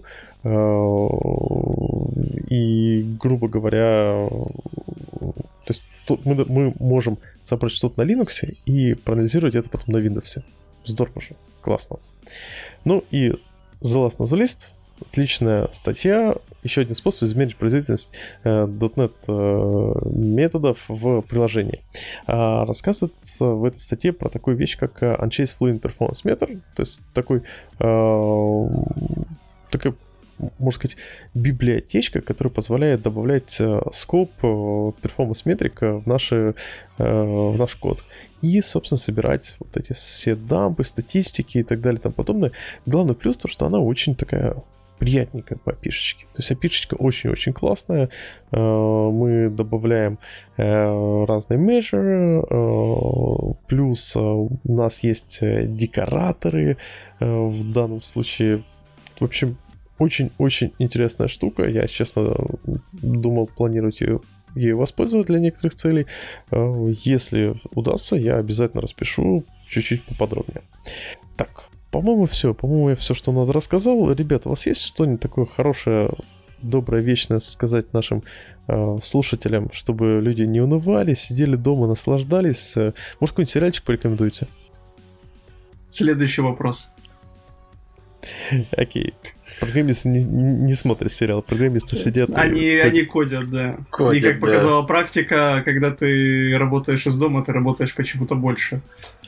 и, грубо говоря, то есть тут мы, мы можем собрать что-то на Linux и проанализировать это потом на Windows. Здорово же, классно. Ну и the last not the least, отличная статья. Еще один способ измерить производительность э, .NET э, методов в приложении. А, рассказывается в этой статье про такую вещь, как Unchased Fluent Performance Meter, то есть такой, э, такая, можно сказать, библиотечка, которая позволяет добавлять э, скоп э, performance метрик в, наши, э, в наш код. И, собственно, собирать вот эти все дампы, статистики и так далее и тому подобное. Главный плюс то, что она очень такая приятненькая по опишечке. То есть опишечка очень-очень классная. Мы добавляем разные measure, плюс у нас есть декораторы в данном случае. В общем, очень-очень интересная штука. Я, честно, думал планировать ее ею воспользоваться для некоторых целей. Если удастся, я обязательно распишу чуть-чуть поподробнее. Так, по-моему, все. По-моему, я все, что надо, рассказал. Ребята, у вас есть что-нибудь такое хорошее, доброе, вечное сказать нашим э, слушателям, чтобы люди не унывали, сидели дома, наслаждались? Может, какой-нибудь сериальчик порекомендуете? Следующий вопрос. Окей. Программисты не, не смотрят сериал, программисты сидят. Они, и они кодят, да. Кодят, и как да. показала практика, когда ты работаешь из дома, ты работаешь почему-то больше.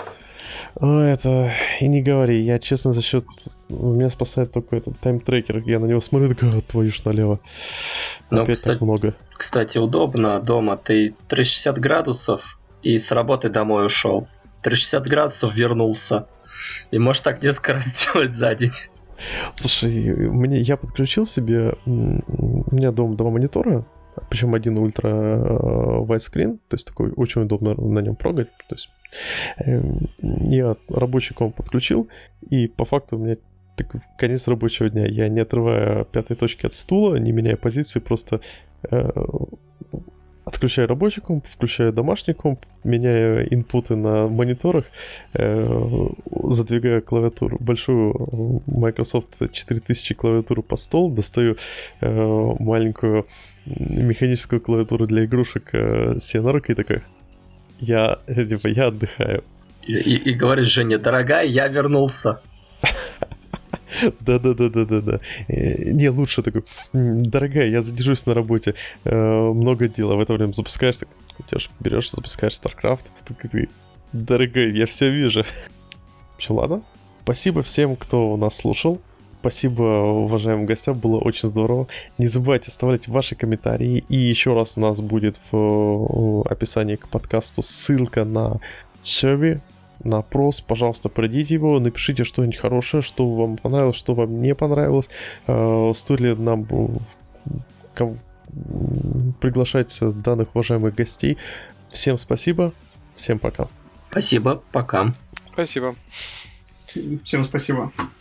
О, это и не говори. Я, честно, за счет... Меня спасает только этот тайм-трекер. Я на него смотрю, такой, твою ж налево. Ну, Опять кстати, так много. Кстати, удобно дома. Ты триста шестьдесят градусов и с работы домой ушел. триста шестьдесят градусов вернулся. И можешь так несколько раз делать за день. Слушай, мне, я подключил себе... У меня дома два монитора, причем один ультра widescreen, то есть такой очень удобно на нем прогать. То есть я рабочий комп подключил, и по факту у меня так, конец рабочего дня. Я не отрывая пятой точки от стула, не меняя позиции, просто э, отключаю рабочий комп, включаю домашний комп, меняю инпуты на мониторах, э, задвигаю клавиатуру, большую Microsoft четыре тысячи клавиатуру под стол, достаю э, маленькую механическую клавиатуру для игрушек э, Сенорок и такой, я, типа, я отдыхаю. И, и, и говоришь Жене, дорогая, я вернулся. Да-да-да-да-да-да. Не, лучше такой, дорогая, я задержусь на работе, много дела. В это время запускаешь, так, идешь, берешь, запускаешь StarCraft. Так ты, дорогая, я все вижу. В общем, ладно. Спасибо всем, кто нас слушал. Спасибо уважаемым гостям, было очень здорово. Не забывайте оставлять ваши комментарии. И еще раз у нас будет в описании к подкасту ссылка на сервер, на опрос. Пожалуйста, пройдите его, напишите что-нибудь хорошее, что вам понравилось, что вам не понравилось. Стоит ли нам приглашать данных уважаемых гостей. Всем спасибо, всем пока. Спасибо, пока. Спасибо. Всем спасибо.